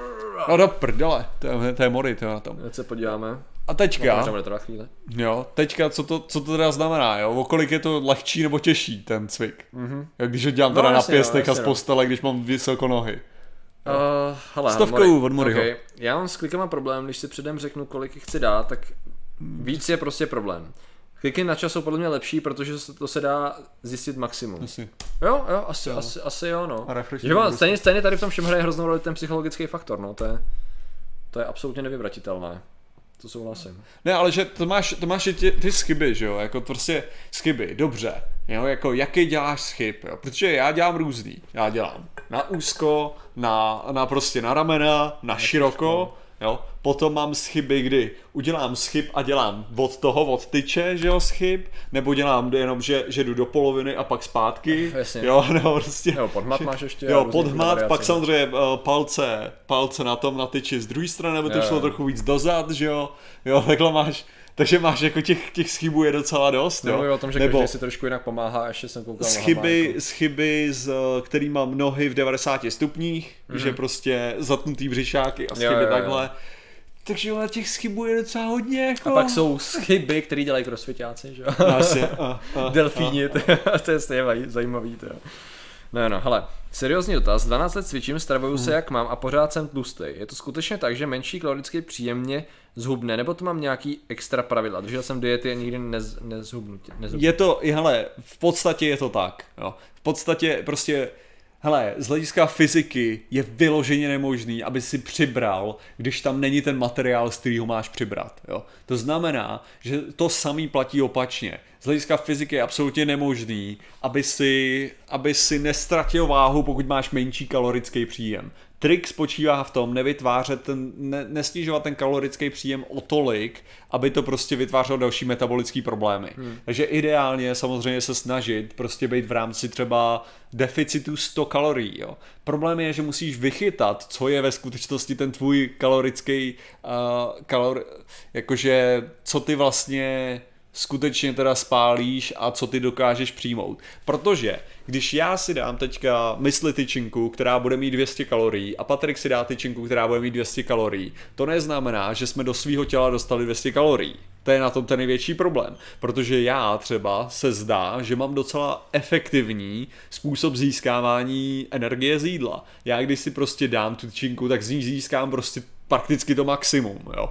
No do prdele, to je, to je mory, to je na tom. Teď se podíváme. A teďka, no, jo, teďka, co to, co to teda znamená, jo, o kolik je to lehčí nebo těžší ten cvik. Mm-hmm. Jo, když ho dělám teda no, na pěstech no, a z postele, když mám vysoko nohy. Uh, hele, Stovkou od Moryho. Okay. Já mám s klikama problém, když si předem řeknu, kolik chci dát, tak víc je prostě problém. Kliky na čas jsou podle mě lepší, protože to se dá zjistit maximum. Asi. Jo, jo, asi, jo. Asi, asi jo, no. Že má, stejně, stejně tady v tom všem hraje hroznou roli ten psychologický faktor, no, to je, to je absolutně nevyvratitelné. To souhlasím. Ne, ale že to máš, to máš ty, ty schyby, že jo, jako prostě schyby, dobře, jo, jako jaký děláš schyb, jo, protože já dělám různý, já dělám na úzko, na, na prostě na ramena, na široko, jo, potom mám schyby, kdy udělám schyb a dělám od toho, od tyče, že jo, schyb, nebo dělám jenom, že, že jdu do poloviny a pak zpátky, jasně. Jo, nebo prostě. Jo, podhmat máš ještě. Jo, podhmat, pak samozřejmě uh, palce, palce na tom, na tyči z druhé strany, aby to jo, šlo jo. trochu víc dozad, že jo, jo, takhle máš. Takže máš jako těch, těch schybů je docela dost, jo. Nemluvím o tom, že nebo každý si trošku jinak pomáhá, ještě jsem koukal schyby, jako. Schyby, z, který mám nohy v devadesáti stupních, mm-hmm. že prostě zatnutý břišáky a schyby jo, jo, jo. takhle. Takže jo, těch schybů je docela hodně, jako. A pak jsou schyby, který dělají crossfitáci, že jo. Asi, a, a, delfíni, a. to je stejně zajímavý, to jo. No, no, hele, seriózní dotaz, dvanáct let cvičím, stravuju hmm. se jak mám a pořád jsem tlustej. Je to skutečně tak, že menší kalorický příjem mě zhubne, nebo to mám nějaký extra pravidla? Držel jsem diety a nikdy nez, nezhubnu. nezhubnu. Je to, hele, v podstatě je to tak, jo. V podstatě prostě, hele, z hlediska fyziky je vyloženě nemožný, aby si přibral, když tam není ten materiál, z kterého máš přibrat, jo. To znamená, že to samý platí opačně. Z hlediska fyziky je absolutně nemožný, aby si, aby si nestratil váhu, pokud máš menší kalorický příjem. Trik spočívá v tom nevytvářet ten, ne, nesnižovat ten kalorický příjem o tolik, aby to prostě vytvářelo další metabolické problémy. Hmm. Takže ideálně je samozřejmě se snažit prostě být v rámci třeba deficitu sto kalorií. Jo. Problém je, že musíš vychytat, co je ve skutečnosti ten tvůj kalorický, uh, kalor, jakože co ty vlastně skutečně teda spálíš a co ty dokážeš přijmout. Protože když já si dám teďka mysli tyčinku, která bude mít dvě stě kalorií a Patrik si dá tyčinku, která bude mít dvě stě kalorií, to neznamená, že jsme do svého těla dostali dvě stě kalorií. To je na tom ten největší problém, protože já třeba se zdá, že mám docela efektivní způsob získávání energie z jídla. Já když si prostě dám tu tyčinku, tak z ní získám prostě prakticky to maximum, jo.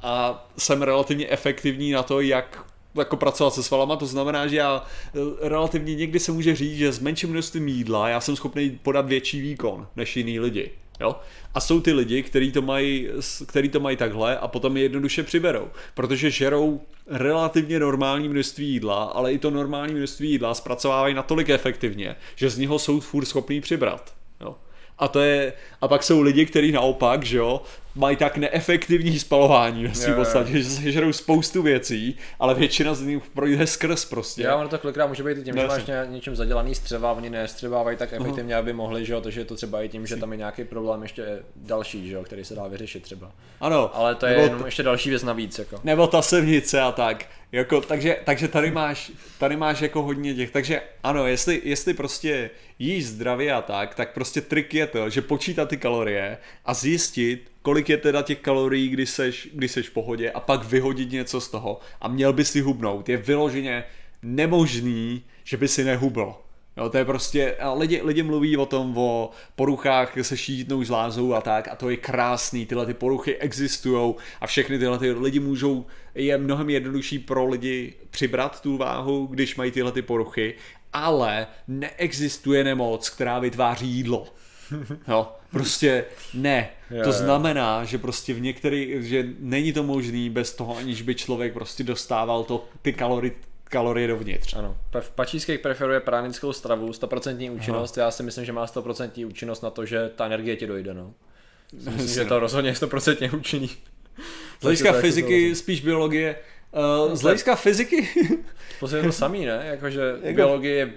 A jsem relativně efektivní na to, jak jako pracovat se svalama, to znamená, že já relativně někdy se může říct, že s menším množstvím jídla já jsem schopný podat větší výkon než jiný lidi. Jo? A jsou ty lidi, kteří to mají, který to mají takhle a potom je jednoduše přiberou, protože žerou relativně normální množství jídla, ale i to normální množství jídla zpracovávají natolik efektivně, že z něho jsou furt schopný přibrat. Jo? A to je, a pak jsou lidi, kteří naopak, že jo, mají tak neefektivní spalování ve svým podstatě, že se žerou spoustu věcí, ale většina z nich projde skrz prostě. Já, ono to kolikrát může být i tím, že máš ně, něčím zadělaný střeva, oni nestřebávají tak efektivně, uh-huh. aby mohli, že jo, takže je to třeba i tím, že tam je nějaký problém ještě další, že jo, který se dá vyřešit třeba. Ano. Ale to je jenom t- ještě další věc navíc, jako. Nebo ta sevnice a tak. Jako, takže, takže tady máš, tady máš jako hodně těch, takže ano, jestli, jestli prostě jíš zdravě a tak, tak prostě trik je to, že počítat ty kalorie a zjistit, kolik je teda těch kalorií, když seš, když seš v pohodě a pak vyhodit něco z toho a měl by si hubnout. Je vyloženě nemožný, že by si nehubl. Jo, to je prostě, a lidi, lidi mluví o tom, o poruchách se štítnou žlázou a tak a to je krásný, tyhle ty poruchy existujou a všechny tyhle ty lidi můžou, je mnohem jednodušší pro lidi přibrat tu váhu, když mají tyhle ty poruchy, ale neexistuje nemoc, která vytváří jídlo. Jo, prostě ne. Jo, to jo. znamená, že prostě v některých, že není to možný bez toho, aniž by člověk prostě dostával to, ty kalorie, kalorie dovnitř. Ano. Pačískej preferuje pránickou stravu, sto procent účinnost, Aha. já si myslím, že má sto procent účinnost na to, že ta energie ti dojde, no. Myslím, že to rozhodně sto procent účinný. Z hlediska fyziky, spíš biologie. Uh, z hlediska fyziky? V podstatě to samý, ne? Jakože jako... biologie je,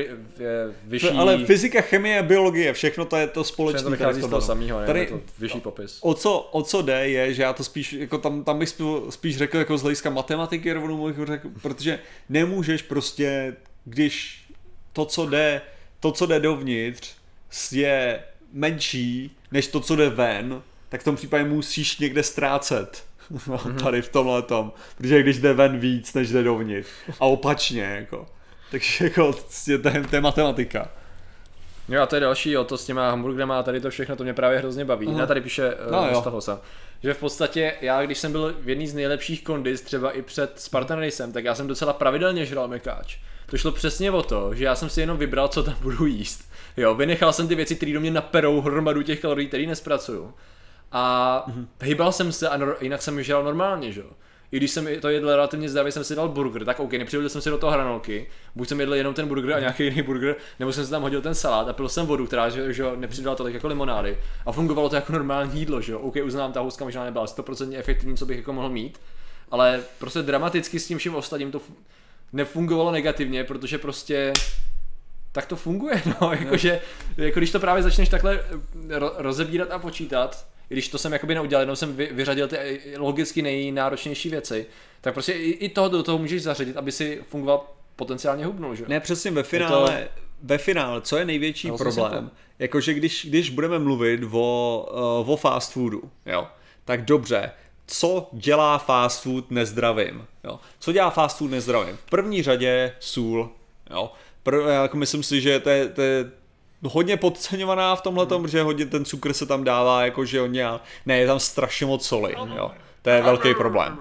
je vyšší... Ale fyzika, chemie, biologie, všechno to je to společné. To vychází z toho samého, ne? Tady, je to vyšší popis. O co, o co jde je, že já to spíš, jako tam, tam bych spíš řekl jako z hlediska matematiky rovnou, řekl, protože nemůžeš prostě, když to, co jde, to, co jde dovnitř, je menší, než to, co jde ven, tak v tom případě musíš někde ztrácet. No, tady v tomhle tom, protože když jde ven víc, než jde dovnitř. A opačně, jako. Takže jako, to je, to je matematika. Jo a to je další, jo, to s těma hamburgerama a tady to všechno, to mě právě hrozně baví. Uh-huh. Já tady píše no, uh, z toho sám, že v podstatě já, když jsem byl v jedný z nejlepších kondis, třeba i před Spartan Racem, tak já jsem docela pravidelně žral mekáč. To šlo přesně o to, že já jsem si jenom vybral, co tam budu jíst. Jo, vynechal jsem ty věci, které do mě naperou hromadu těch kalorií, které nespracuju. A mm-hmm. hýbal jsem se a nor- jinak jsem žral normálně, že jo. I když jsem to jedl relativně zdravě, jsem si dal burger, tak OK, nepřihodil jsem si do toho hranolky, buď jsem jedl jenom ten burger a nějaký jiný burger, nebo jsem si tam hodil ten salát a pil jsem vodu, která že, že nepřidala tolik jako limonády a fungovalo to jako normální jídlo, že jo. OK, uznám, ta houska možná nebyla sto procent efektivní, co bych jako mohl mít, ale prostě dramaticky s tím vším ostatním to f- nefungovalo negativně, protože prostě tak to funguje, no, jakože, jako když to právě začneš takhle ro- rozebírat a počítat, i když to jsem jakoby neudělal, jenom jsem vy, vyřadil ty logicky nejnáročnější věci, tak prostě i, i toho do toho můžeš zařadit, aby si fungoval potenciálně hubnul, že? Ne, přesně ve finále, to... ve finále, co je největší no, problém, jakože když, když budeme mluvit o, uh, o fast foodu, jo, tak dobře, co dělá fast food nezdravým, jo, co dělá fast food nezdravým? V první řadě sůl, jo, Prv, jako myslím si, že to je, to je hodně podceňovaná v tomhletom, hmm. protože hodně ten cukr se tam dává, jakože hodně, ne, je tam strašně moc soli, jo, to je velký problém.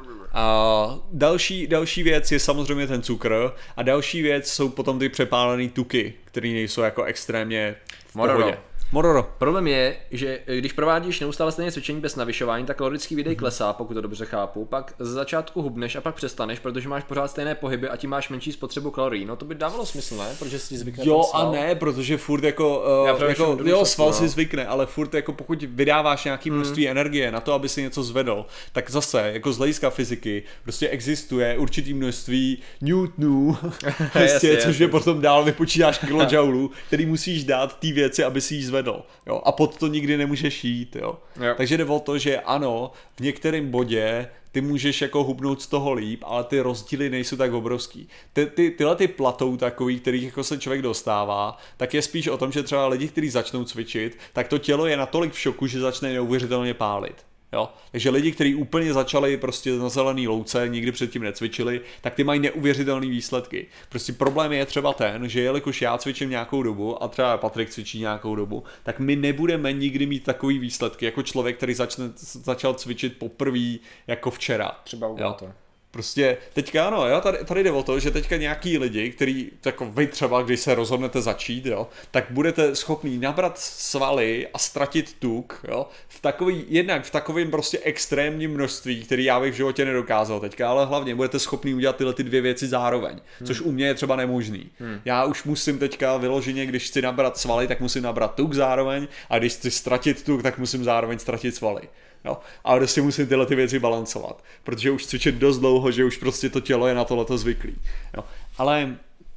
A další, další věc je samozřejmě ten cukr a další věc jsou potom ty přepálené tuky, které nejsou jako extrémně v pohodě. Mororo. Problém je, že když provádíš neustále stejné cvičení bez navyšování, tak kalorický výdej klesá, pokud to dobře chápu. Pak z začátku hubneš a pak přestaneš, protože máš pořád stejné pohyby a tím máš menší spotřebu kalorií. No to by dávalo smysl, ne? Protože si zvykne. Jo a ne, protože furt jako, uh, jako jo, sval si zvykne, ale furt jako pokud vydáváš nějaký množství mm. energie na to, aby si něco zvedl, tak zase jako z hlediska fyziky prostě existuje určitý množství newtonů, prostě, což je potom dál vypočítáš kilojoulů, který musíš dát té věci, aby si ji zvedl. Jo, a pod to nikdy nemůžeš jít, jo. jo. Takže jde o to, že ano, v některém bodě ty můžeš jako hubnout z toho líp, ale ty rozdíly nejsou tak obrovský. Ty, ty, tyhle ty platou takový, kterých jako se člověk dostává, tak je spíš o tom, že třeba lidi, kteří začnou cvičit, tak to tělo je natolik v šoku, že začne neuvěřitelně pálit. Jo? Takže lidi, kteří úplně začali prostě na zelený louce, nikdy předtím necvičili, tak ty mají neuvěřitelné výsledky. Prostě problém je třeba ten, že jelikož já cvičím nějakou dobu a třeba Patrik cvičí nějakou dobu, tak my nebudeme nikdy mít takový výsledky jako člověk, který začne, začal cvičit poprvé jako včera. Třeba udělat to. Prostě teďka ano, jo, tady, tady jde o to, že teďka nějaký lidi, který, jako vy třeba, když se rozhodnete začít, jo, tak budete schopný nabrat svaly a ztratit tuk, jo, v takový, jednak v takovém prostě extrémním množství, který já bych v životě nedokázal teďka, ale hlavně budete schopný udělat tyhle ty dvě věci zároveň, hmm. což u mě je třeba nemožný. Hmm. Já už musím teďka vyloženě, když chci nabrat svaly, tak musím nabrat tuk zároveň, a když chci ztratit tuk, tak musím zároveň ztratit svaly. Jo, ale prostě musím tyhle ty věci balancovat, protože už cvičit dost dlouho, že už prostě to tělo je na tohleto zvyklý. Jo, ale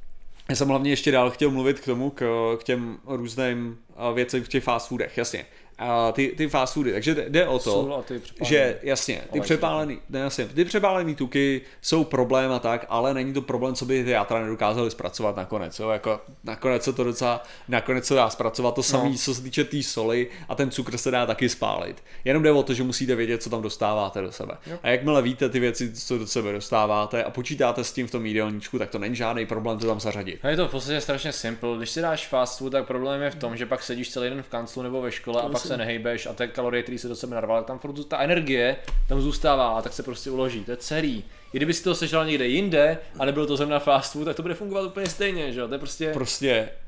já jsem hlavně ještě dál chtěl mluvit k tomu, k, k těm různým věcem v těch fast foodech, jasně. A ty, ty fast foody, takže jde o to, že jasně, ty přepálený, ne, jasně, ty přepálený tuky jsou problém a tak, ale není to problém, co by ty játra nedokázali zpracovat nakonec, jo, jako nakonec se to docela, nakonec se dá zpracovat to samé, no. Co se týče té tý soli a ten cukr se dá taky spálit, jenom jde o to, že musíte vědět, co tam dostáváte do sebe. Jo. A jakmile víte ty věci, co do sebe dostáváte a počítáte s tím v tom jídelníčku, tak to není žádný problém to tam zařadit. No je to v podstatě strašně simple, když si dáš fast food, tak problém je v tom, že pak sedíš celý den v kanclu nebo ve škole a pak se nehejbeš a ty kalorie, které se do sebe narval, tam furt ta energie tam zůstává a tak se prostě uloží, to je celý. I kdyby si to sežral někde jinde a nebylo to zrovna fast food, tak to bude fungovat úplně stejně, že jo, to je prostě... Prostě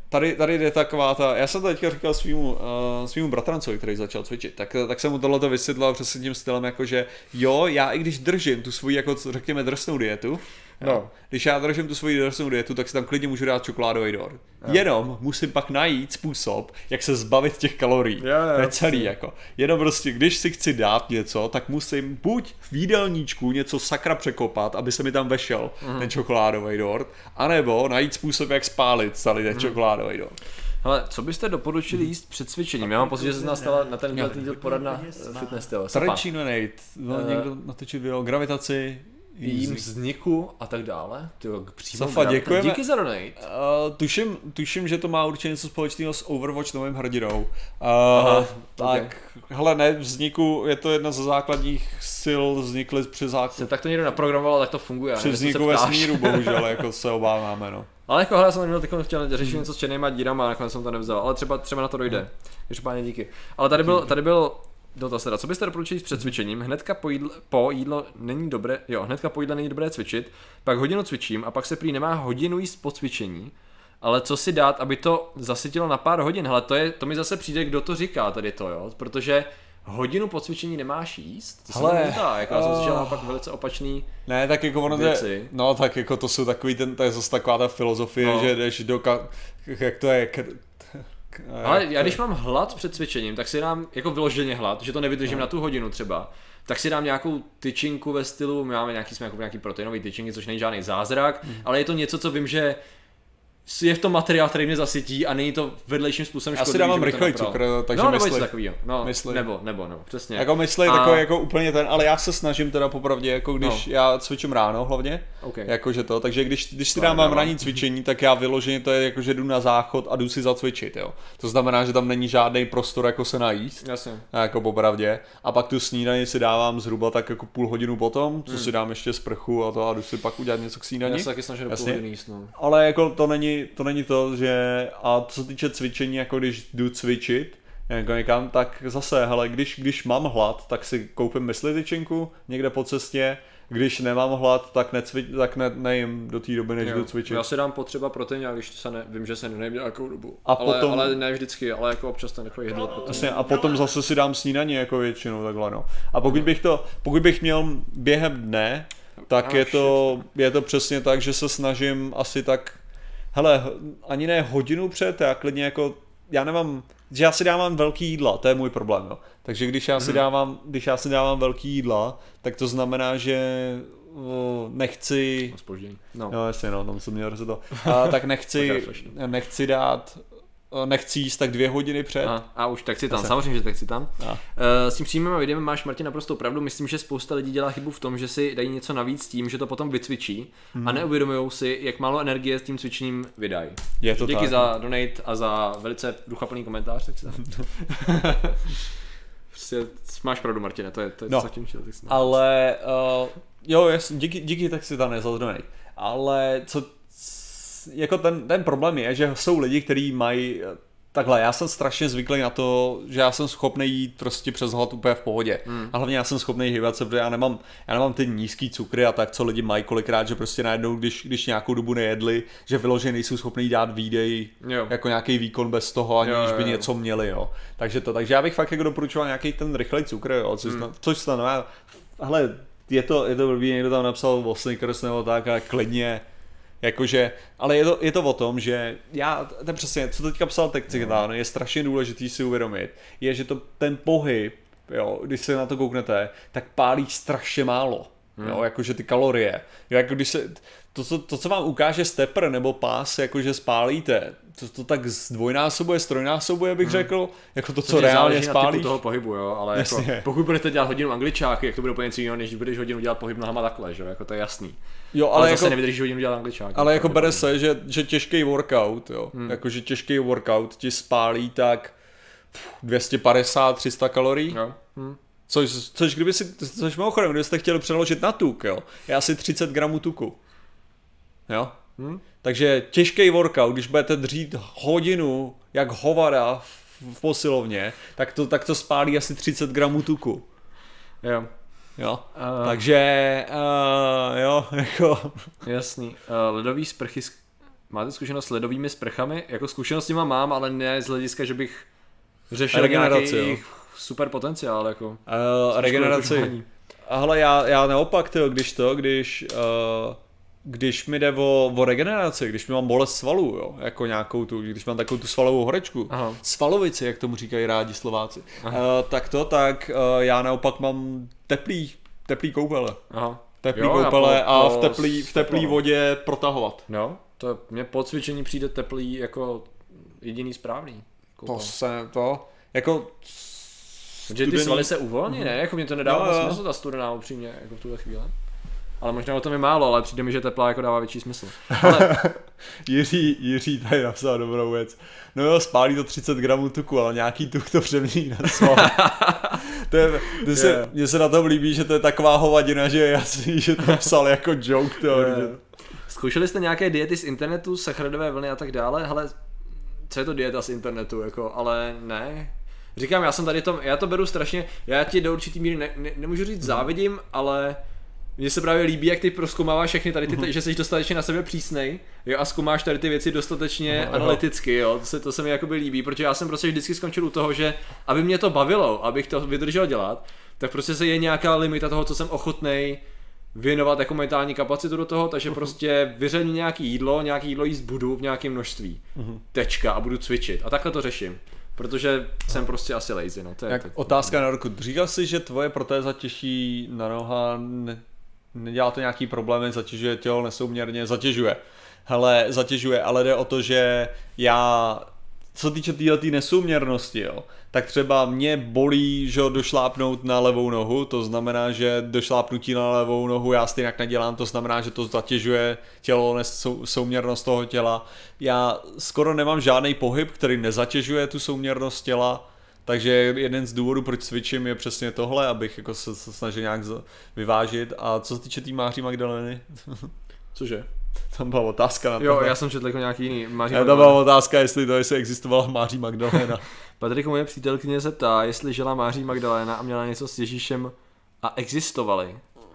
tady, tady je taková ta, já jsem to teďka říkal svýmu, uh, svýmu bratrancovi, který začal cvičit, tak, tak jsem mu tohleto vysvětlil přesně tím stylem, jako že jo, já i když držím tu svoji, jako řekněme, drsnou dietu, no. jo, když já držím tu svoji drsnou dietu, tak si tam klidně můžu dát čokoládový dort. Jo. Jenom musím pak najít způsob, jak se zbavit těch kalorií. Jo, jo, to je celý, jako. Jenom prostě, když si chci dát něco, tak musím buď v jídelníčku něco sakra překopat, aby se mi tam vešel mm. ten čokoládový dort, anebo najít způsob, jak spálit celý ten mm. čokoládový dort. Hele, co byste doporučili jíst před cvičením? Já mám pocit, že se z nás stala na ten díl poradna fitness styl. Tradičino Nate, uh, někdo natočil video o gravitaci, jím vzniku a tak dále. Tyjo, Safa, děkujeme. Díky za donate. Uh, tuším, tuším, že to má určitě něco společného s Overwatch novým hrdinou. Uh, Aha, tak, okay. hele, ne, vzniku je to jedna ze základních sil, vznikly při základě. Tak to někdo naprogramoval, tak to funguje. Při vzniku vesmíru, bohužel, jako se obáváme, no. Ale jako hele, jsem měl chtěl řešit něco s černýma dírama a nakonec jsem to nevzal, ale třeba, třeba na to dojde. Každopádně díky. Ale tady byl, tady byl dotaz teda, co byste doporučili před cvičením? Hnedka po, jídle, po jídlo není dobré, jo, hnedka po jídle není dobré cvičit, pak hodinu cvičím a pak se prý nemá hodinu jíst po cvičení, ale co si dát, aby to zasytilo na pár hodin? Hele, to, je, to mi zase přijde, kdo to říká tady to, jo, protože hodinu po cvičení nemáš jíst? To hele, tak, jako já jsem slyšel naopak velice opačný ne, tak jako ono věci. No, tak jako to jsou takový ten, to je zase taková ta filozofie, no. Že jdeš do, ka, jak to je, ale já když mám hlad před cvičením, tak si dám jako vyloženě hlad, že to nevydržím no. na tu hodinu třeba, tak si dám nějakou tyčinku ve stylu, my máme nějaký, jsme jako nějaký proteinový tyčinky, což není žádný zázrak, mm. ale je to něco, co vím, že je v tom materiál, který mě zasytí a není to vedlejším způsobem škodlivý. Já si dávám rychlej cukr, takže no, nebo něco takovýho. No, mysli. nebo, nebo, no, přesně. Jako mysli, a... takový jako úplně ten, ale já se snažím teda popravdě, jako když no. já cvičím ráno hlavně, okay. jakože to, takže když, když si dávám ranní cvičení, tak já vyloženě to je jako, že jdu na záchod a jdu si zacvičit, jo. To znamená, že tam není žádný prostor jako se najíst, jasně. Jako popravdě. A pak tu snídani si dávám zhruba tak jako půl hodinu potom, co hmm. si dám ještě sprchu a to a jdu si pak udělat něco k snídani. Já se taky snažím půl hodiny jíst, no. Ale jako to není, to není to, že a co se týče cvičení, jako když jdu cvičit jako někam, tak zase, hele, když, když mám hlad, tak si koupím mysli tyčinku někde po cestě, když nemám hlad, tak, necvič, tak ne, nejím do té doby, než jdu cvičit. Já si dám potřeba protein, když se ne, vím, že se nejím nějakou dobu, a ale, potom, ale ne vždycky, ale jako občas ten takový hlad. Vlastně, a potom zase si dám snídaní jako většinou, takhle no. A pokud bych to, pokud bych měl během dne, tak je to, je to přesně tak, že se snažím asi tak hele, ani ne hodinu před, já klidně jako, já nemám, že já si dávám velký jídla, to je můj problém, jo. Takže když já si dávám, když já si dávám velký jídla, tak to znamená, že o, nechci, no. Jo, jasně, no, tam jsem měl to, a, tak nechci, nechci dát, nechci jíst tak dvě hodiny před. A, a už tak si tam, samozřejmě, že tak si tam. Uh, s tím přímým videem máš, Martin, naprostou pravdu. Myslím, že spousta lidí dělá chybu v tom, že si dají něco navíc tím, že to potom vycvičí hmm. a neuvědomujou si, jak málo energie s tím cvičením vydají. Je to díky tak. za donate a za velice duchaplný komentář. Tak si tam. Prostě máš pravdu, Martine, to je, to je no, co tím chtěl. Ale uh, jo, jasně, díky, díky tak si tam za donate. Ale co jako ten, ten problém je, že jsou lidi, kteří mají takhle, já jsem strašně zvyklý na to, že já jsem schopný jít prostě přes hlad úplně v pohodě. Mm. A hlavně já jsem schopný hýbat se, protože já nemám, já nemám ty nízký cukry a tak, co lidi mají kolikrát, že prostě najednou, když, když nějakou dobu nejedli, že vyloženě nejsou schopný dát výdej jo. jako nějaký výkon bez toho, aniž jo, jo, by jo. něco měli, jo. Takže to, takže já bych fakt jako doporučoval nějaký ten rychlej cukr, jo, což, mm. což znamená, hele, je to, je to blbý, někdo tam napsal o Snickers nebo tak, ale klidně jakože, ale je to, je to o tom, že já, ten přesně, co teďka psal Tekcitán, je strašně důležitý si uvědomit, je, že to ten pohyb, jo, když se na to kouknete, tak pálí strašně málo, hmm. jo, jakože ty kalorie, jo, jako když se, to, to, to co vám ukáže stepper nebo pás, jakože spálíte, to, to tak zdvojnásobuje, strojnásobuje, bych hmm. řekl, jako to, co to reálně spálíš. toho pohybu, jo, ale jako, pokud budete dělat hodinu angličáky, jak to bude úplně něco jiného, než budeš hodinu dělat pohyb nohama takhle, že jo, jako to je jasný. Jo, ale, ale jako, zase nevydržíš hodinu dělat angličáky. Ale jako bere se, že, že těžký workout, jo, hmm. jakože těžký workout ti spálí tak dvě stě padesát tři sta kalorií. Jo. Hmm. Což, což kdyby si, což mimochodem, kdybyste chtěli přeložit na tuk, jo, je asi třicet gramů tuku. Jo? Hmm? Takže těžký workout, když budete dřít hodinu jak hovada v posilovně, tak to, tak to spálí asi třicet gramů tuku. Jo. Jo, uh, takže uh, jo, jako... Jasný. Uh, ledový sprchy... máte zkušenost s ledovými sprchami? Jako zkušenost s nima mám, ale ne z hlediska, že bych řešil regeneraci, nějaký super potenciál. Jako. Uh, regeneraci. Ale já, já naopak, tyjo, když to, když... Uh... Když mi jde o, o regeneraci, když mi mám bolest svalů, jo, jako nějakou tu, když mám takovou tu svalovou horečku, Aha. svalovici, jak tomu říkají rádi Slováci, uh, tak to, tak uh, já naopak mám teplý, teplý koupele. Aha. Teplý jo, koupele po, a v teplý, v teplý vodě protahovat. Jo, to mě po cvičení přijde teplý jako jediný správný koupel. To se, to, jako... Studený... Že ty svaly se uvolní, ne? Jako mě to nedává no, smysl ta studená upřímně, jako v tuhle chvíli. Ale možná o tom je málo, ale přijde mi, že teplá jako dává větší smysl. Ale... Jiří, Jiří tady napsal dobrou věc. No jo, spálí to třicet gramů tuku, ale nějaký tuk to přemění na sval. to je, to se, yeah. Mně se na tom líbí, že to je taková hovadina, že je jasný, že to psal jako joke. To, yeah. že... Zkoušeli jste nějaké diety z internetu, sacharidové vlny a tak dále? Hele, co je to dieta z internetu, jako, ale ne. Říkám, já jsem tady tom, já to beru strašně, já ti do určitý míry ne, ne, nemůžu říct závidím, ale... Mně se právě líbí, jak ty prozkoumáváš všechny tady ty, uh-huh. že jsi dostatečně na sebe přísnej, jo, a zkoumáš tady ty věci dostatečně uh-huh. analyticky, jo, to se, to se mi jakoby líbí, protože já jsem prostě vždycky skončil u toho, že aby mě to bavilo, abych to vydržel dělat, tak prostě se je nějaká limita toho, co jsem ochotnej věnovat jako mentální kapacitu do toho, takže uh-huh. prostě vyřadím nějaký jídlo, nějaký jídlo jíst budu v nějakém množství, uh-huh. tečka a budu cvičit a takhle to řeším. Protože jsem prostě asi lazy, no to je Jak to. Otázka na ruku, říkal jsi, že tvoje protéza těžší na noha ne... Nedělá to nějaký problémy, zatěžuje tělo nesouměrně, zatěžuje. Hele, zatěžuje, ale jde o to, že já, co týče téhletý nesouměrnosti, jo, tak třeba mě bolí, že došlápnout na levou nohu, to znamená, že došlápnutí na levou nohu já stejně nedělám, to znamená, že to zatěžuje tělo, nesou, souměrnost toho těla. Já skoro nemám žádný pohyb, který nezatěžuje tu souměrnost těla. Takže jeden z důvodů, proč cvičím, je přesně tohle, abych jako se, se snažil nějak vyvážit. A co se týče té Máří Magdaleny? Cože? Tam byla otázka na to. Jo, já jsem četl jako nějaký jiný Máří Magdalena. Tam byla otázka, jestli to, jestli existovala Máří Magdalena. Patriku, moje přítelkyně se ptá, jestli žila Máří Magdalena a měla něco s Ježíšem a existovali.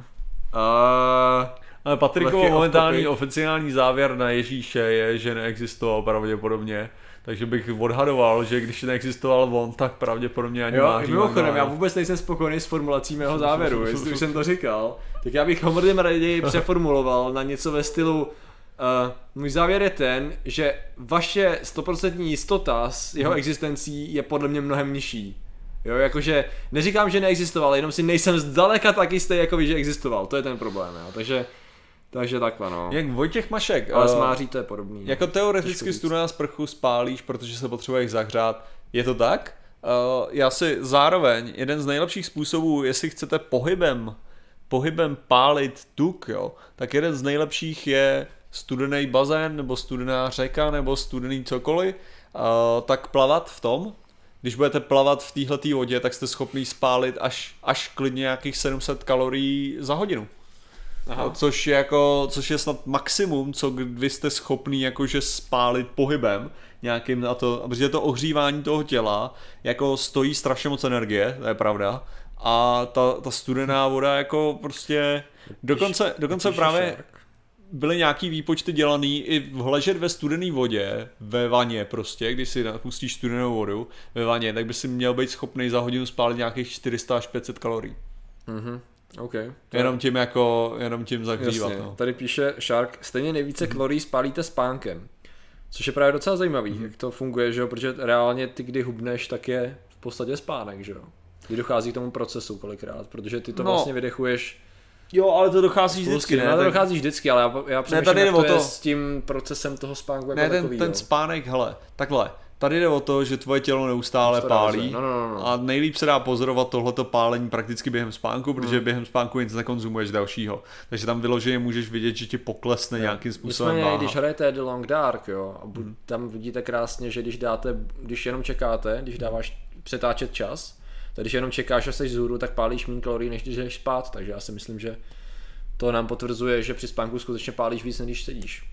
Uh, Ale Patrikovo momentální oficiální závěr na Ježíše je, že neexistoval pravděpodobně. Takže bych odhadoval, že když neexistoval on, tak pravděpodobně ani Máří Magdalena. Mimochodem, já vůbec nejsem spokojený s formulací mého závěru, jestli už jsem to říkal. Tak já bych ho mnohem raději přeformuloval na něco ve stylu uh, můj závěr je ten, že vaše stoprocentní jistota s jeho existencí je podle mě mnohem nižší. Jo, jakože neříkám, že neexistoval, jenom si nejsem zdaleka tak jistý, jako vy, že existoval. To je ten problém, jo. Takže Takže takhle, no. Jak Vojtěch Mašek. Ale s Máří to je podobný. Jako teoreticky studená sprchu spálíš, protože se potřebuješ zahřát. Je to tak? Uh, já si zároveň, jeden z nejlepších způsobů, jestli chcete pohybem, pohybem pálit tuk, jo, tak jeden z nejlepších je studený bazén, nebo studená řeka, nebo studený cokoliv, uh, tak plavat v tom. Když budete plavat v téhletý vodě, tak jste schopný spálit až, až klidně nějakých sedm set kalorií za hodinu. Aha. Což je jako, což je snad maximum, co vy jste schopný jakože spálit pohybem nějakým na to, protože to ohřívání toho těla jako stojí strašně moc energie, to je pravda. A ta, ta studená voda jako prostě dokonce, dokonce právě byly nějaký výpočty dělaný i ležet ve studené vodě, ve vaně prostě, když si napustíš studenou vodu ve vaně, tak by si měl být schopný za hodinu spálit nějakých čtyři sta až pět set kalorií. Mhm. Okay, jenom tím jako, jenom tím zahřívat. No. Tady píše Shark, stejně nejvíce kalorií spálíte spánkem. Což je právě docela zajímavý, mm-hmm. jak to funguje, že jo, protože reálně ty, kdy hubneš, tak je v podstatě spánek, že jo. Kdy dochází k tomu procesu kolikrát, protože ty to no. vlastně vydechuješ. Jo, ale to dochází vždycky, ne? No, to dochází vždycky, ale já, já přemýšlím, jak to, to je s tím procesem toho spánku jako ne, ten, takový, ten jo. spánek, hele, takhle. Tady jde o to, že tvoje tělo neustále pálí no, no, no. a nejlíp se dá pozorovat tohleto pálení prakticky během spánku, protože hmm. během spánku nic nekonzumuješ dalšího. Takže tam vyloženě můžeš vidět, že ti poklesne yeah. nějakým způsobem váha. Když hrajete The Long Dark, jo, a bu- tam vidíte krásně, že když dáte, když jenom čekáte, když dáváš přetáčet čas, tak když jenom čekáš a jsi vzhůru, tak pálíš méně kalorií, než když jdeš spát, takže já si myslím, že to nám potvrzuje, že při spánku skutečně pálíš víc, než když sedíš.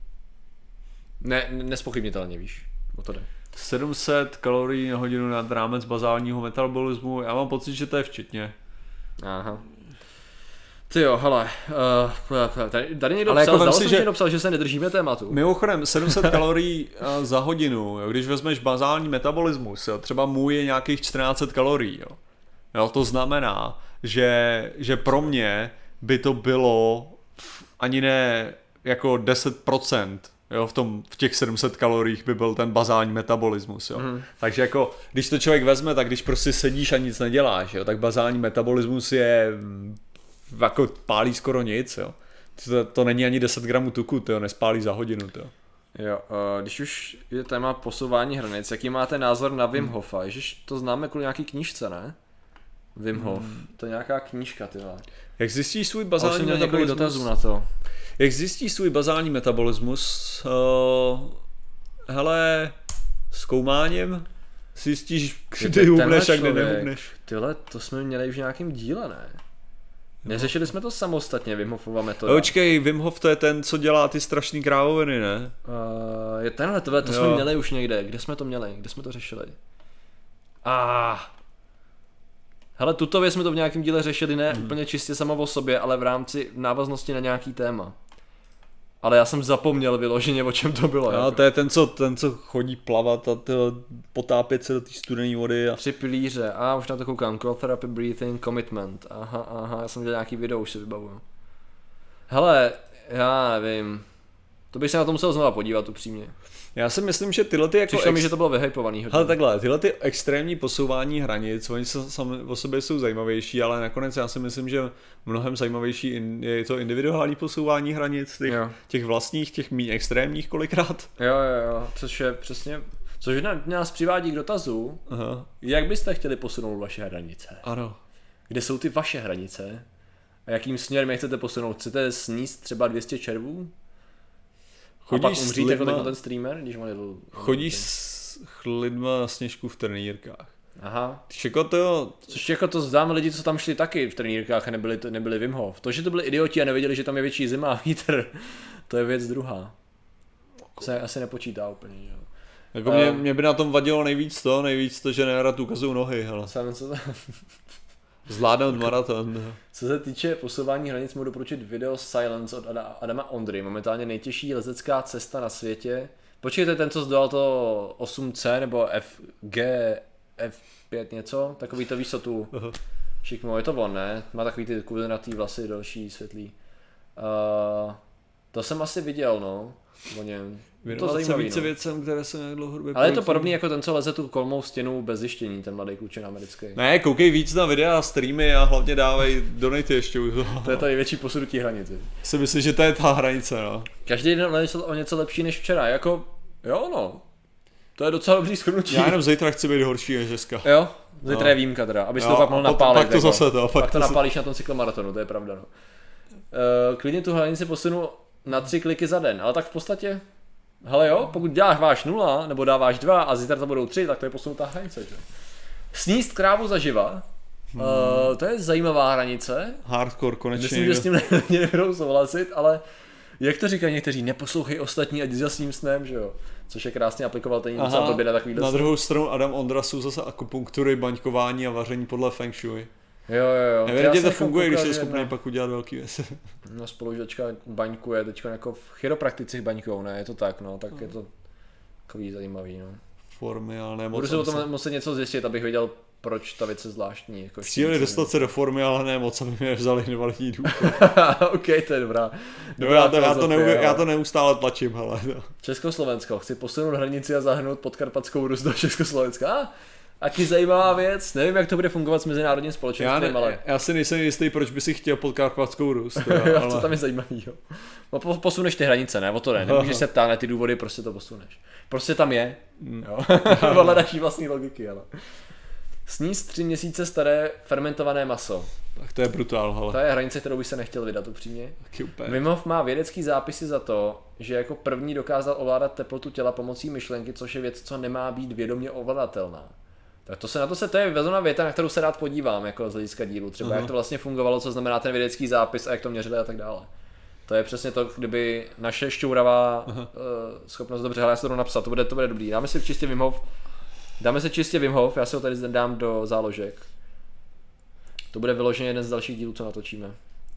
Ne, nespochybnitelně, víš, o to jde. sedm set kalorií na hodinu nad rámec bazálního metabolismu, já mám pocit, že to je včetně. Aha. Ty jo, hele, uh, tady, tady někdo ale psal, jako zdalo si, jsem, že... že napsal, že se nedržíme tématu. Mimochodem, sedm set kalorií za hodinu, jo, když vezmeš bazální metabolismus, jo, třeba můj je nějakých čtrnáct set kalorií, jo. Jo, to znamená, že, že pro mě by to bylo ani ne jako deset procent, jo, v, tom, v těch sedm set kaloriích by byl ten bazální metabolismus, jo. Mm. Takže jako, když to člověk vezme, tak když prostě sedíš a nic neděláš, jo, tak bazální metabolismus je, jako pálí skoro nic, jo. To, to není ani deset gramů tuku, to nespálí za hodinu, to. Jo, uh, když už je téma posouvání hranic, jaký máte názor na Wim Hofa? Ježiš, to známe kvůli nějaký knížce, ne? Wim Hof, hmm. to je nějaká knížka, ty vole. Jak zjistíš svůj bazální metabolismus? metabolismus? Dotazů na to. Jak zjistíš svůj bazální metabolismus? Uh, hele, zkoumáním zjistíš, kdy hubneš a kdy nehubneš. Tyhle, to jsme měli už v nějakém díle, ne? Neřešili jsme to samostatně, Wim Hofova metoda. Počkej, Wim Hof to je ten, co dělá ty strašný krávoviny, ne? Uh, je tenhle, to, to jsme měli už někde. Kde jsme to měli? Kde jsme to řešili? Ah. Hele, tuto věc jsme to v nějakém díle řešili, ne hmm. úplně čistě samo o sobě, ale v rámci návaznosti na nějaký téma. Ale já jsem zapomněl vyloženě, o čem to bylo. No, jako. To je ten co, ten, co chodí plavat a to, potápět se do té studené vody. A... Tři pilíře, a už na to koukám, Core Therapy, Breathing, Commitment. Aha, aha, já jsem dělal nějaký video, už si vybavuju. Hele, já nevím. To bych se na to musel znova podívat upřímně. Já si myslím, že tyhle ty jako... Přišlo ex... mi, že to bylo vyhypovaný. Hele takhle, tyhle ty extrémní posouvání hranic, oni se sami o sobě jsou zajímavější, ale nakonec já si myslím, že mnohem zajímavější je to individuální posouvání hranic, těch, těch vlastních, těch méně extrémních kolikrát. Jo, jo, jo, což je přesně... Což nás přivádí k dotazu, aha. Jak byste chtěli posunout vaše hranice? Ano. Kde jsou ty vaše hranice? A jakým směrem je chcete posunout? Chcete sníst třeba dvě stě červů? Chodíš a pak umřít lidma, jako ten streamer, když má little, chodíš s lidma na sněžku v trenýrkách. Aha. Čeko to... Což jako to zdáme lidi, co tam šli taky v trenýrkách a nebyli, nebyli Wim Hof. To, že to byli idioti a nevěděli, že tam je větší zima a vítr, to je věc druhá. To se asi nepočítá úplně, jo. Jako mě, um, mě by na tom vadilo nejvíc to, nejvíc to, že nerad ukazují nohy, hele. Sám co to... Zvládnout maraton. Co se týče posouvání hranic, můžu doporučit video Silence od Adama Ondry. Momentálně nejtěžší lezecká cesta na světě. Počkejte, ten, co zdolal to osm C nebo F G, F pět něco, takový to víš co tu šikmo, je to on, ne? Má takový ty kulinatý vlasy, další světlý. Uh, to jsem asi viděl, no, o něm. To zajímavý, více no. věcem, které se nějak dlouhodobě... Ale je to podobný jako ten, co leze tu kolmou stěnu bez zjištění, ten mladý klučin americký. Ne, koukej víc na videa, streamy a hlavně dávej donaty ještě. To je to největší posunutí hranice. Si myslím, že to je ta hranice, no. Každý den je o něco lepší než včera, jako, jo no. To je docela dobrý shrnutí. Já jenom zítra chci být horší než dneska. Jo, zítra no. je výjimka teda, abys jo, to pak mohl napálit. Pak to jako, zase to. Pak, pak to to napálíš na tom cyklomaratonu, to je pravda, no. Uh, klidně tu hranici posunu na tři kliky za den, ale tak v podstatě... Hele jo, pokud děláš váš nula, nebo dáváš dva a zítra to budou tři, tak to je posunutá hranice, že? Sníst krávu zaživa, hmm. uh, to je zajímavá hranice. Hardcore, konečně. Myslím, že s tím nebudou souhlasit, ale jak to říkají někteří, neposlouchej ostatní a jdi za svým snem, že jo? Což je krásně aplikovatelný docela blbě na takový Na druhou stranu Adam Ondra jsou zase akupunktury, baňkování a vaření podle feng shui. Jo, jo, jo. Nevím, to funguje, když je schopný pak udělat velký věci. No spolužačka baňkuje, teďko jako v chiropraktici baňkujou, ne, je to tak, no, tak je to takový zajímavý, no. Formy, ale ne moc. Budu si o tom muset něco zjistit, abych věděl, proč ta věc je zvláštní. Jako Cíl dostat se do formy, ale ne moc, aby mě vzali invalidní důchod. OK, to je dobrá. dobrá já, to, já, to neuvě, já to neustále tlačím, hele. Československo, chci posunout hranici a zahrnout Podkarpatskou Rus do Československa. Ah, aký zajímavá věc, nevím, jak to bude fungovat s mezinárodním společenstvím, já ne, ale... Já si nejsem jistý, proč by si chtěl Podkarpatskou Rus. Ale... Co tam je zajímavý, jo. No, posuneš ty hranice, ne, o to ne, nemůžeš se ptát na ty důvody, prostě to posuneš. Prostě tam je, jo, podle naší vlastní logiky, ale... Sníst tři měsíce staré fermentované maso. Tak to je brutál, hele. To je hranice, kterou bych se nechtěl vydat upřímně. Wim Hof má vědecký zápisy za to, že jako první dokázal ovládat teplotu těla pomocí myšlenky, což je věc, co nemá být vědomě ovladatelná. Tak to se na to se to je vezmena věta, na kterou se rád podívám, jako z hlediska dílu, třeba uh-huh. jak to vlastně fungovalo, co znamená ten vědecký zápis a jak to měřili a tak dále. To je přesně to, kdyby naše šťouravá uh-huh. uh, schopnost, dobře, hele, já se to napsat, to bude, to bude dobrý. Dáme si čistě Wim Hof, dáme si čistě Wim Hof, já si ho tady dám do záložek. To bude vyloženě jeden z dalších dílů, co natočíme.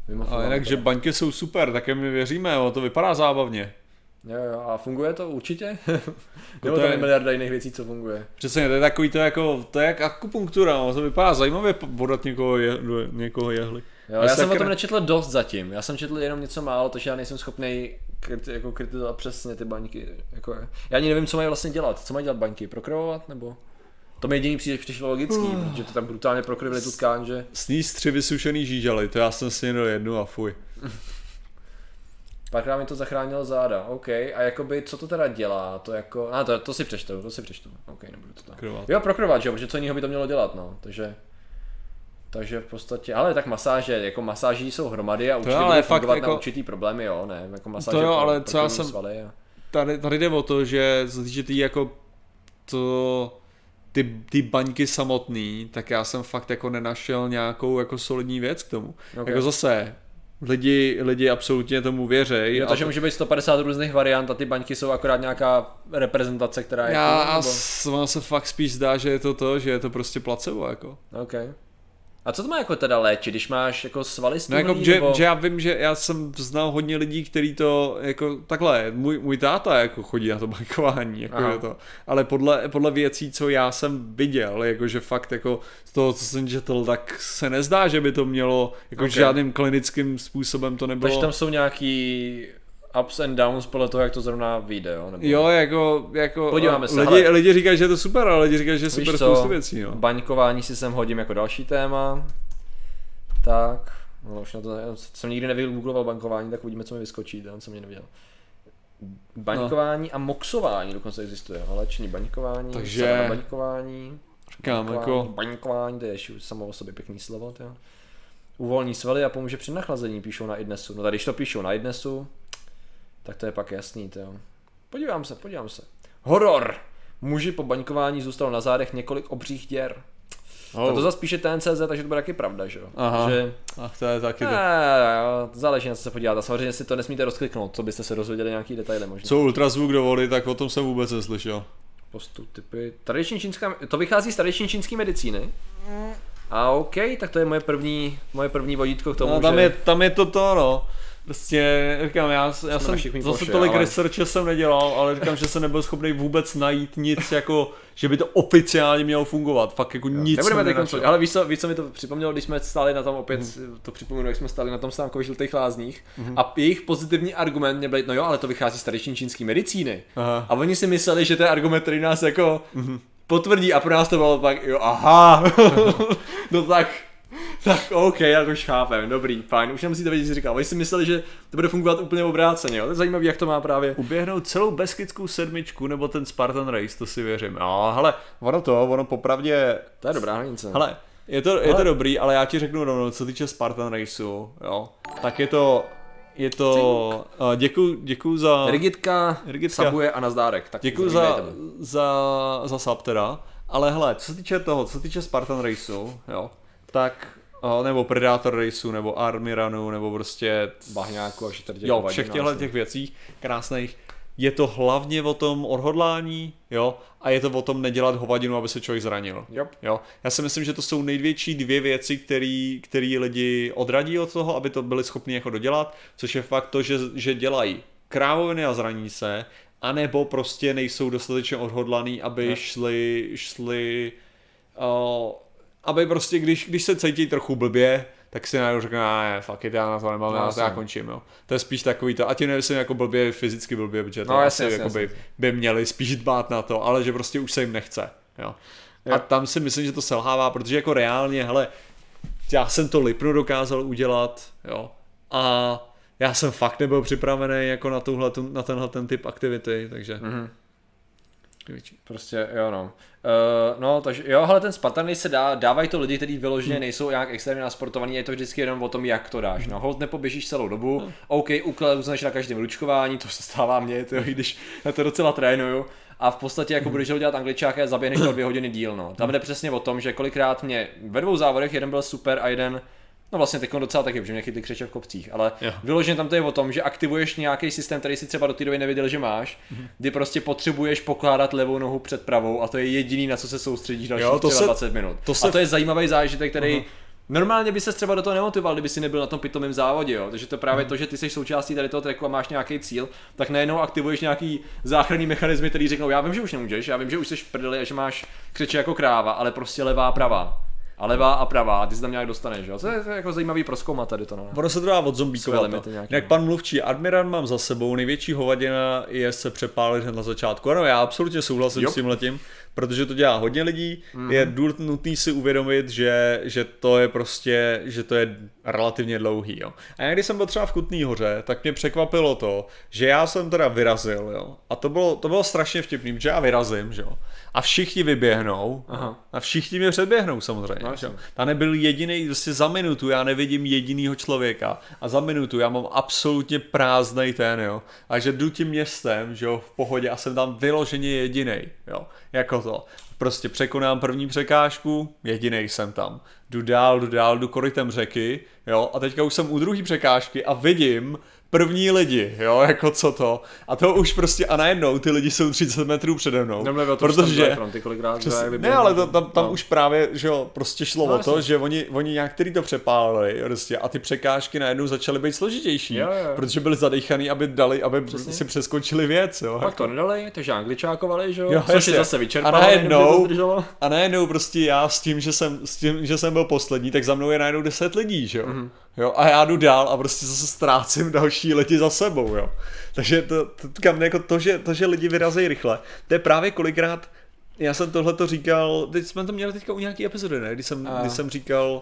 Ale jinak, že baňky jsou super, také my věříme, o to vypadá zábavně. Jo, jo, a funguje to určitě? Nebo tam je miliarda jiných věcí, co funguje? Přesně, to je takový to jako, to je jak akupunktura, no, to vypadá zajímavě bodat někoho, je, někoho jehly. Jo, já jsem o tom nečetl dost zatím, já jsem četl jenom něco málo, takže já nejsem schopný kriti, jako kritizovat přesně ty baňky. Jako, já ani nevím, co mají vlastně dělat, co mají dělat baňky, prokrvovat nebo? To mi jediný přijde přišlo logický, uh. protože to tam brutálně prokrvili tu tkáň, že? Sníst tři vysušený žížaly, to já jsem si jednou jednu a fuj. Párkrát mi to zachránilo záda, OK, a jakoby, co to teda dělá, to jako, a to, to si přečtu, to si přečtu, OK, nebudu to tam. Krovat. Jo, prokrvat, jo, protože co jiného by to mělo dělat, no, takže, takže v podstatě, ale tak masáže, jako masáží jsou hromady a určitě budou fungovat jako, na určitý problémy, jo, ne, jako masáže. To jo, pro, ale pro co já jsem, svaly a... tady, tady jde o to, že co týče tý jako, to, ty, ty baňky samotný, tak já jsem fakt jako nenašel nějakou jako solidní věc k tomu, okay. Jako zase, Lidi, lidi absolutně tomu věří. Jo, takže to... může být sto padesát různých variant a ty baňky jsou akorát nějaká reprezentace, která je... Já a nebo... se fakt spíš zdá, že je to to, že je to prostě placebo, jako. OK. A co to má jako teda léčit, když máš jako svaly stuhlý, no jako, že, nebo... že já vím, že já jsem znal hodně lidí, kteří to jako takhle, můj, můj táta jako chodí na to bankování, jako je to, ale podle, podle věcí, co já jsem viděl, jako že fakt jako z toho, co jsem četl, tak se nezdá, že by to mělo jako okay. Žádným klinickým způsobem to nebylo. Takže tam jsou nějaký ups and downs podle toho, jak to zrovna vyjde, jo? Nebo... Jo, jako, jako podíváme se, lidi, ale... lidi říkají, že je to super, ale lidi říkají, že je super spoustu věcí, no. Baňkování si sem hodím jako další téma. Tak, no už na to, jsem nikdy nevygoogloval bankování, tak uvidíme, co mi vyskočí, tam jsem mě neviděl. Baňkování no. A moxování dokonce existuje, léčení baňkování, takže baňkování, říkám, jako... baňkování, to je ještě samo o sobě pěkný slovo, tyjo. Uvolní svaly a pomůže při nachlazení, píšou na idnesu. No tady, když to píšou na idnesu, tak to je pak jasný, tyjo. Podívám se, podívám se. Horor! Muži po baňkování zůstalo na zádech několik obřích děr. Oh. To zase píše T N C Z, takže to bude taky pravda, že jo? Aha, že... ach to je taky to. Ne, záleží na co se podívat a samozřejmě si to nesmíte rozkliknout, co byste se dozvěděli nějaký detaily možná. Co ultrazvuk do vody, tak o tom jsem vůbec neslyšel. Postup typy, tradiční čínská, to vychází z tradiční čínské medicíny. A OK, tak to je moje první, moje první vodítko k tomu, no, tam že... je, tam je to to, no. Prostě, říkám, já, já jsem zase poše, tolik ale... researche jsem nedělal, ale říkám, že jsem nebyl schopný vůbec najít nic jako, že by to oficiálně mělo fungovat, fakt jako jo, nic nebudeme nenašel. Ale víš co, víš co mi to připomnělo, když jsme stáli na tom opět, mm. to připomínám, jak jsme stáli na tom stánkově žlutých lázních mm. a jejich pozitivní argument mě byl, no jo, ale to vychází z tradiční čínské medicíny. Aha. A oni si mysleli, že to je argument, který nás jako mm. potvrdí a pro nás to bylo pak, jo, aha, no tak... Tak OK, jak už chápem, dobrý, fajn, už nemusíte vědět, co říkal. Oni si mysleli, že to bude fungovat úplně obráceně, jo? To je zajímavé, jak to má právě. Uběhnout celou beskidskou sedmičku nebo ten Spartan Race, to si věřím. No, hele, ono to, ono popravdě... To je dobrá hranice. Hele, je to, je to dobrý, ale já ti řeknu rovnou, co týče Spartan Raceu, jo, tak je to... Je to... Uh, děkuju, děkuju za... Rigitka, Rigitka. Sabuje a nazdárek. Tak děkuju za, za, za sub teda, ale hele, co se týče toho, co se týče Spartan Raceu, jo, tak... nebo Predator Raceu, nebo Army Runu, nebo prostě bahňáku a šetrděk. Jo, všech těchto těch věcí krásných. Je to hlavně o tom odhodlání, jo, a je to o tom nedělat hovadinu, aby se člověk zranil. Yep. Jo. Já si myslím, že to jsou největší dvě věci, který, který lidi odradí od toho, aby to byli schopni jako dodělat, což je fakt to, že, že dělají krávoviny a zraní se, anebo prostě nejsou dostatečně odhodlaný, aby yep. šli, šli uh, aby prostě, když, když se cítí trochu blbě, tak si najednou řekne, ne, fuck it, já na to nemám, no, já to já končím, jo. To je spíš takový to, a tím nemyslím jako blbě, fyzicky blbě, protože to no, asi jasně, jakoby, jasně. by měli spíš dbát na to, ale že prostě už se jim nechce, jo. jo. A tam si myslím, že to selhává, protože jako reálně, hele, já jsem to lipnu dokázal udělat, jo, a já jsem fakt nebyl připravený jako na, tuhle, na tenhle ten typ aktivity, takže... Mm-hmm. Prostě jo no. Uh, no, takže jo, ale ten Spartan se dá, dávají to lidi, kteří vyloženě hmm. nejsou nějak extrémně nasportovaní, je to vždycky jenom o tom, jak to dáš. No, hold nepoběžíš celou dobu, hmm. OK, uklezneš na každém ručkování, to se stává mně, to, když na to docela trénuju. A v podstatě jako budeš dělat angličáka a zaběhneš to dvě hodiny díl, no. Tam jde přesně o tom, že kolikrát mě ve dvou závodech, jeden byl super a jeden no vlastně teď docela taky, protože mě chytli křeče v kopcích, ale jo. Vyloženě tam to je o tom, že aktivuješ nějaký systém, který si třeba do té doby nevěděl, že máš, mm-hmm. kdy prostě potřebuješ pokládat levou nohu před pravou a to je jediný, na co se soustředíš dalších jo, třeba se, dvacet minut. To se... A to je zajímavý zážitek, který uh-huh. Normálně by se třeba do toho nemotivoval, kdyby si nebyl na tom pitomém závodě, jo. Takže to právě hmm. to, že ty jsi součástí tady toho tracku a máš nějaký cíl, tak najednou aktivuješ nějaký záchranný mechanismy, který řeknou, já vím, že už nemůžeš, já vím, že už jsi v prdeli a že máš křeče jako kráva, ale prostě levá pravá. A levá a pravá, a ty se tam nějak dostaneš, jo? To je, to je jako zajímavý prozkoumat tady to, no. Ono se to dá odzombíkovat, no. Jak pan mluvčí Admiral mám za sebou, největší hovadina je se přepálit hned na začátku. Ano, já absolutně souhlasím jo. s tímhletím, protože to dělá hodně lidí, mm-hmm. je nutný si uvědomit, že, že to je prostě, že to je relativně dlouhý, jo. A já když jsem byl třeba v Kutný Hoře, tak mě překvapilo to, že já jsem teda vyrazil, jo. A to bylo, to bylo strašně vtipný, protože já vyrazím, že jo. A všichni vyběhnou. Aha. A všichni mě předběhnou samozřejmě. No, tam nebyl jediný, prostě za minutu já nevidím jedinýho člověka. A za minutu já mám absolutně prázdnej ten, jo. A že jdu tím městem, že jo, v pohodě a jsem tam vyloženě jedinej, jo. Jako to. Prostě překonám první překážku, jedinej jsem tam. Jdu dál, jdu dál, jdu korytem řeky, jo. A teďka už jsem u druhé překážky a vidím první lidi, jo, jako co to. A to už prostě a najednou ty lidi jsou třicet metrů přede mnou. Nemluvím o tom, protože fronty, kolikrát, přes, ne, ale to, tam, tam no. už právě, že jo, prostě šlo no, o to, jasný. že oni, oni některý to přepálili prostě, a ty překážky najednou začaly být složitější, jo, jo. protože byli zadechaný, aby dali, aby Přesně. si přeskočili věc, jo. Pak jako. to nedali, takže angličákovali, že jo, jo což je zase vyčerpalo. A najednou, a najednou prostě já s tím, že jsem, s tím, že jsem byl poslední, tak za mnou je najednou deset lidí, že jo. Mm-hmm. Jo, a já jdu dál a prostě zase ztrácím další lidi za sebou, jo. Takže to, to, to, jako to, že, to, že lidi vyrazejí rychle, to je právě kolikrát, já jsem tohle to říkal, teď jsme to měli teďka u nějaký epizody, ne? Když jsem, když jsem říkal,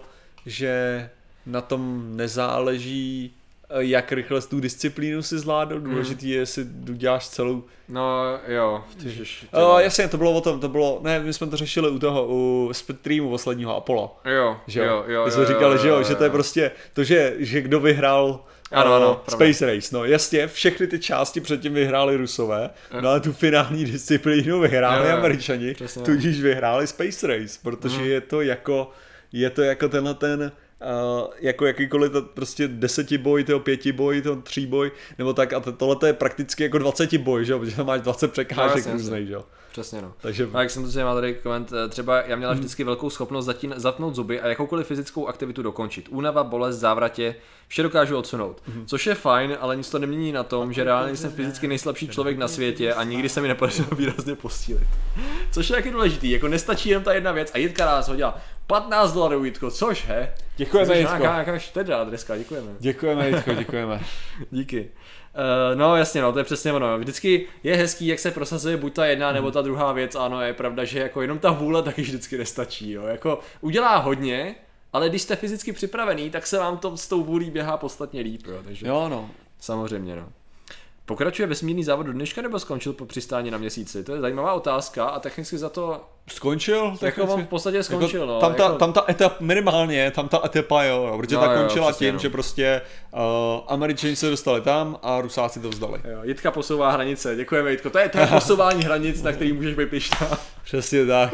že na tom nezáleží, jak rychle tu disciplínu si zvládl, důležitý je, jestli děláš celou... No jo. Tyžiš, o, jasně, to bylo o tom, to bylo, ne, my jsme to řešili u toho, u Streamu posledního Apollo. Jo, že jo, jo. My jsme jo, říkali, jo, že jo, jo, že to je prostě, to, že, že kdo vyhrál ano, ano, Space pravda. Race, no jasně, všechny ty části předtím vyhráli Rusové, no ale tu finální disciplínu vyhráli jo, jo, Američani, přesně, tudíž vyhráli Space Race, protože mm. je to jako, je to jako tenhle ten, Uh, jako jakýkoliv to prostě desetiboj, toho pětiboj, toho tříboj, nebo tak a tohle je prakticky jako dvacetiboj, že jo, protože tam máš dvacet překážek no, různej, že jo. Přesně no. Takže... A jak jsem to si má tady koment, třeba já měla vždycky velkou schopnost zatín, zatnout zuby a jakoukoliv fyzickou aktivitu dokončit. Únava, bolest, závratě, vše dokážu odsunout. Mm-hmm. Což je fajn, ale nic to nemění na tom, že reálně jsem fyzicky nejslabší člověk na světě a nikdy se mi nepodařilo výrazně posílit. Což je taky důležitý, jako nestačí jen ta jedna věc a Jitka nás hodila patnáct dolarů, Jitko, což he? Děkujeme, Jitko. Nějaká štedrá adreska, děkujeme. Děkujeme, Jitko, děkujeme. Díky. Uh, no jasně, no, to je přesně ono. Vždycky je hezký, jak se prosazuje buď ta jedna, nebo ta druhá věc. Ano, je pravda, že jako jenom ta vůle taky vždycky nestačí. Jo. Jako udělá hodně, ale když jste fyzicky připravený, tak se vám to s tou vůlí běhá podstatně líp. Jo. Takže jo, no. Samozřejmě, no. Pokračuje vesmírný závod do dneška nebo skončil po přistání na měsíci? To je zajímavá otázka a technicky za to... Skončil? Jako on v podstatě skončil, jako, no. Tam ta, jako... tam ta etapa, minimálně, tam ta etapa, jo, protože no, ta končila jo, tím, no. že prostě uh, Američani se dostali tam a Rusáci to vzdali. Jo, Jitka posouvá hranice, děkujeme Jitko, to je, to je posouvání hranic, na který můžeš být pyšná. Přesně tak.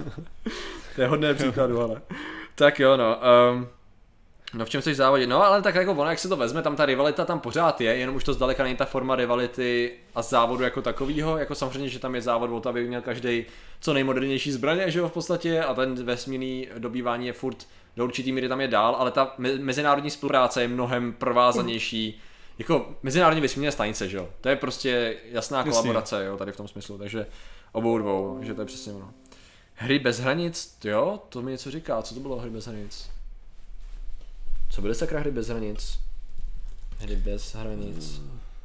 To je hodné příkladu, ale. Tak jo, no. Um... No v čem chceš závodit? No ale tak jako ono, jak se to vezme, tam ta rivalita tam pořád je, jenom už to zdaleka není ta forma rivality a závodu jako takovýho, jako samozřejmě, že tam je závod o to, aby měl každý co nejmodernější zbraně, že jo, v podstatě, a ten vesmírný dobývání je furt do určitý míry tam je dál, ale ta me- mezinárodní spolupráce je mnohem provázanější, jako mezinárodní vesmírné stanice, že jo, to je prostě jasná Jasně. kolaborace, jo, tady v tom smyslu, takže obou dvou, že to je přesně ono. Hry bez hranic, jo, to mi něco říká, co to bylo hry bez hranic? Co byly sakra hry bez hranic? Hry bez hranic.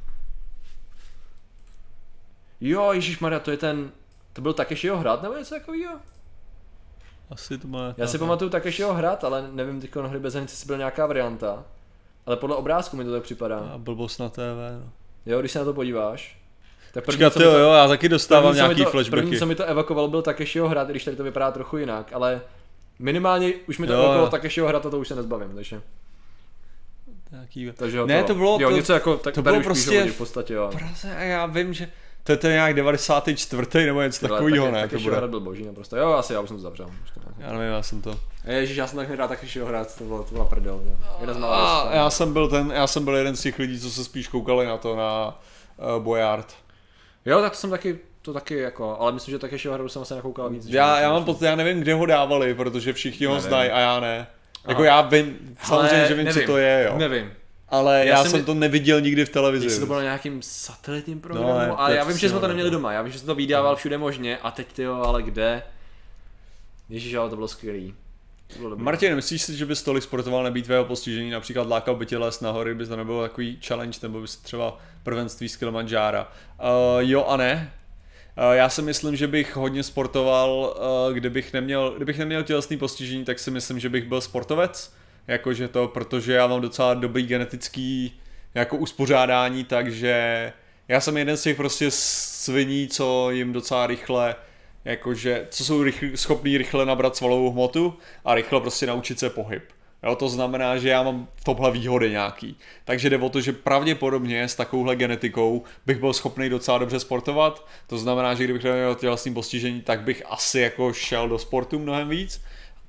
Jo, ježišmarja, to je ten... To byl Takeshiho hrad nebo něco takovýho? Asi to má... Já si pamatuju Takeshiho hrad, ale nevím, teďko na hry bez hranic, jestli byla nějaká varianta. Ale podle obrázku mi to tak připadá. A blbost na T V, no. Jo, když se na to podíváš. Tak první, Počkat, jo, to, jo, já taky dostávám nějaký to, flashbacky. První, co mi to evakoval, byl Takeshiho hrad, když tady to vypadá trochu jinak, ale... Minimálně už mi to evakovalo Takeshiho hrad a to už se nezbavím, takže... Taký... takže ne, to bylo... Jo, to, něco jako... Tak to bylo prostě... v podstatě, jo. Praze, a já vím, že... To je to nějak devadesátý čtvrtý nebo něco takovýho, ne? Takeshiho hrad byl boží naprosto. Jo, asi já už jsem to zavřel. Já nevím, já jsem to... Ježiš, já jsem tak nehrál Takeshiho hrad, to byla, to byla prdel. Jeden z a já jsem byl ten, já jsem byl jeden z těch lidí, co se spíš koukali na to, na uh, Boyard. Jo, tak to jsem taky... To taky jako, ale myslím, že Takeshiho hradu jsem se nakoukal víc. Já, já mám pocit, já nevím, kde ho dávali, protože všichni ho znají a já ne. Jako já vím, samozřejmě, že vím, nevím, co to je, jo. Nevím. Ale já, já jsem my... to neviděl nikdy v televizi. Jestli to bylo na nějakým satelitním programu, no, ale já vím, že jsme to neměli doma, já vím, že jsem to vydával všude možně a teď tyjo, ale kde? Ježíš, ale to bylo skvělý. Bylo Martin, myslíš si, že bys tolik sportoval nebýt tvého postižení, například lákal by tě les na hory, by to nebylo takový challenge, nebo bys třeba prvenství z Kilimanjára? Uh, jo a ne. Uh, já si myslím, že bych hodně sportoval, uh, kdybych neměl, kdybych neměl tělesný postižení, tak si myslím, že bych byl sportovec. Jakože to, protože já mám docela dobrý genetický jako uspořádání, takže já jsem jeden z těch prostě sviní, co jim docela rychle, jakože, co jsou rychl, schopný rychle nabrat svalovou hmotu a rychle prostě naučit se pohyb. Jo, to znamená, že já mám v tomhle výhody nějaký. Takže jde o to, že pravděpodobně s takovouhle genetikou bych byl schopný docela dobře sportovat. To znamená, že kdybych neměl tělesný postižení, tak bych asi jako šel do sportu mnohem víc.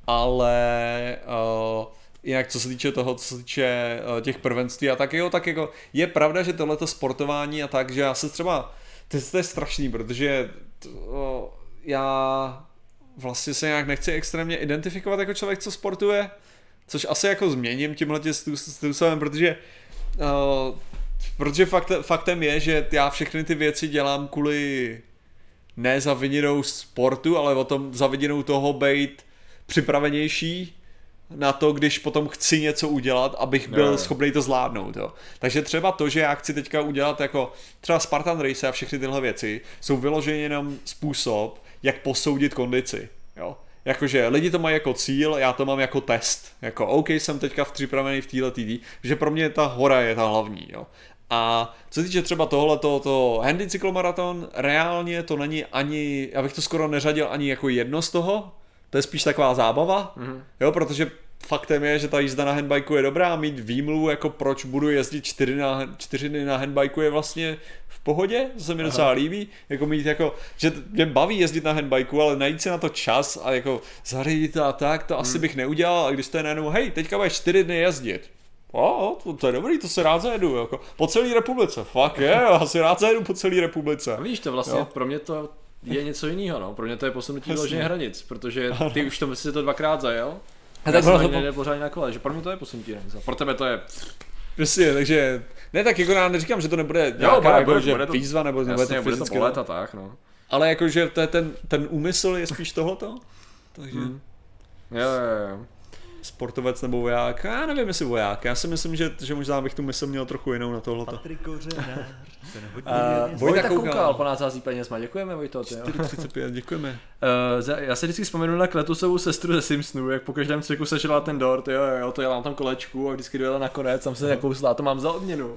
Ale uh, jinak co se týče toho, co se týče uh, těch prvenství a tak jo, tak jako je pravda, že tohleto sportování a tak, že já se třeba, to je strašný, protože to, já vlastně se nějak nechci extrémně identifikovat jako člověk, co sportuje, což asi jako změním tímhle způsobem, protože uh, protože fakt, faktem je, že já všechny ty věci dělám kvůli ne za vininou sportu, ale o tom za vidinou toho být připravenější na to, když potom chci něco udělat, abych byl no, schopný to zvládnout. Jo. Takže třeba to, že já chci teďka udělat jako třeba Spartan Race a všechny tyhle věci, jsou vyloženě jenom způsob, jak posoudit kondici. Jo. Jakože lidi to mají jako cíl, já to mám jako test. Jako OK, jsem teďka připravený v téhle týdí, že pro mě ta hora je ta hlavní. Jo. A co se týče třeba tohoto, to handy cyklomaraton, reálně to není ani, já bych to skoro neřadil ani jako jedno z toho, to je spíš taková zábava, mm-hmm. jo, protože faktem je, že ta jízda na handbajku je dobrá, mít výmluvu, jako proč budu jezdit čtyři, na, čtyři dny na handbajku je vlastně v pohodě, to se mi docela Aha. líbí, jako mít jako, že mě baví jezdit na handbajku, ale najít si na to čas a jako zařídit a tak, to mm. asi bych neudělal, a když to je najednou, hej, teďka budeš čtyři dny jezdit, o, to, to je dobrý, to se rád zajedu, jako, po celé republice, fakt je, já si rád zajedu po celé republice. A víš, to vlastně jo? Pro mě to je něco jiného, no. Pro mě to je posunutí vyloženě hranic, protože ty už to si to dvakrát zajel. A tak to nejde pořádně na kole, že pro mě to je posunutí hranic. Pro tebe to je... Přesně, takže... Ne, tak jako já neříkám, že to nebude nějaká jako, bude, že bude to, výzva, nebo jasně, nebude to fyzicky. Bude to bolet a tak, no. Ale jakože to je ten, ten úmysl je spíš tohleto. Takže... Hmm. Jo, jo, jo. Sportovec nebo voják, já nevím, jestli voják, já si myslím, že, že možná bych tu mysl měl trochu jinou na tohleto. Patrik Kořenář, ten hodně uh, Vojta koukal, po nás hází peněz, děkujeme Vojto. čtyři třicet pět, děkujeme. Uh, já se vždycky vzpomenu na Kletusovou sestru ze Simpsonu, jak po každém cviku sešla ten dort, jo, jo, to jela tam kolečku a vždycky dojela nakonec, tam se nakousla, to mám za odměnu.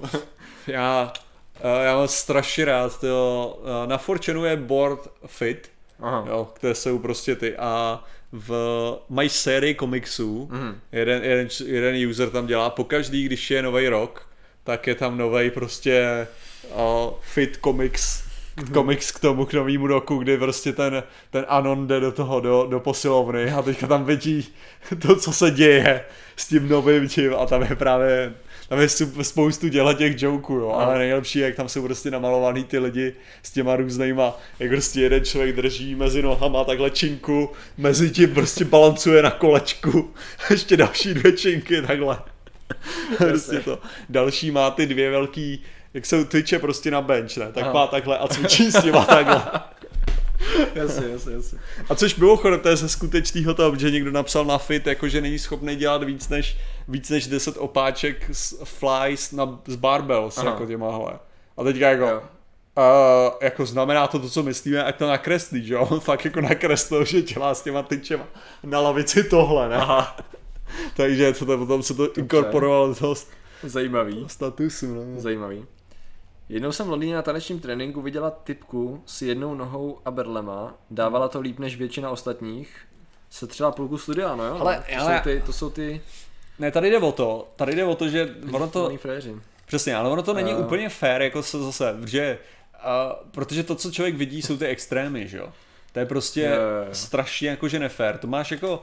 já, uh, já mám strašně rád, to, uh, na Fortune je board fit, jo, které jsou prostě ty a v mají sérii komiksů, mm. jeden, jeden, jeden user tam dělá, pokaždý, když je nový rok, tak je tam nový prostě uh, fit komiks, mm. komiks k tomu, k novému roku, kdy prostě ten, ten Anon jde do toho, do, do posilovny a teďka tam vidí to, co se děje s tím novým tím a tam je právě tam je spoustu dělat těch joků, jo, ale nejlepší je, jak tam jsou prostě namalovaný ty lidi s těma různýma, jak prostě jeden člověk drží mezi nohama takhle činku, mezi tím prostě balancuje na kolečku, ještě další dvě činky takhle. Prostě to. Další má ty dvě velký, jak jsou tyče prostě na bench, ne, tak Aha. má takhle a cvičí s nima takhle. Jasně, jasně, jasně. A což bylo chodem, to je ze skutečného toho, že někdo napsal na fit, jako že není schopný dělat víc než, víc než deset opáček z flies na, z barbells, Aha. jako těmahle. A teďka jako, uh, jako znamená to to, co myslíme, ať to nakreslí, že jo? On fakt jako nakreslil, že dělá s těma tyčema na lavici tohle, ne? Aha. Takže to, to, potom se to Dobře. inkorporovalo do toho Zajímavý. statusu. Ne? Zajímavý. Jednou jsem v Londýně na tanečním tréninku viděla typku s jednou nohou a berlema, dávala to líp než většina ostatních, setřela půlku studia, no jo? Ale, to, ale... Jsou ty, to jsou ty... Ne, tady jde o to, tady jde o to, že ono to... Přesně, ale ono to není uh... úplně fair, jako se zase, že... Uh, protože to, co člověk vidí, jsou ty extrémy, že jo? To je prostě yeah. strašně jakože nefér, to máš jako...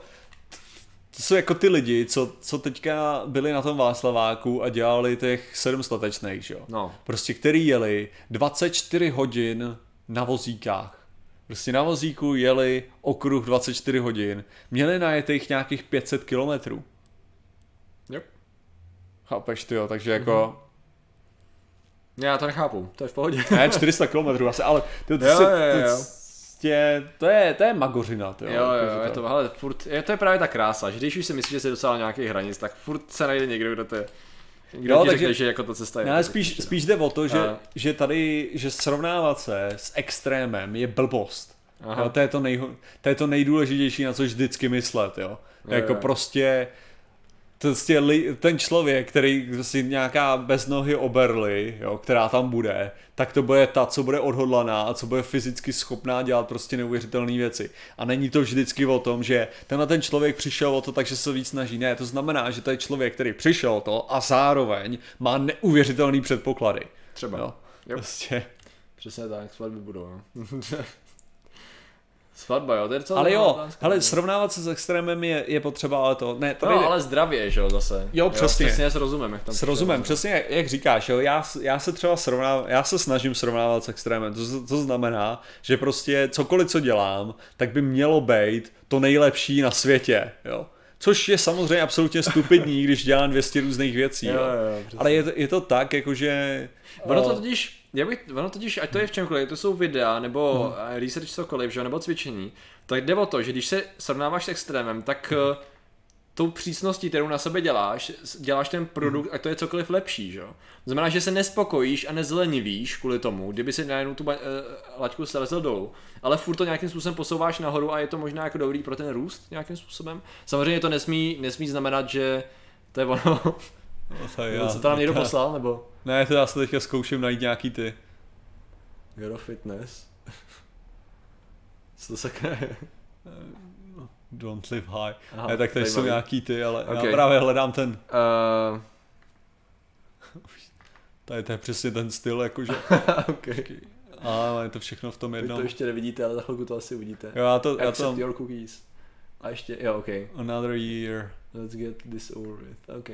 To jsou jako ty lidi, co, co teďka byli na tom Václaváku a dělali těch sedm statečných, že jo? No. Prostě který jeli dvacet čtyři hodin na vozíkách. Prostě na vozíku jeli okruh dvacet čtyři hodin. Měli najetých nějakých pět set kilometrů. Chápeš, ty jo, takže jako... Já to nechápu, to je v pohodě. Ne, čtyři sta kilometrů asi, ale to, to, jo, si, jo, jo. To, je, to, je, to je magořina, ty jo. Jo, jo, je to, hele, furt, je, to je právě ta krása, že když už si myslíš, že jsi docela nějakých hranic, tak furt se najde někdo, kdo to je. Kdo jo, ti takže, řekne, že jako ta cesta je. Ne, spíš, spíš jde o to, že, a... že tady, že srovnávat se s extrémem je blbost. Jo, to, je to, nej, to je to nejdůležitější, na co vždycky myslet, jo. jo jako jo. prostě... Prostě ten člověk, který si nějaká bez nohy oberly, jo, která tam bude, tak to bude ta, co bude odhodlaná a co bude fyzicky schopná dělat prostě neuvěřitelné věci. A není to vždycky o tom, že tenhle ten člověk přišel o to, takže se víc snaží. Ne, to znamená, že to je člověk, který přišel o to a zároveň má neuvěřitelné předpoklady. Třeba. Jo. Prostě. Přesně tak, svatby budou. No. Svatba, jo, to je docela. Ale jo, hele, srovnávat se s extrémem je, je potřeba, ale to, ne, to no, nejde. ale zdravě, že jo, zase. Jo, přesně. Jo, přesně s rozumem, jak tam S rozumem, přesně jak, jak říkáš, jo, já, já se třeba srovnávám, já se snažím srovnávat s extrémem, to, to znamená, že prostě cokoliv, co dělám, tak by mělo být to nejlepší na světě, jo. Což je samozřejmě absolutně stupidní, když dělám dvě stě různých věcí, jo. Jo, jo, ale je to, je to tak, jakože... Ono to totiž, já bych, ono totiž, ať to je v čemkoliv, to jsou videa, nebo hmm. research cokoliv, že? Nebo cvičení, tak jde o to, že když se srovnáváš s extrémem, tak uh, tou přísností, kterou na sebe děláš, děláš ten produkt, hmm. a to je cokoliv lepší, že? Znamená, že se nespokojíš a nezlenivíš kvůli tomu, kdyby si najednou tu ba- uh, laťku slezl dolů, ale furt to nějakým způsobem posouváš nahoru a je to možná jako dobrý pro ten růst nějakým způsobem. Samozřejmě to nesmí, nesmí znamenat, že to je ono. No, to je já, co to nám někdo poslal, nebo? Ne, to já se teďka zkouším najít nějaký ty. Hero Fitness. Co to sakra je? Don't live high. Aha, ne, tak tady jsou nějaký ty, ale okay. Já právě hledám ten. Uh... Tady to je přesně ten styl, jakože. okay. Ale je to všechno v tom jednom. Vy to ještě nevidíte, ale za chvilku to asi uvidíte. Jo, já to, já to... your cookies. A ještě, jo, ok. Another year. Let's get this over with, ok.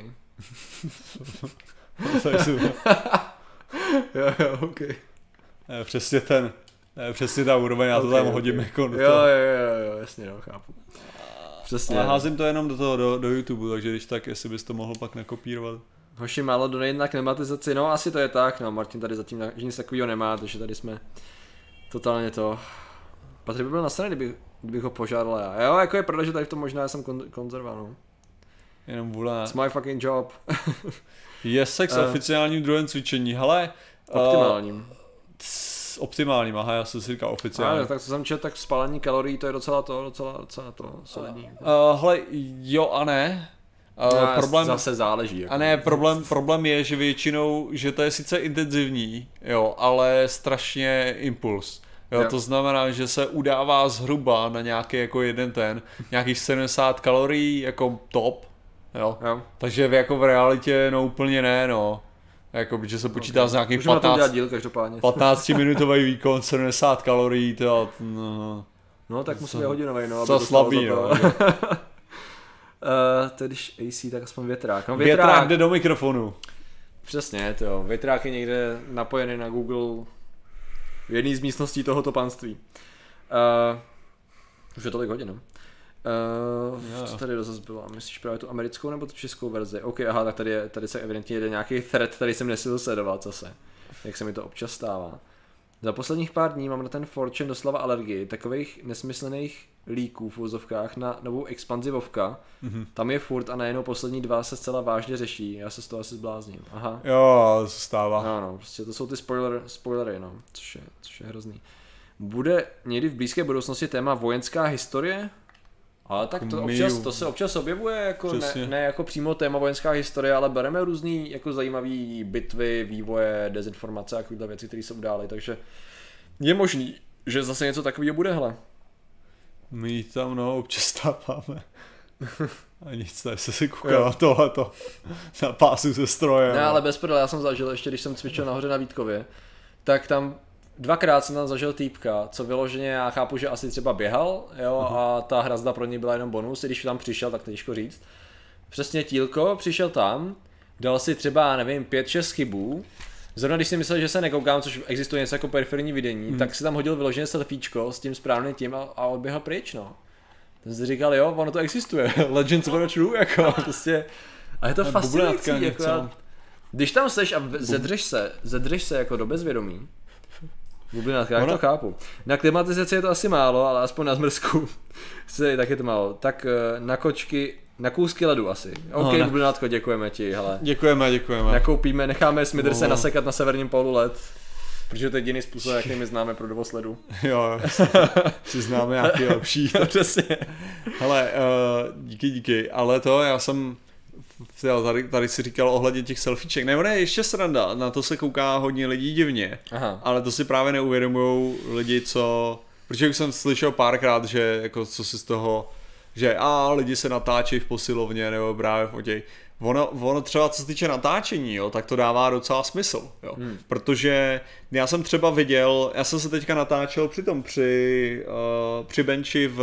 jo, jo, ok. Je, přesně ten, je, přesně ta úroveň, já to okay, tam hodím okay. jako do jo, toho. Jo, jo, jo, jasně, jo, chápu. Přesně. A házím to jenom do toho, do, do YouTube, takže když tak, jestli bys to mohl pak nakopírovat. Hoši, málo donejít na klimatizaci, no asi to je tak, no Martin tady zatím nic takového nemá, takže tady jsme totálně to... Patrik by byl nasraný, kdybych, kdybych ho požádal já. Jo, jako je pravda, že tady v tom možná jsem kon- konzerva, no. Jenom vůle. It's my fucking job. Je sex uh, oficiálním druhém cvičení, hele. Optimálním. Uh, c, optimálním, aha, já jsem si říkal oficiálním. Ah, tak co jsem četl, tak spálení kalorií, to je docela to, docela, docela to solidní. Uh, hele, jo a ne. Uh, no, problém, zase záleží. Jako. A ne, problém, problém je, že většinou, že to je sice intenzivní, jo, ale strašně impuls. Jo, jo. To znamená, že se udává zhruba na nějaký jako jeden ten, nějakých sedmdesát kalorií jako top, jo. jo. Takže jako v realitě no úplně ne, no. Jako, protože se počítá okay. z nějakých patnáct minutový výkon, sedmdesát kalorií, to no. No tak musí být hodinový, no. Co slabý, no. Uh, to když A C, tak aspoň větrák. No, větrák. Větrák jde do mikrofonu. Přesně, to jo. Větrák je někde napojený na Google v jedné z místností tohoto panství. Uh, už je tolik hodin, no. Uh, co tady zase bylo? Myslíš právě tu americkou nebo tu českou verzi? OK, aha, tak tady, je, tady se evidentně jede nějaký thread, který jsem nesil sledovat zase. Jak se mi to občas stává. Za posledních pár dní mám na ten four chan doslova alergii, takových nesmyslných líků v úzovkách na novou expanzi Vovka. Mm-hmm. Tam je furt a najednou poslední dva se zcela vážně řeší. Já se z toho asi zblázním. Aha. Jo, to se stává. No, no, prostě to jsou ty spoiler, spoilery, no, což je, což je hrozný. Bude někdy v blízké budoucnosti téma vojenská historie? Ale tak to, občas, to se občas objevuje, jako ne, ne jako přímo téma vojenská historie, ale bereme různý jako zajímavý bitvy, vývoje, dezinformace a takovéhle věci, které se udály, takže je možný, že zase něco takového bude, hele. My tam no občas stáváme. A nic, tady se si koukal na tohleto. Na pásu se strojem. Ne, ale bez prdele, já jsem zažil, ještě když jsem cvičil nahoře na Vítkově, tak tam dvakrát jsem tam zažil týpka, co vyloženě já chápu, že asi třeba běhal, jo, uh-huh. a ta hrazda pro něj byla jenom bonus, i když tam přišel, tak to těžko říct. Přesně tílko, přišel tam, dal si třeba, nevím, pět šest chybů, zrovna když si myslel, že se nekoukám, což existuje něco jako periferní vidění, hmm. tak si tam hodil vyloženě selfiečko s tím správným tím a, a odběhl pryč, no. Ten si říkal, jo, ono to existuje, Legends were true, jako prostě. A je to fascinující, jako já, když tam seš a zedřeš se, zedřeš se jako do bezvědomí, bublinátka, já to chápu. Na klimatizaci je to asi málo, ale aspoň na zmrzku tak je to málo. Tak na kočky, na kousky ledu asi. OK, no, bublinátko, děkujeme ti, hele. Děkujeme, děkujeme. Nakoupíme, necháme Smithers se nasekat na severním pólu led. Protože to je jediný způsob, jaký my známe pro dovoz ledu. Jo, si známe nějaký lepší. To přesně. Hele, uh, díky, díky, ale to já jsem tady, tady si říkal ohledně těch selfieček, ne, ne, ještě sranda, na to se kouká hodně lidí divně, aha. Ale to si právě neuvědomujou lidi, co, protože už jsem slyšel párkrát, že jako co si z toho, že a lidi se natáčejí v posilovně nebo právě fotěj. Ono, ono třeba co se týče natáčení, jo, tak to dává docela smysl, jo. Hmm. Protože já jsem třeba viděl, já jsem se teďka natáčel při tom, při, uh, při benchi v,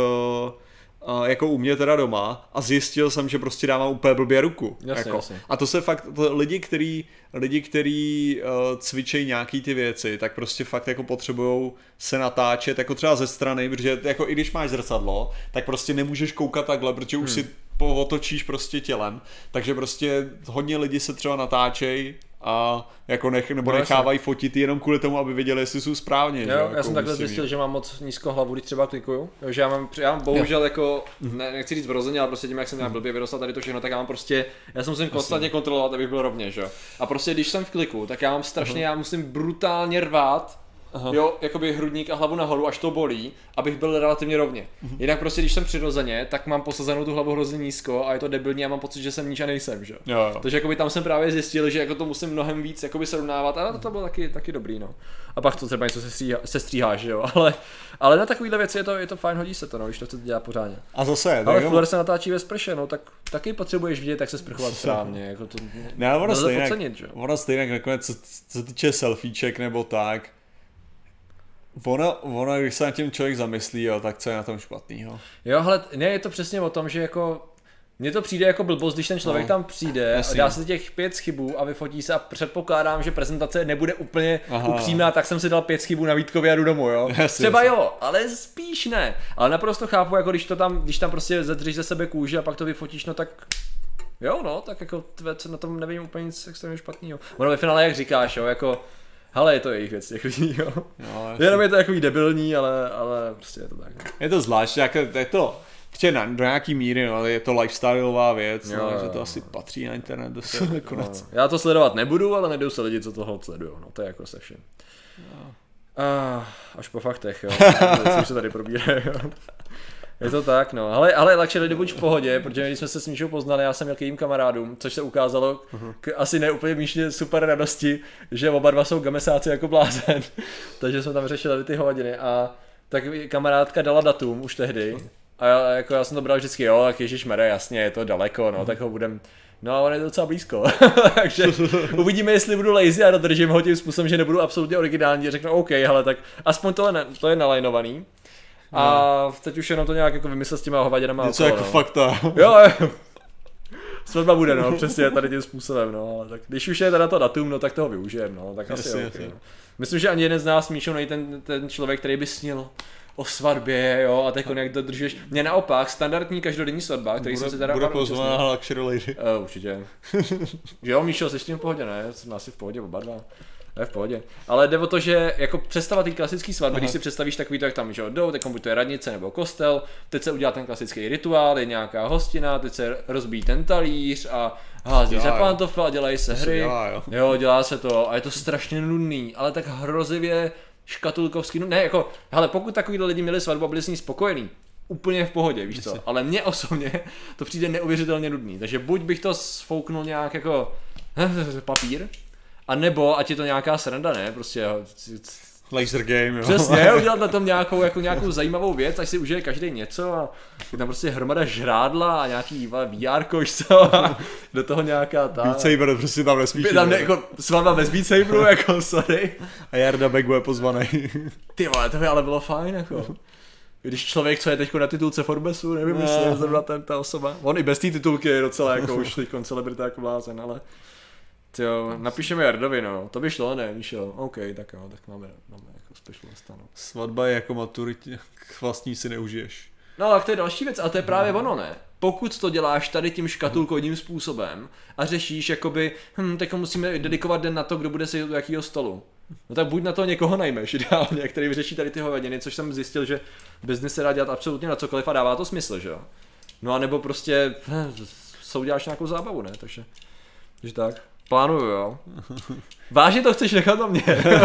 uh, jako u mě teda doma a zjistil jsem, že prostě dávám úplně blbě ruku. Jasně, jako. jasně. A to se fakt, to lidi, který, lidi, který uh, cvičejí nějaký ty věci, tak prostě fakt jako potřebujou se natáčet, jako třeba ze strany, protože jako i když máš zrcadlo, tak prostě nemůžeš koukat takhle, protože už hmm. si otočíš prostě tělem, takže prostě hodně lidí se třeba natáčejí a jako nech, nebo no, nechávají fotit jenom kvůli tomu, aby věděli, jestli jsou správně. Jo, že? já jako jsem takhle zjistil, mě. Že mám moc nízko hlavu, když třeba klikuju, že já mám, já mám bohužel jo. jako, ne, nechci říct vrozeně, ale prostě tím, jak jsem nějak blbě vyrostl tady to všechno, tak já mám prostě, já jsem musím konstantně kontrolovat, abych byl rovně, že? A prostě když jsem v kliku, tak já mám strašně, uh-huh. já musím brutálně rvát, aha. Jo, jakoby hrudník a hlavu nahoru, až to bolí, abych byl relativně rovně. Uh-huh. Jinak prostě, když jsem přirozeně, tak mám posazenou tu hlavu hrozně nízko a je to debilní a mám pocit, že jsem níž a nejsem, že? Jo, jo. Takže jakoby tam jsem právě zjistil, že jako to musím mnohem víc jakoby srovnávat, ale to, to bylo taky, taky dobrý, no. A pak to třeba něco se, stříhá, se stříháš, jo, ale, ale na takovýhle věci je to, je to fajn, hodí se to, no, když to chcete dělat pořádně. A zase, ale Fleur se natáčí ve sprše, no, tak taky potřebuješ vidět, jak se sprchovat správně, jako to ne, ono stejnak, podcenit, že? Ono stejnak nakonec, co, co se týče selfieček nebo tak, Ono, ono, když se na tím člověk zamyslí, jo, tak co je na tom špatnýho? Jo, ale ne, je to přesně o tom, že jako mně to přijde jako blbost, když ten člověk no, tam přijde jasný. A dá si těch pět chybů a vyfotí se a předpokládám, že prezentace nebude úplně aha. upřímná, tak jsem si dal pět chybů na Vítkově a jdu domů, jo. Jasný, třeba jasný. Jo, ale spíš ne. Ale naprosto chápu, jako když to tam, když tam prostě zedříš ze sebe kůži a pak to vyfotíš, no tak jo, no, tak jako tve, na tom nevím úplně nic extrémně špatného. Ono ve finále, jak říkáš, jo, jako hele, je to jejich věc, jako jo. No, jenom je to takový debilní, ale, ale prostě je to tak. Je to zvlášť, jako, je to na, do nějaký míry, no, ale je to lifestyleová věc, jo, no, že to asi patří na internet do sebe nakonec. No, já to sledovat nebudu, ale najdou se lidi, co toho sledujou, no, to je jako se všem. No. Ah, až po faktech, jo, věci se tady probírají, jo. Je to tak, no, ale, ale lakše lidi buď v pohodě, protože když jsme se s Míšou poznali, já jsem měl k jejím kamarádům, což se ukázalo k asi ne úplně Míšně super radosti, že oba dva jsou gamesáci jako blázen, takže jsme tam řešili ty hodiny a tak kamarádka dala datum už tehdy a já, jako já jsem to bral vždycky, jo, tak ježišmarja, jasně, je to daleko, no, tak ho budem, no a on je docela blízko, takže uvidíme, jestli budu lazy a dodržím ho tím způsobem, že nebudu absolutně originální a řeknu OK, hele, tak aspoň to je, to je nalajnovaný. A teď už jenom to nějak jako vymyslet s těma hovaděnama. Něco jako no. Fakta. Jo, jo. Svatba bude, no, přesně tady tím způsobem, no, ale tak když už je teda to datum, no, tak toho využijem, no, tak asi jasně, okay, no. Myslím, že ani jeden z nás, Míšo, není ten, ten člověk, který by snil o svatbě, jo, a teď jak dodržuješ. Mně naopak, standardní každodenní svatba, který jsem si teda... Bude pozvaná Luxury Lady. Uh, určitě. Jo, Míšo, jsi s tím v pohodě, ne? Jsme asi v pohodě oba dva. To je v pohodě. Ale jde o to, že jako představa té klasické svatby, když si představíš takový to, jak tam, že jo, jdou, teď buď to je radnice nebo kostel, teď se udělá ten klasický rituál, je nějaká hostina, teď se rozbíjí ten talíř a hází se pantofle a dělají se hry. Dělá, jo. jo, dělá se to a je to strašně nudný, ale tak hrozivě škatulkovský, no ne, jako, hele, pokud takovýhle lidi měli svatbu a byli s ní spokojení, úplně v pohodě, víš co, ale mně osobně to přijde neuvěřitelně nudný, takže buď bych to sfouknul nějak jako papír, a nebo ať je to nějaká sranda, ne, prostě laser game, jo. Přesně, udělat na tom nějakou, jako nějakou zajímavou věc, až si užije každý něco a je tam prostě hromada žrádla a nějaký V R kož, co a do toho nějaká ta... Beat Saber prostě tam nesmíš. Tam ne, jako svatba bez Beat Saberu, jako sorry. A Jarda Beck bude pozvaný. Ty vole, to by ale bylo fajn, jako. Když člověk, co je teď na titulce Forbesu, nevím, jestli je zrovna ten, ta osoba. On i bez té titulky je docela jako už teď celebrita jako blázen, ale... Jo, napíšeme Jardovi, no, to by šlo, ne, Míšo, OK, tak jo, tak máme, máme jako special stanu. Svatba je jako maturitě, vlastní si neužiješ. No tak to je další věc a to je právě ono, ne? Pokud to děláš tady tím škatulkovým způsobem a řešíš jakoby, hm, tak musíme dedikovat den na to, kdo bude sedět u jakýho stolu. No tak buď na to někoho najmeš ideálně, který vyřeší tady ty hovadiny, což jsem zjistil, že biznis se dá dělat absolutně na cokoliv a dává to smysl, že jo? No a nebo prostě hm, souděláš nějakou zábavu, ne? Takže, takže tak. Plánuju, jo. Vážně to chceš nechat na mě.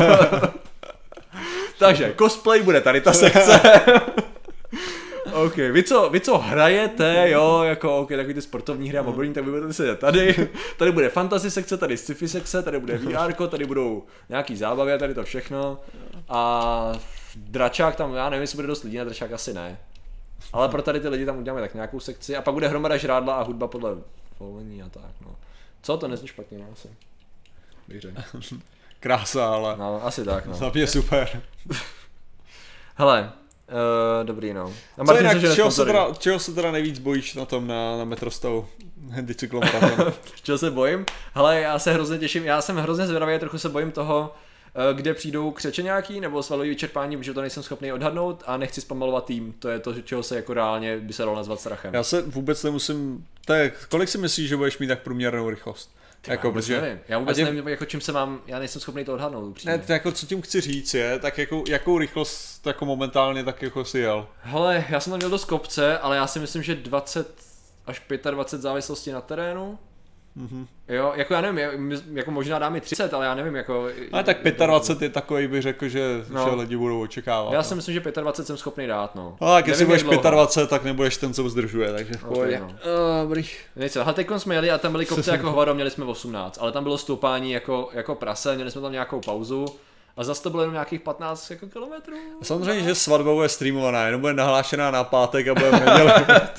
Takže cosplay bude tady ta sekce. OK, vy co, vy co hrajete, jo, jako OK, takový ty sportovní hry a mobilní, tak vy budete sedět tady. Tady bude fantasy sekce, tady sci-fi sekce, tady bude V R, tady budou nějaký zábavy a tady to všechno. A dračák tam, já nevím, jestli bude dost lidí, na dračák asi ne. Ale pro tady ty lidi tam uděláme tak nějakou sekci a pak bude hromada žrádla a hudba podle volení a tak, no. Co, to nezní špatně, no, asi. Bych řekl. Krása, ale. No, asi tak, no. Za mě super. Hele, uh, dobrý, no. A Martin, co jinak, čeho se, teda, čeho se teda nejvíc bojíš na tom, na, na metrostavu? Bicyklomaratonu. Čeho se bojím? Hele, já se hrozně těším, já jsem hrozně zvědavý, trochu se bojím toho, kde přijdou křeče nějaký, nebo svalový vyčerpání, protože to nejsem schopný odhadnout a nechci zpomalovat tým. To je to, čeho se jako reálně by se dalo nazvat strachem. Já se vůbec nemusím, tak kolik si myslíš, že budeš mít tak průměrnou rychlost? Ty, jako, já vůbec nevím, já vůbec tím, nevím, jako čím se mám, já nejsem schopný to odhadnout upřímně. Ne, jako co tím chci říct je, tak jako, jakou rychlost jako momentálně tak jako si jel? Hele, já jsem tam měl dost kopce, ale já si myslím, že dvacet až dvacet pět závislosti na terénu. Mm-hmm. Jo, jako já nevím, jako možná dá mi třicet, ale já nevím, jako... Ale tak dvacet pět je takový, bych řekl, že, no. že lidi budou očekávat. Já no. si myslím, že dvacet pět jsem schopný dát, no. No tak jestli budeš dvacet pět, tak nebudeš ten, co vzdržuje, takže v pohodě. Okay, no. Dobrý. Víš co, teďkon jsme jeli a tam byly kopce jako hovado, měli jsme osmnáct, ale tam bylo stoupání jako, jako prase, měli jsme tam nějakou pauzu. A zase to bylo jenom nějakých patnáct jako kilometrů. Samozřejmě, že svatba bude streamovaná, jenom bude nahlášená na pátek a budeme neděli.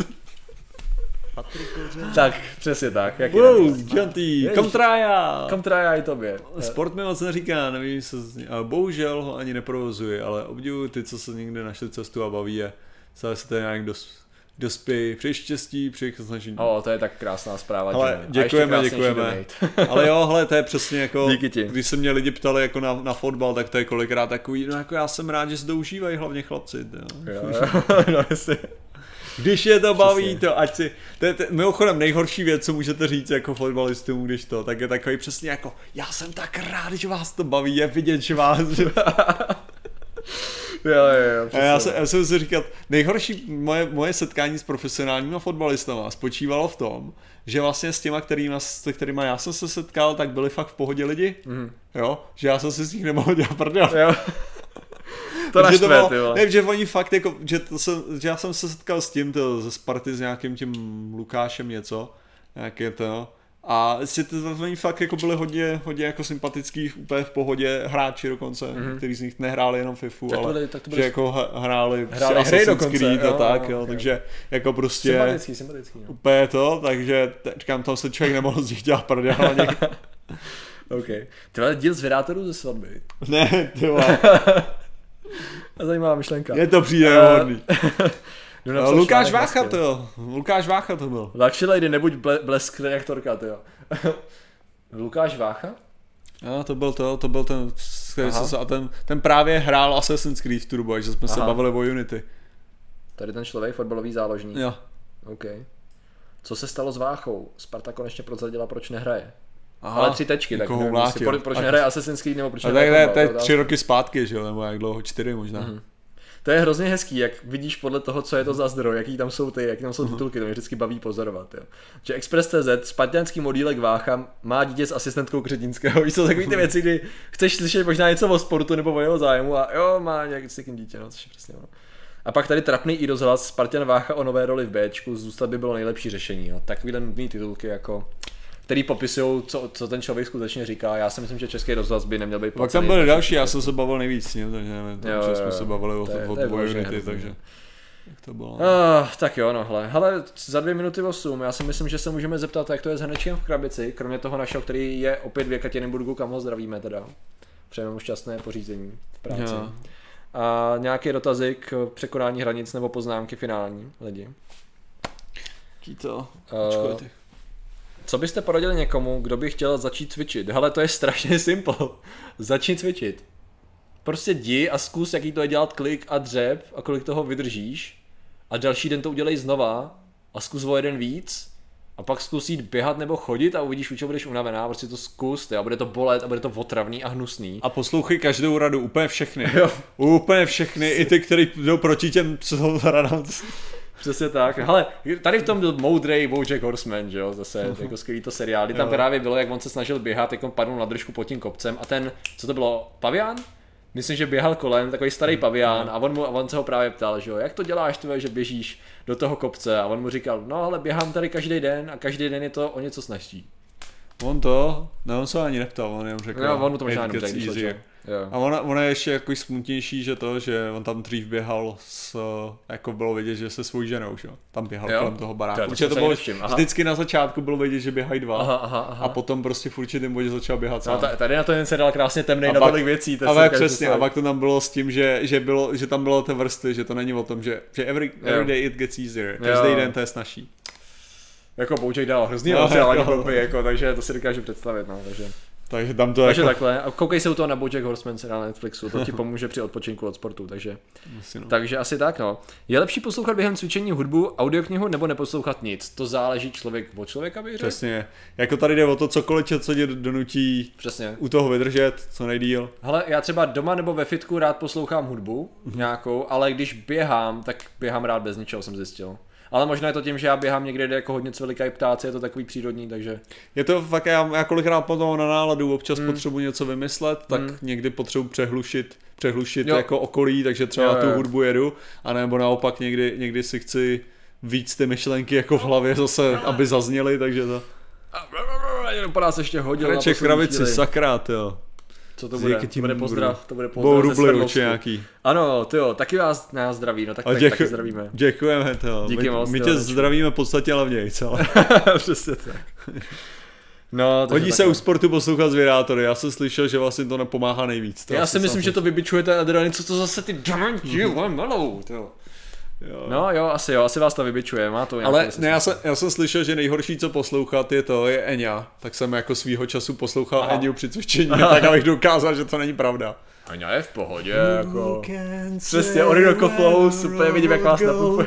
Tak, přesně tak. Jak wow, Janty, komtrája. Komtrája i tobě. Sport mi moc neříká, nevím, se, bohužel ho ani neprovozuji, ale obdivuji ty, co se někde našli cestu a baví a stále se to nějak dos, dospějí. Přeji štěstí, přeji snažení. O, to je tak krásná zpráva. Ale děkujeme, děkujeme. Ale jo, hele, to je přesně jako, když se mě lidi ptali jako na, na fotbal, tak to je kolikrát takový, no jako já jsem rád, že se to užívají, hlavně chlapci. Jo, jo, no jestli. Když je to baví, to ať si, to je, to, mimochodem nejhorší věc, co můžete říct jako fotbalistům, když to, tak je takový přesně jako, já jsem tak rád, že vás to baví, je vidět, že vás, že... jo, jo, jo, a já, se, já jsem si říkal, nejhorší moje, moje setkání s profesionálníma fotbalistama spočívalo v tom, že vlastně s těma, kterýma, s kterýma já jsem se setkal, tak byli fakt v pohodě lidi, mm. jo, že já jsem si z nich nemohl dělat prdel. Jo. To naštve, ty vole. Ne, že oni fakt jako, že, to jsem, že já jsem se setkal s tím, to, ze Sparty s nějakým tím Lukášem něco, nějaké to, a si to, oni fakt jako byli hodně, hodně jako sympatických, úplně v pohodě, hráči dokonce, mm-hmm. kteří z nich nehráli jenom FIFU, tak ale byli, tak byli, že jako hráli, hráli Assassin's Creed a tak, jo, jo, takže jako prostě sympatický, sympatický, no. Úplně to, takže říkám, tam se člověk nemohl z nich dělat prdel. OK. Ty máš díl z vydátorů ze svatby. Ne, ty vole. Zajímavá myšlenka. Je to přijde hodný. No, Lukáš Vácha to jo. Lukáš Vácha to byl. Lucky Lady, nebuď ble, blesk reaktorka, to jo. Lukáš Vácha? Jo, to byl to, to byl ten, se, a ten, ten právě hrál Assassin's Creed v tu dobu, že jsme Aha. se bavili o Unity. Tady ten člověk, fotbalový záložník. Jo. OK. Co se stalo s Váchou? Sparta konečně prozradila, proč nehraje. Aha, ale tři tečky, tak nevím, jestli, pro, proč nehraje Assassin's Creed nebo proč nehraje fotbal. To je tři roky zpátky, že jo, nebo jak dlouho, čtyři možná. Mm-hmm. To je hrozně hezký, jak vidíš podle toho, co je to za zdroj, jaký tam jsou ty, jaký tam jsou titulky, to mě vždycky baví pozorovat. Jo. Že Express tečka cé zet, spartanský modílek Vácha, má dítě s asistentkou Křetínského. Víš, jsou takový ty věci, kdy chceš slyšet možná něco o sportu nebo o jeho zájmu a jo, má nějaký s takým dítě, no, což je přesně ono. A pak tady trapný i rozhlas, Spartan Vácha o nové roli v Bčku, zůstat by bylo nejlepší řešení. Jo. Takovýhle nudný titulky jako... který popisují, co, co ten člověk skutečně říká. Já si myslím, že český rozhlas by neměl být placený. Pak tam byly další, já jsem se bavil nejvíc s ním, takže nevím, tam, jo, že jsme se bavili o, o, o Unity, takže jak to bylo. Uh, tak jo, no hle. Hele, za dvě minuty osm, já si myslím, že se můžeme zeptat, jak to je s Hnečkem v krabici, kromě toho našeho, který je opět v Jekaterinburgu, kam ho zdravíme teda. Přejeme mu šťastné pořízení v práci. Jo. A nějaký dotazy k překonání hranic nebo poznámky finální lidi. Kýto, uh, Co byste poradili někomu, kdo by chtěl začít cvičit? Hele, to je strašně simple. Začni cvičit. Prostě jdi a zkus, jaký to je dělat klik a dřep a kolik toho vydržíš. a další den to udělej znova a zkus o jeden víc a pak zkus jít běhat nebo chodit a uvidíš, u čeho budeš unavená, prostě to zkus a bude to bolet a bude to otravný a hnusný. A poslouchej každou radu, úplně všechny. Jo. Úplně všechny, i ty, který jdou proti těm, co jsou radám. Přesně tak. Hele, tady v tom byl moudrej BoJack Horseman, že jo, zase uh-huh. jako skvělý to seriál, kdy tam jo. právě bylo, jak on se snažil běhat, jak on padl na držku pod tím kopcem a ten, co to bylo, pavián? Myslím, že běhal kolem, takový starý pavián a on, mu, a on se ho právě ptal, že jo, jak to děláš tvoje, že běžíš do toho kopce a on mu říkal, no ale běhám tady každý den a každý den je to o něco snažší. On to, no on se ani neptal, on jenom řekl, no, on mu to možná jenom řekl. A ona, ona je ještě jako smutnější, že to, že on tam dřív běhal s, jako bylo vidět, že se svou ženou, že? Tam běhal jo? kolem toho baráku. Protože to, to bylo vždycky na začátku bylo vidět, že běhají dva aha, aha, aha. a potom prostě v určitém bodě začal běhat sám. No, tady na to ten seriál krásně temnej na tolik věcí. A pak přesně, a pak to tam bylo s tím, že, že, bylo, že tam bylo ty vrstvy, že to není o tom, že, že every, every day it gets easier, každý jo. den to je snazší. Jako BoJack dal hrozně no, seriální blbý, jako, takže to si dokážu představit, no, takže. Takže tam to takže jako... takhle, a koukej se u toho na BoJack Horseman na Netflixu, to ti pomůže při odpočinku od sportu, takže asi no. takže asi tak, no. Je lepší poslouchat během cvičení hudbu, audioknihu nebo neposlouchat nic? To záleží člověk od člověka, bych řekl. Přesně, jako tady jde o to cokoliv, co tě donutí Přesně. u toho vydržet, co nejdýl. Hele, já třeba doma nebo ve fitku rád poslouchám hudbu nějakou, ale když běhám, tak běhám rád bez ničeho, jsem zjistil. Ale možná je to tím, že já běhám někde, kde jako hodně cvelikají ptáci, je to takový přírodní, takže... Je to fakt, já, já kolikrát potom na náladu občas mm. potřebuji něco vymyslet, tak mm. někdy potřebuji přehlušit, přehlušit jako okolí, takže třeba jo, jo. tu hudbu jedu, anebo naopak někdy, někdy si chci víc ty myšlenky jako v hlavě zase, aby zazněly, takže to... Vypadá se ještě hodil na poslední kravici, sakra, jo. Co to bude? To bude pozdrav, to bude pozdrav ze Svrnovsku. Nějaký. Ano, tyjo, taky vás nás zdraví, no tak, tak děku, taky zdravíme. Děkujeme to. Díky my, moc. My tě zdravíme v podstatě hlavnějc, ale. Přesně tak. No, hodí se u sportu poslouchat zvědátory, já jsem slyšel, že vlastně to nepomáhá nejvíc. Já si myslím, že to vybičujete adrenalin, co to zase ty diamanti, malou, tyjo. Jo. No jo, asi jo, asi vás to vybičuje, má to ale ne, já, jsem, já jsem slyšel, že nejhorší, co poslouchat je to, je Enya, tak jsem jako svýho času poslouchal Enyu při cvičení, tak abych dokázal, že to není pravda. Enya je v pohodě, jako přesně Orinoco Flows, úplně vidím, jak vás napupuje.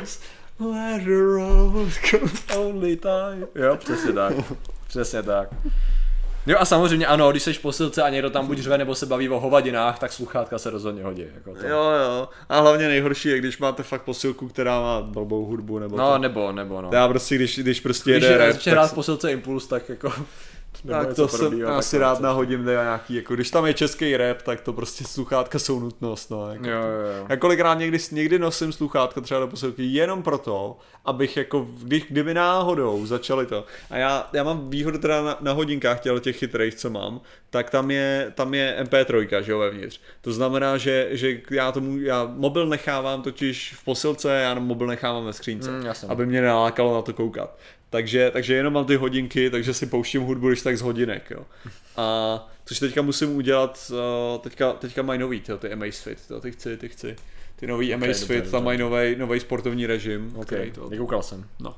Only time. Jo, přesně tak, přesně tak. Jo a samozřejmě ano, když seš v posilce a někdo tam buď řve nebo se baví o hovadinách, tak sluchátka se rozhodně hodí. Jako to. Jo jo, a hlavně nejhorší je, když máte fakt posilku, která má blbou hudbu nebo No to. nebo, nebo no. Já prostě, když, když prostě když jede rap, tak... hrát v posilce Impuls, tak jako... Tak to jsem asi rád nahodím nějaký, jako když tam je český rap, tak to prostě sluchátka jsou nutnost, no. Jako jo, jo, jo. Já kolikrát někdy, někdy nosím sluchátka třeba do posilky jenom proto, abych jako, když, kdyby náhodou začali to. A já, já mám výhodu teda na, na hodinkách těle těch chytrých, co mám, tak tam je, tam je em pé tři, že jo, vevnitř. To znamená, že, že já tomu, já mobil nechávám totiž v posilce, já mobil nechávám ve skřínce, mm, aby mě nelákalo na to koukat. Takže, takže jenom mám ty hodinky, takže si pouštím hudbu, když tak z hodinek, jo. A což teďka musím udělat, teďka, teďka mají nový, tyjo, ty Amazfit, tyjo, ty chci, ty chci. Ty nový okay, Amazfit, dobře, tam mají nový, nový sportovní režim. Okay, to... Nekoukal jsem. No.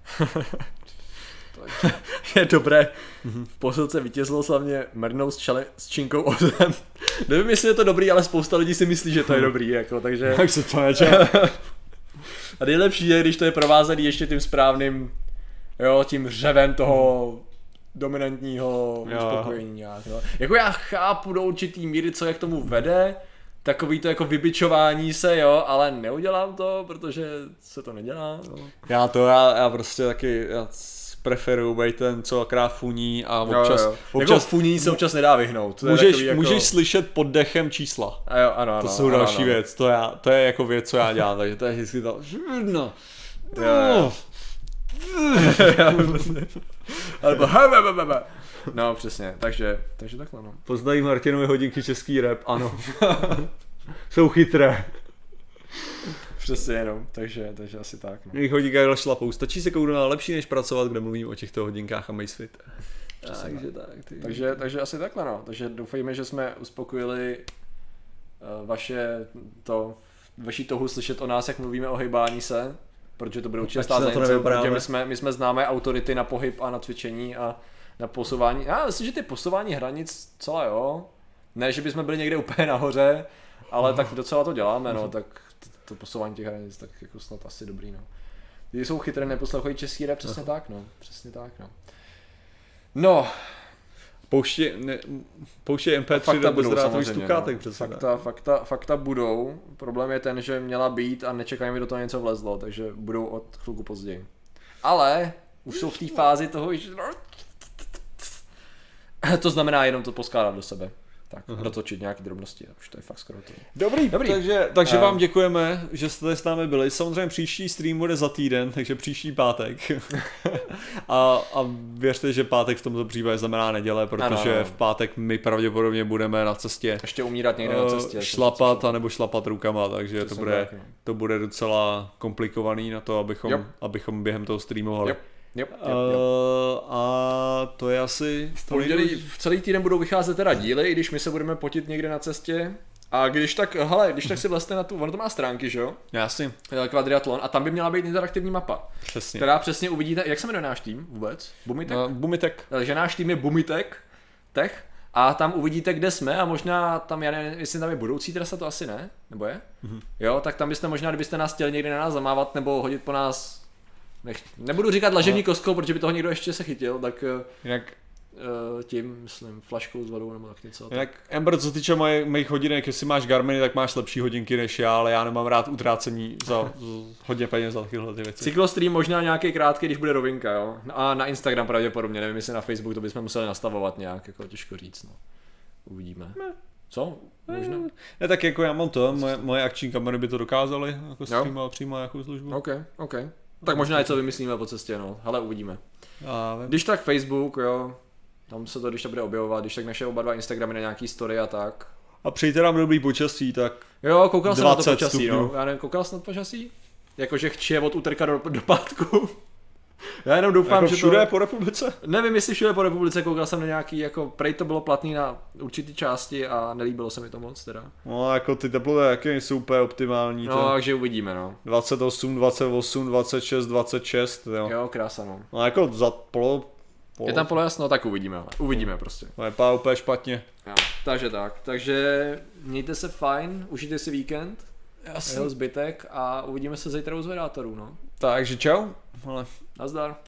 Je dobré, v posilce vítězilo slavně Mrnou s, čale, s činkou o zem. Nevím, jestli je to dobrý, ale spousta lidí si myslí, že to je dobrý, jako, takže... Tak se to neče. A nejlepší je, když to je provázaný ještě tím správným, jo, tím řevem toho dominantního uspokojení nějak, jo. Jako já chápu do určitý míry, co je k tomu vede, takový to jako vybičování se, jo, ale neudělám to, protože se to nedělá, jo. Já to, já, já prostě taky, já preferuju být ten, co akrát funí a občas... Jo, jo. občas jako funí se občas nedá vyhnout. Můžeš, jako... můžeš slyšet pod dechem čísla. A jo, ano, ano, to jsou ano, další ano. věc, to, já, to je jako věc, co já dělám, takže to je vždycky to... No. Jo, Alebo no přesně, takže, takže takhle no. Poznají Martinovi hodinky český rap, ano. Jsou chytré. Přesně jenom, takže, takže asi tak no. Jejich hodinka šlapou, stačí se kouknout na lepší než pracovat, kde mluvím o těchto hodinkách a Amazfit. Takže tak. Ty... Takže, takže asi takhle no, takže doufejme, že jsme uspokojili uh, vaše to, vaši touhu slyšet o nás, jak mluvíme o hejbání se. Protože to bude určitě stát za něco, protože my jsme, my jsme známé autority na pohyb a na cvičení a na posouvání. Já myslím, že ty posouvání hranic celá jo. Ne, že bychom byli někde úplně nahoře, ale tak docela to děláme, no, tak to, to posouvání těch hranic, tak jako snad asi dobrý, no. Když jsou chytré, neposlouchají český rap, přesně no. tak, no. Přesně tak, no. No. Pouště, ne, pouště M P tři do bezdrátových sluchátek no. přece. Fakta, fakta, fakta budou. Problém je ten, že měla být a nečekají, mi do toho něco vlezlo, takže budou od chvilku později. Ale už jsou v té fázi toho, že... To znamená jenom to poskládat do sebe. Tak, uh-huh. dotočit nějaké drobnosti, už to je fakt skoro to. Dobrý, Dobrý. takže, takže uh, vám děkujeme, že jste s námi byli. Samozřejmě příští stream bude za týden, takže příští pátek. a, a věřte, že pátek v tomto případě znamená neděle, protože ano. v pátek my pravděpodobně budeme na cestě. Ještě umírat někde uh, na cestě. Šlapat, anebo šlapat rukama, takže to, to, bude, tak, no. to bude docela komplikovaný na to, abychom, yep. abychom během toho streamovali. Yep. Yep, yep, yep. Uh, a to je asi... V pondělí v celý týden budou vycházet teda díly, i když my se budeme potit někde na cestě. A když tak, hele, když tak si vlastně na tu, ono to má stránky, že jo? Jasně. Quadriathlon a tam by měla být interaktivní mapa. Přesně. Která přesně uvidíte, jak se jmenuje náš tým vůbec? Bumitek? No, Bumitek. Takže náš tým je Bumitek, Tech. A tam uvidíte, kde jsme a možná tam, já nevím, jestli tam je budoucí trasa, to asi ne, nebo je? Mm-hmm. Jo, tak tam byste možná, kdybyste nás chtěli někde na nás zamávat nebo hodit po nás. Nech, nebudu říkat lažební kostkou, protože by toho někdo ještě se chytil, tak jinak uh, tím, myslím, flaškou s vodou nebo tak něco. Jinak, Ember, co týče mojich, mojich hodinek, jestli máš Garminy, tak máš lepší hodinky než já, ale já nemám rád utrácení za hodně peněz za tyhle ty věci. Cyklostream možná nějaký krátký, když bude rovinka, jo. A na Instagram pravděpodobně, nevím, jestli na Facebook, to bychom museli nastavovat nějak, jako těžko říct, no. Uvidíme. Ne. Co? Možná? Ne, tak jako já mám to, moje, moje akční kamery by to dokázaly, jako streamovat přímo nějakou službu. OK, OK. Tak možná něco vymyslíme po cestě, no, ale uvidíme. A když tak Facebook, jo, tam se to, když to bude objevovat, když tak naše oba dva Instagramy na nějaký story a tak. A přejte nám dobrý počasí, tak jo, koukal jsem na to počasí, stupňů. No, já nevím, koukal jsem na to počasí? Jakože chče od úterka do, do pátku. Já jenom doufám, jako že všude to... po republice? Nevím, jestli všude po republice, koukal jsem na nějaký, jako prej to bylo platný na určitý části a nelíbilo se mi to moc teda. No jako ty teploty jaké nejsou úplně optimální. No, to... takže uvidíme, no. dvacet osm, dvacet osm, dvacet šest, dvacet šest, jo. Jo, krása, no. No jako za polo... polo... Je tam polo jasno, tak uvidíme, ale uvidíme prostě. No vypadá úplně špatně. Jo, takže tak, takže mějte se fajn, užijte si víkend. Jeho zbytek a uvidíme se zítra u zvedátorů, no. Takže čau. Ale... Nazdar.